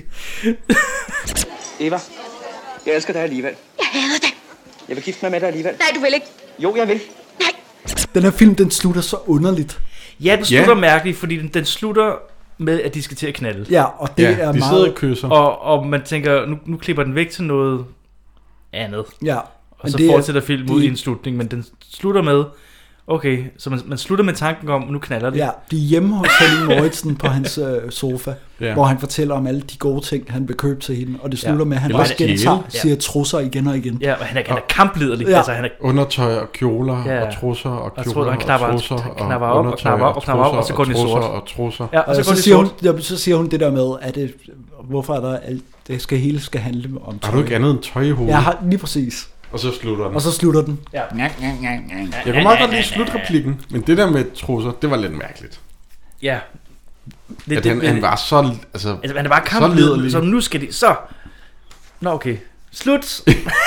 Eva, jeg elsker dig alligevel. Jeg hader dig. Jeg vil gifte mig med dig alligevel. Nej, du vil ikke. Jo, jeg vil. Nej. Den her film, den slutter så underligt. Ja, den slutter mærkeligt, fordi den slutter med, at de skal til at knalde. Ja, og det er de meget... sidder og kysser. Og man tænker, nu klipper den væk til noget andet. Ja. Og så fortsætter filmen ud i en slutning, men den slutter med, okay, så man slutter med tanken om, nu knaller det. Ja, de er hjemme hos Henning Moritzen på hans sofa, hvor han fortæller om alle de gode ting, han vil købe til hende, og det slutter med, at han også siger trusser igen og igen. Ja, og han er kampliderlig. Ja. Altså, han er... Undertøj og kjoler og trusser og kjoler og trusser og knapper op og knapper op og knapper op, og så går den i sort. Og trusser. Ja, og så siger hun det der med, at hvorfor er der alt, det hele skal handle om tøj. Har du ikke andet end tøj i hovedet? Ja, lige præcis. Og så slutter den. Og så slutter den. Ja. Jeg kunne meget godt lide slutreplikken, men det der med trusser, det var lidt mærkeligt. Ja. Han var så... Altså, han var kampliderlig. Så nu skal de... Så... Nå, okay. Slut!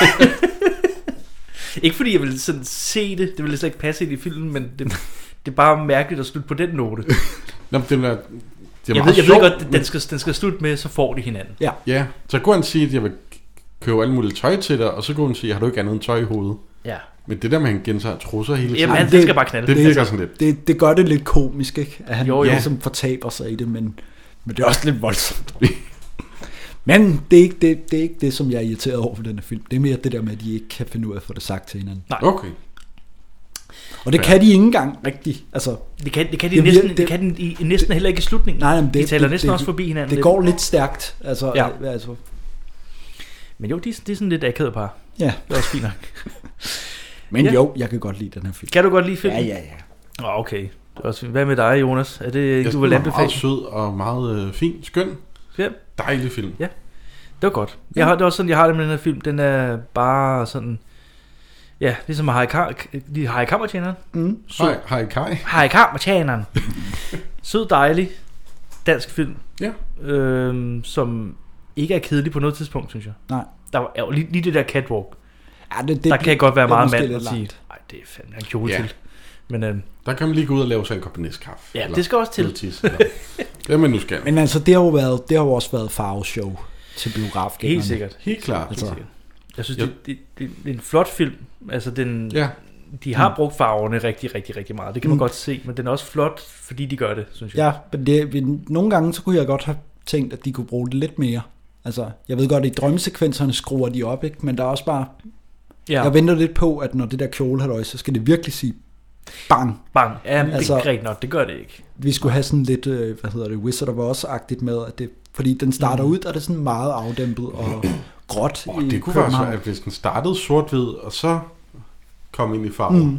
Ikke fordi jeg ville sådan se det. Det ville slet ikke passe ind i filmen, men det er bare mærkeligt at slutte på den note. Nå, det er jeg ved godt, den skal slutte med, så får de hinanden. Ja, så kunne han sige, at jeg vil købe alle mulige tøj til dig, og så kunne han sige, har du ikke andet end tøj i hovedet? Ja. Men det der med, han gentager trusser hele tiden. Jamen, det skal bare knalde. Det virker sådan lidt. Det gør det lidt komisk, ikke? At han ligesom fortaber sig i det, men det er også lidt voldsomt. Men det er ikke det, som jeg er irriteret over for denne film. Det er mere det der med, at de ikke kan finde ud af at få det sagt til hinanden. Nej. Okay. Og det kan de ikke engang rigtigt. Altså, det kan de næsten heller ikke i slutningen. Nej, men de taler næsten også forbi hinanden. Det går lidt stærkt. Altså, ja. Altså. Men jo, de er sådan lidt akavet par. Ja. Det er også fint nok. Men jo, jeg kan godt lide den her film. Kan du godt lide filmen? Ja. Okay. Det er også fint. Hvad med dig, Jonas? Er det du vil anbefale? Meget sød og meget fin, skøn. Ja. Dejlig film. Ja. Det var godt. Det er også sådan, jeg har det med den her film. Den er bare sådan... Ja, ligesom Harry Kammertjeneren. Harry Kammertjeneren. Sød, dejlig dansk film. Ja. Som ikke er kedelig på noget tidspunkt, synes jeg. Nej. Der var jo lige det der catwalk. Ja, der kan godt være meget mand at sige, nej, det er fandme en kjole til. Men, der kan man lige gå ud og lave sig en kop næskaffe. Ja, det skal også til. Det er man nu skal. Men altså, det har jo også været farveshow til biografgængerne. Helt sikkert. Helt klart. Altså. Jeg synes, det er en flot film. Altså, de har brugt farverne rigtig, rigtig, rigtig meget. Det kan man godt se, men den er også flot, fordi de gør det, synes jeg. Ja, men nogle gange, så kunne jeg godt have tænkt, at de kunne bruge det lidt mere. Altså, jeg ved godt, at i drømmesekvenserne skruer de op, ikke? Men der er også bare... Ja. Jeg venter lidt på, at når det der kjole har så skal det virkelig sige bang. Bang. Ja, men altså, det er rigtigt nok. Det gør det ikke. Vi skulle have sådan lidt, Wizard of Oz-agtigt med, at det, fordi den starter ud, og det er sådan meget afdæmpet og gråt i det kunne være så, at hvis den startede sort-hvid, og så kom ind i farver.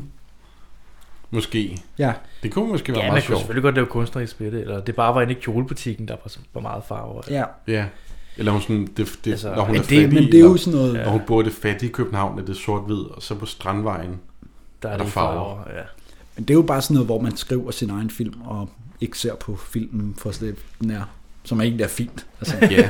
Måske. Ja. Det kunne måske være meget sjovt. Ja, man kunne selvfølgelig godt lave kunstnerisk spil det, eller det bare var inde i kjolebutikken, der var meget farver. Ja. Eller hun sådan, altså, når hun er fattig, men det er jo sådan noget, når hun bor i det fattige København, er det sort-hvid, og så på Strandvejen der er der farver. Ja. Men det er jo bare sådan noget, hvor man skriver sin egen film, og ikke ser på filmen for slet den er, som egentlig er fint. Altså. Ja.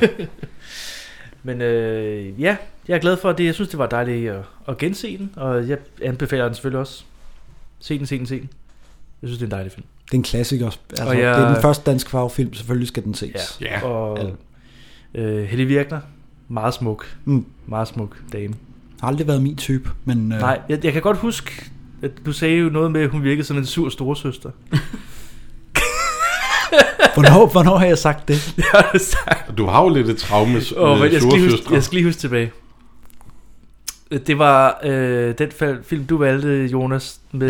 Men jeg er glad for det. Jeg synes, det var dejligt at gense den, og jeg anbefaler den selvfølgelig også. Se den. Jeg synes, det er en dejlig film. Det er en klassiker. Altså, det er den første dansk farvefilm, selvfølgelig skal den ses. Ja. Og Helle Virkner, meget smuk. Meget smuk dame. Har aldrig været min type, men... Nej, jeg kan godt huske, at du sagde jo noget med, at hun virkede som en sur storesøster. Hvornår har jeg sagt det? Det har du sagt. Du har jo lidt et traume med storesøstre. Jeg skal lige huske tilbage. Det var den film, du valgte, Jonas, med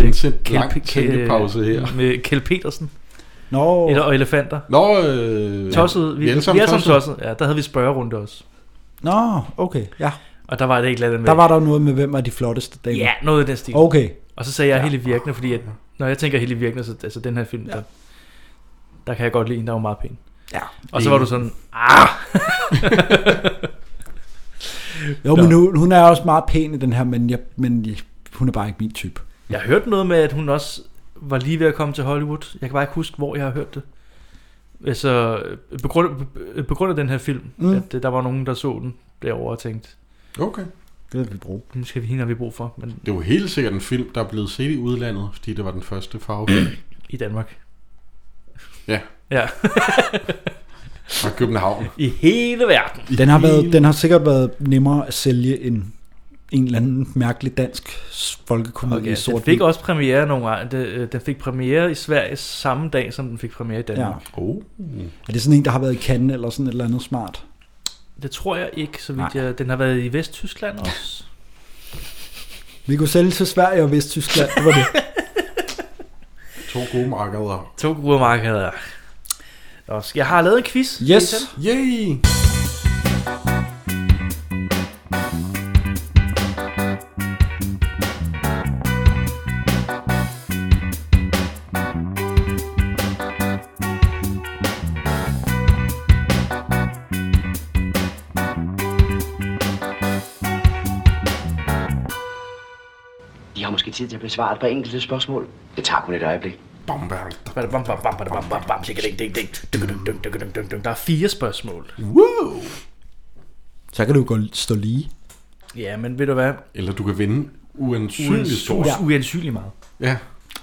med Kjeld Petersen. Og elefanter. Tosset. Vi er alle sammen tosset. Ja, der havde vi spørgerunde også. Nå, okay, ja. Og der var det ikke lidt med. Der var der noget med, hvem var de flotteste damer. Ja, noget i den stil. Okay. Og så sagde jeg Hellig Virkner, fordi at, når jeg tænker Hellig Virkner, så altså den her film, der kan jeg godt lide en, der var meget pæn. Ja. Og så var du sådan, Jo, men hun er også meget pæn i den her, men hun er bare ikke min type. Jeg har hørt noget med, at hun også var lige ved at komme til Hollywood. Jeg kan bare ikke huske, hvor jeg har hørt det. Altså, på grund af den her film, at der var nogen, der så den derovre og tænkte, okay, det vil vi bruge. Nu skal vi hende, vi brug for. Men det var helt sikkert en film, der er blevet set i udlandet, fordi det var den første farvefilm. I Danmark. Ja. Ja. Fra København. I hele verden. Den har sikkert været nemmere at sælge end en eller anden mærkelig dansk folkekomedie. Okay, den fik også premiere nogle gange. Den fik premiere i Sverige samme dag, som den fik premiere i Danmark. Ja. Er det sådan en, der har været i Cannes eller sådan et eller andet smart? Det tror jeg ikke, så vidt den har været i Vesttyskland også. Vi kunne sælge til Sverige og Vesttyskland. Det var det. 2 gode markeder. 2 gode markeder. Jeg har lavet en quiz. Yes. Yay! De har måske tid til at besvare et par enkelte spørgsmål. Det tager kun et øjeblik. Der er 4 spørgsmål. Wow. Så kan du gå stå lige. Ja, men ved du hvad? Eller du kan vinde uansynligt meget. Ja.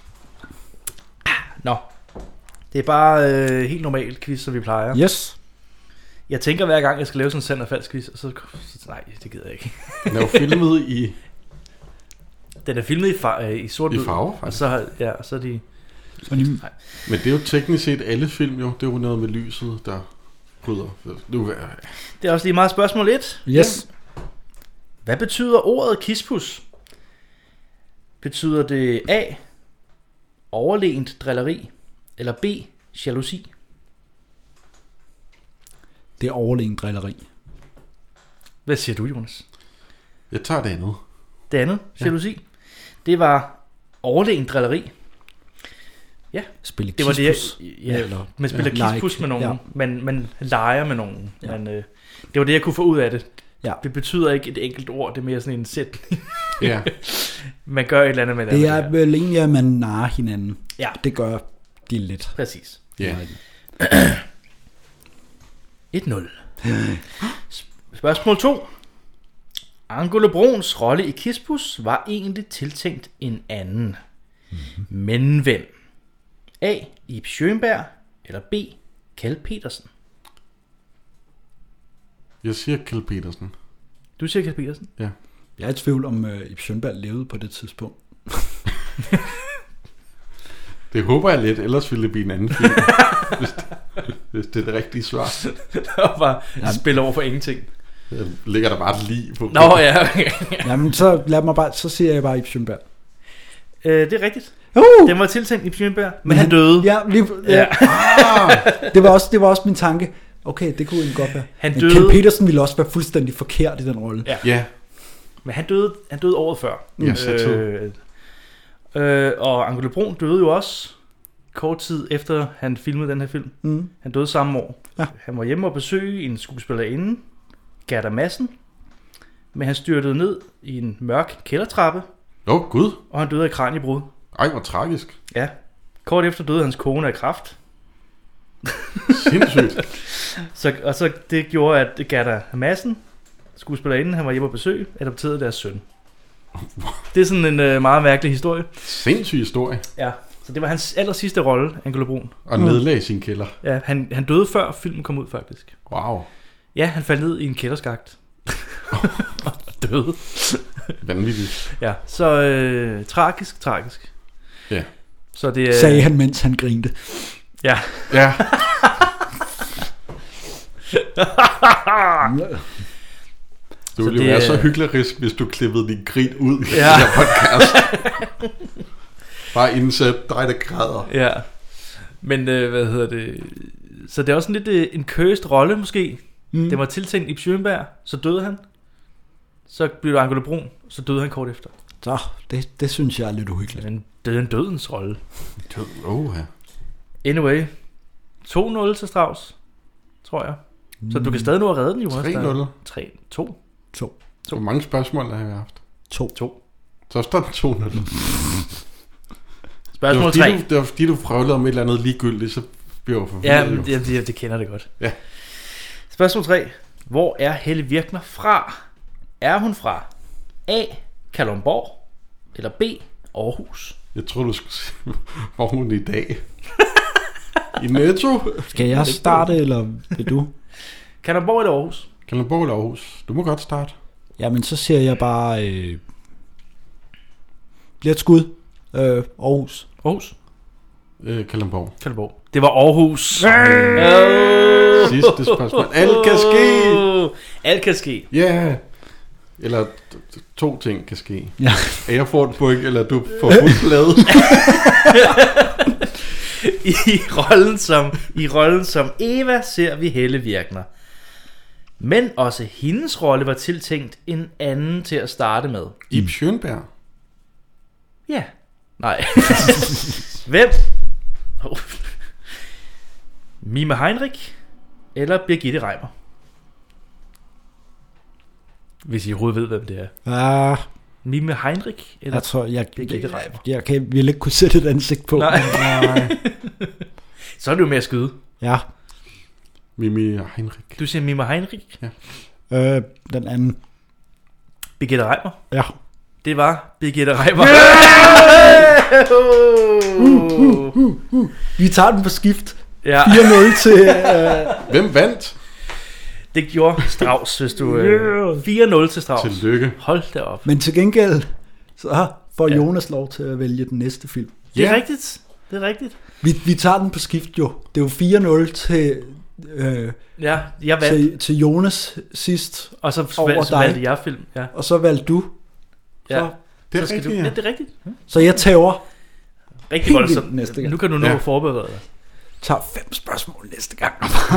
Nå. Det er bare helt normal quiz, som vi plejer. Yes. Jeg tænker hver gang, jeg skal lave sådan en sand og falsk quiz, og så nej, det gider jeg ikke. Den er jo filmet i... Den er filmet i sort-hvid. I farve, og så er de... Men det er jo teknisk set alle film jo. Det er jo noget med lyset, der bryder. Det er også lige meget spørgsmål 1. Yes. Hvad betyder ordet kispus? Betyder det A, overlegent drilleri, eller B, jalousi? Det er overlegent drilleri. Hvad siger du, Jonas? Jeg tager det andet. Det andet, jalousi. Det var overlegent drilleri. Ja, spille det var kispus. Det, man spiller kispus med nogen, man leger med nogen. Ja. Men, det var det, jeg kunne få ud af det. Ja. Det betyder ikke et enkelt ord, det er mere sådan en sætning. Ja. Man gør et eller andet med det. Det er vel egentlig, at man narrer hinanden. Ja. Det gør de lidt. Præcis. Ja. 1-0. Spørgsmål 2. Angelo Bruns rolle i Kispus var egentlig tiltænkt en anden. Men hvem? A. Ib Schønberg eller B. Kjeld Petersen? Jeg siger Kjeld Petersen. Du siger Kjeld Petersen? Ja. Jeg er i tvivl om Ib Schønberg levede på det tidspunkt. Det håber jeg lidt, ellers ville det blive en anden film. hvis det er det rigtige svar. Der bare spiller over for ingenting. Ligger der bare et lig på. Nå ja. Jamen så siger jeg bare Ib Schønberg. Det er rigtigt. Den var tiltænkt Ib Schønberg, men han døde. Ja. Det var også min tanke. Okay, det kunne egentlig godt være. Men Kjeld Petersen ville også være fuldstændig forkert i den rolle. Ja. Men han døde året før. Ja, og Angelo Brun døde jo også kort tid efter han filmede den her film. Han døde samme år. Ja. Han var hjemme og besøge en skuespillerinde, Gerda Madsen, men han styrtede ned i en mørk kældertrappe. Gud. Og han døde af kraniebrud. Ej, hvor tragisk. Ja. Kort efter døde hans kone af kræft. Sindssygt. så det gjorde, at Gerda Madsen, skuespillerinde, han var hjemme og besøg, adopterede deres søn. Det er sådan en meget mærkelig historie. Sindssyg historie. Ja, så det var hans aller sidste rolle, Angelo Brun. Og nedlagde sin kælder. Ja, han døde før filmen kom ud faktisk. Wow. Ja, han faldt ned i en kælderskagt. Og døde. Vanvittigt. Ja, så tragisk. Ja. Så det sagde han, mens han grinte. Ja. Ja. Det ville jo være så hyklerisk, hvis du klippede din grin ud i Ja. den her podcast. Bare indsæt dig, der græder. Ja. Men så det er også lidt en cursed rolle måske. Det var tiltænkt i Schönberg, så døde han. Så blev det Angela Brun, så døde han kort efter. Så det synes jeg er lidt uhyggeligt. Men det er en dødens rolle. Ja. Anyway, 2-0 til Strauss, tror jeg. Så du kan stadig nå at redde den, Jonas. 3-0. 3-2. Hvor mange spørgsmål har vi haft? 2. Så står den 2-0. Spørgsmål 3. Det var fordi, du frøvlede om et eller andet ligegyldigt, så bliver jeg forvirret. Ja, det kender det godt. Ja. Spørgsmål 3. Hvor er Helle Virkner fra? Er hun fra A. Kalundborg eller B. Aarhus? Jeg tror du skulle sige, hvor hun i dag. I Netto. Skal jeg starte, eller vil du? Kalundborg eller Aarhus? Kalundborg eller Aarhus. Du må godt starte. Jamen, så siger jeg bare... bliver et skud. Aarhus. Aarhus? Kalundborg. Det var Aarhus. Sidste spørgsmål. Alt kan ske. Alt kan ske. Ja. Yeah. Eller 2 ting kan ske. Ja. At jeg får et point, eller du får fuldblad. I rollen som Eva ser vi Helle Virkner. Men også hendes rolle var tiltænkt en anden til at starte med. Ib Schönberg. Ja. Nej. Hvem? Mime Heinrich eller Birgitte Reimer? Hvis I overhovedet ved, hvem det er. Mime Heinrich eller jeg tror, Birgitte Reimer? Jeg vil ikke kunne sætte et ansigt på. Nej. Nej. Så er det jo med at skyde. Ja. Mime Heinrich. Du siger Mime Heinrich? Ja. Den anden. Birgitte Reimer? Ja. Det var Birgitte Reimer. Vi tager den på skift. Ja. 4-0 til... Hvem vandt? Det gjorde Strauss, hvis du... 4-0 til Strauss. Tillykke. Hold da op. Men til gengæld, så får Jonas lov til at vælge den næste film. Det er rigtigt. Det er rigtigt. Vi tager den på skift jo. Det er jo 4-0 til... Ja, jeg valgte. Til Jonas sidst. Og så valgte jeg film. Ja. Og så valgte du. Ja. Så, det er rigtigt. Ja, det er rigtigt. Så jeg tager rigtig godt. Så næste gang. Nu kan du nå at forberede dig. Tager 5 spørgsmål næste gang.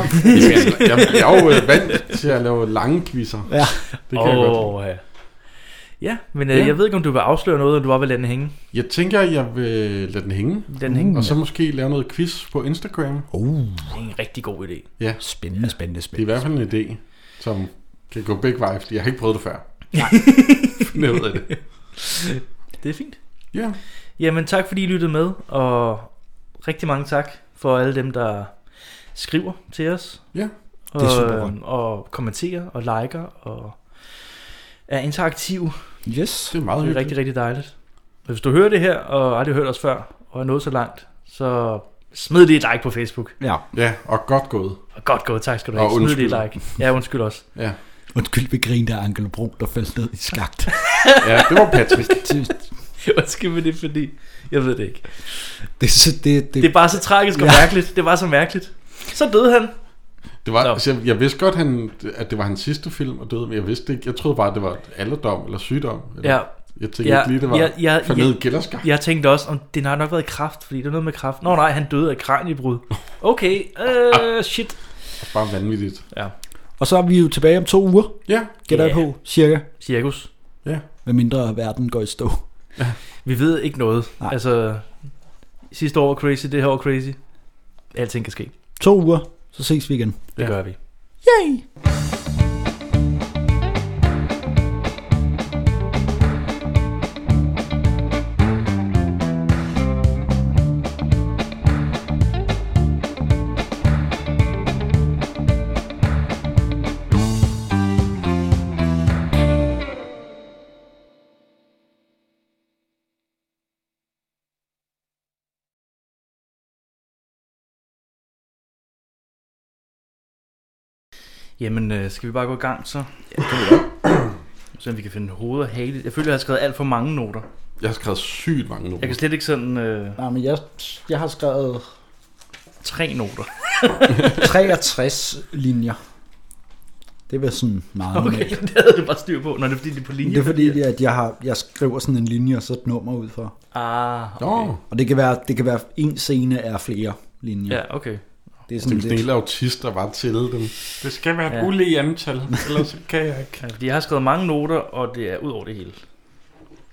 jeg er jo vant til at lave lange quizzer. Ja. Det kan jeg godt. Ja. Ja, men jeg ved ikke, om du vil afsløre noget, eller du bare vil lade den hænge. Jeg tænker, jeg vil lade den hænge. Og så måske lave noget quiz på Instagram. Det er en rigtig god idé. Ja. Spændende. Det er i hvert fald en idé, som kan gå begge veje, fordi jeg har ikke prøvet det før. Nej. Jeg ved det. Det er fint. Ja. Jamen tak fordi I lyttede med, og rigtig mange tak for alle dem, der skriver til os. Ja, det er super. Og kommenterer og liker og er interaktiv. Yes. Det er meget hyggeligt. Rigtig, rigtig dejligt. Og hvis du hører det her, og aldrig hørt os før, og er nået så langt, så smid lige et like på Facebook. Ja, og godt gået. Og godt gået, tak skal du have. Smid lige et like. Ja, undskyld også. Ja. Undskyld, vi griner af Angela Brun, der faldt ned i skagt. Ja, det var Patrick. Undskyld med det, fordi jeg ved det ikke. Det er bare så tragisk og mærkeligt. Det var så mærkeligt. Så døde han. Det var, altså, jeg vidste godt, at det var hans sidste film og døde, men jeg vidste ikke. Jeg troede bare, at det var alderdom eller sygdom. Eller, jeg tænkte ikke lige, det var faldet gælderskab. Jeg tænkte også, om det har nok været kræft, fordi det er noget med kræft. Nå nej, han døde af kraniebrud. Okay, shit. Bare vanvittigt. Ja. Og så er vi jo tilbage om 2 uger. Ja. Gætter jeg på, cirka. Cirkus. Ja. Med mindre verden går i stå. Ja. Vi ved ikke noget. Nej. Altså, sidste år var crazy, det her år crazy. Alting kan ske. 2 uger, så ses vi igen. Det gør vi. Yay! Jamen, skal vi bare gå i gang så? Ja, så vi kan finde hoved og hale. Jeg føler, jeg har skrevet alt for mange noter. Jeg har skrevet sygt mange noter. Jeg kan slet ikke sådan... Nej, men jeg har skrevet... 3 noter. 63 linjer. Det er sådan meget Okay, normalt. det havde du bare styr på. Når det er fordi, det er på linje. Det er fordi, at jeg skriver sådan en linje, og så et nummer ud for. Okay. Og det kan være en scene er flere linjer. Ja, okay. Det er sådan en lille autist, der bare tælle dem. Det skal være et ulige antal, ellers kan jeg ikke. Ja, fordi jeg har skrevet mange noter, og det er ud over det hele.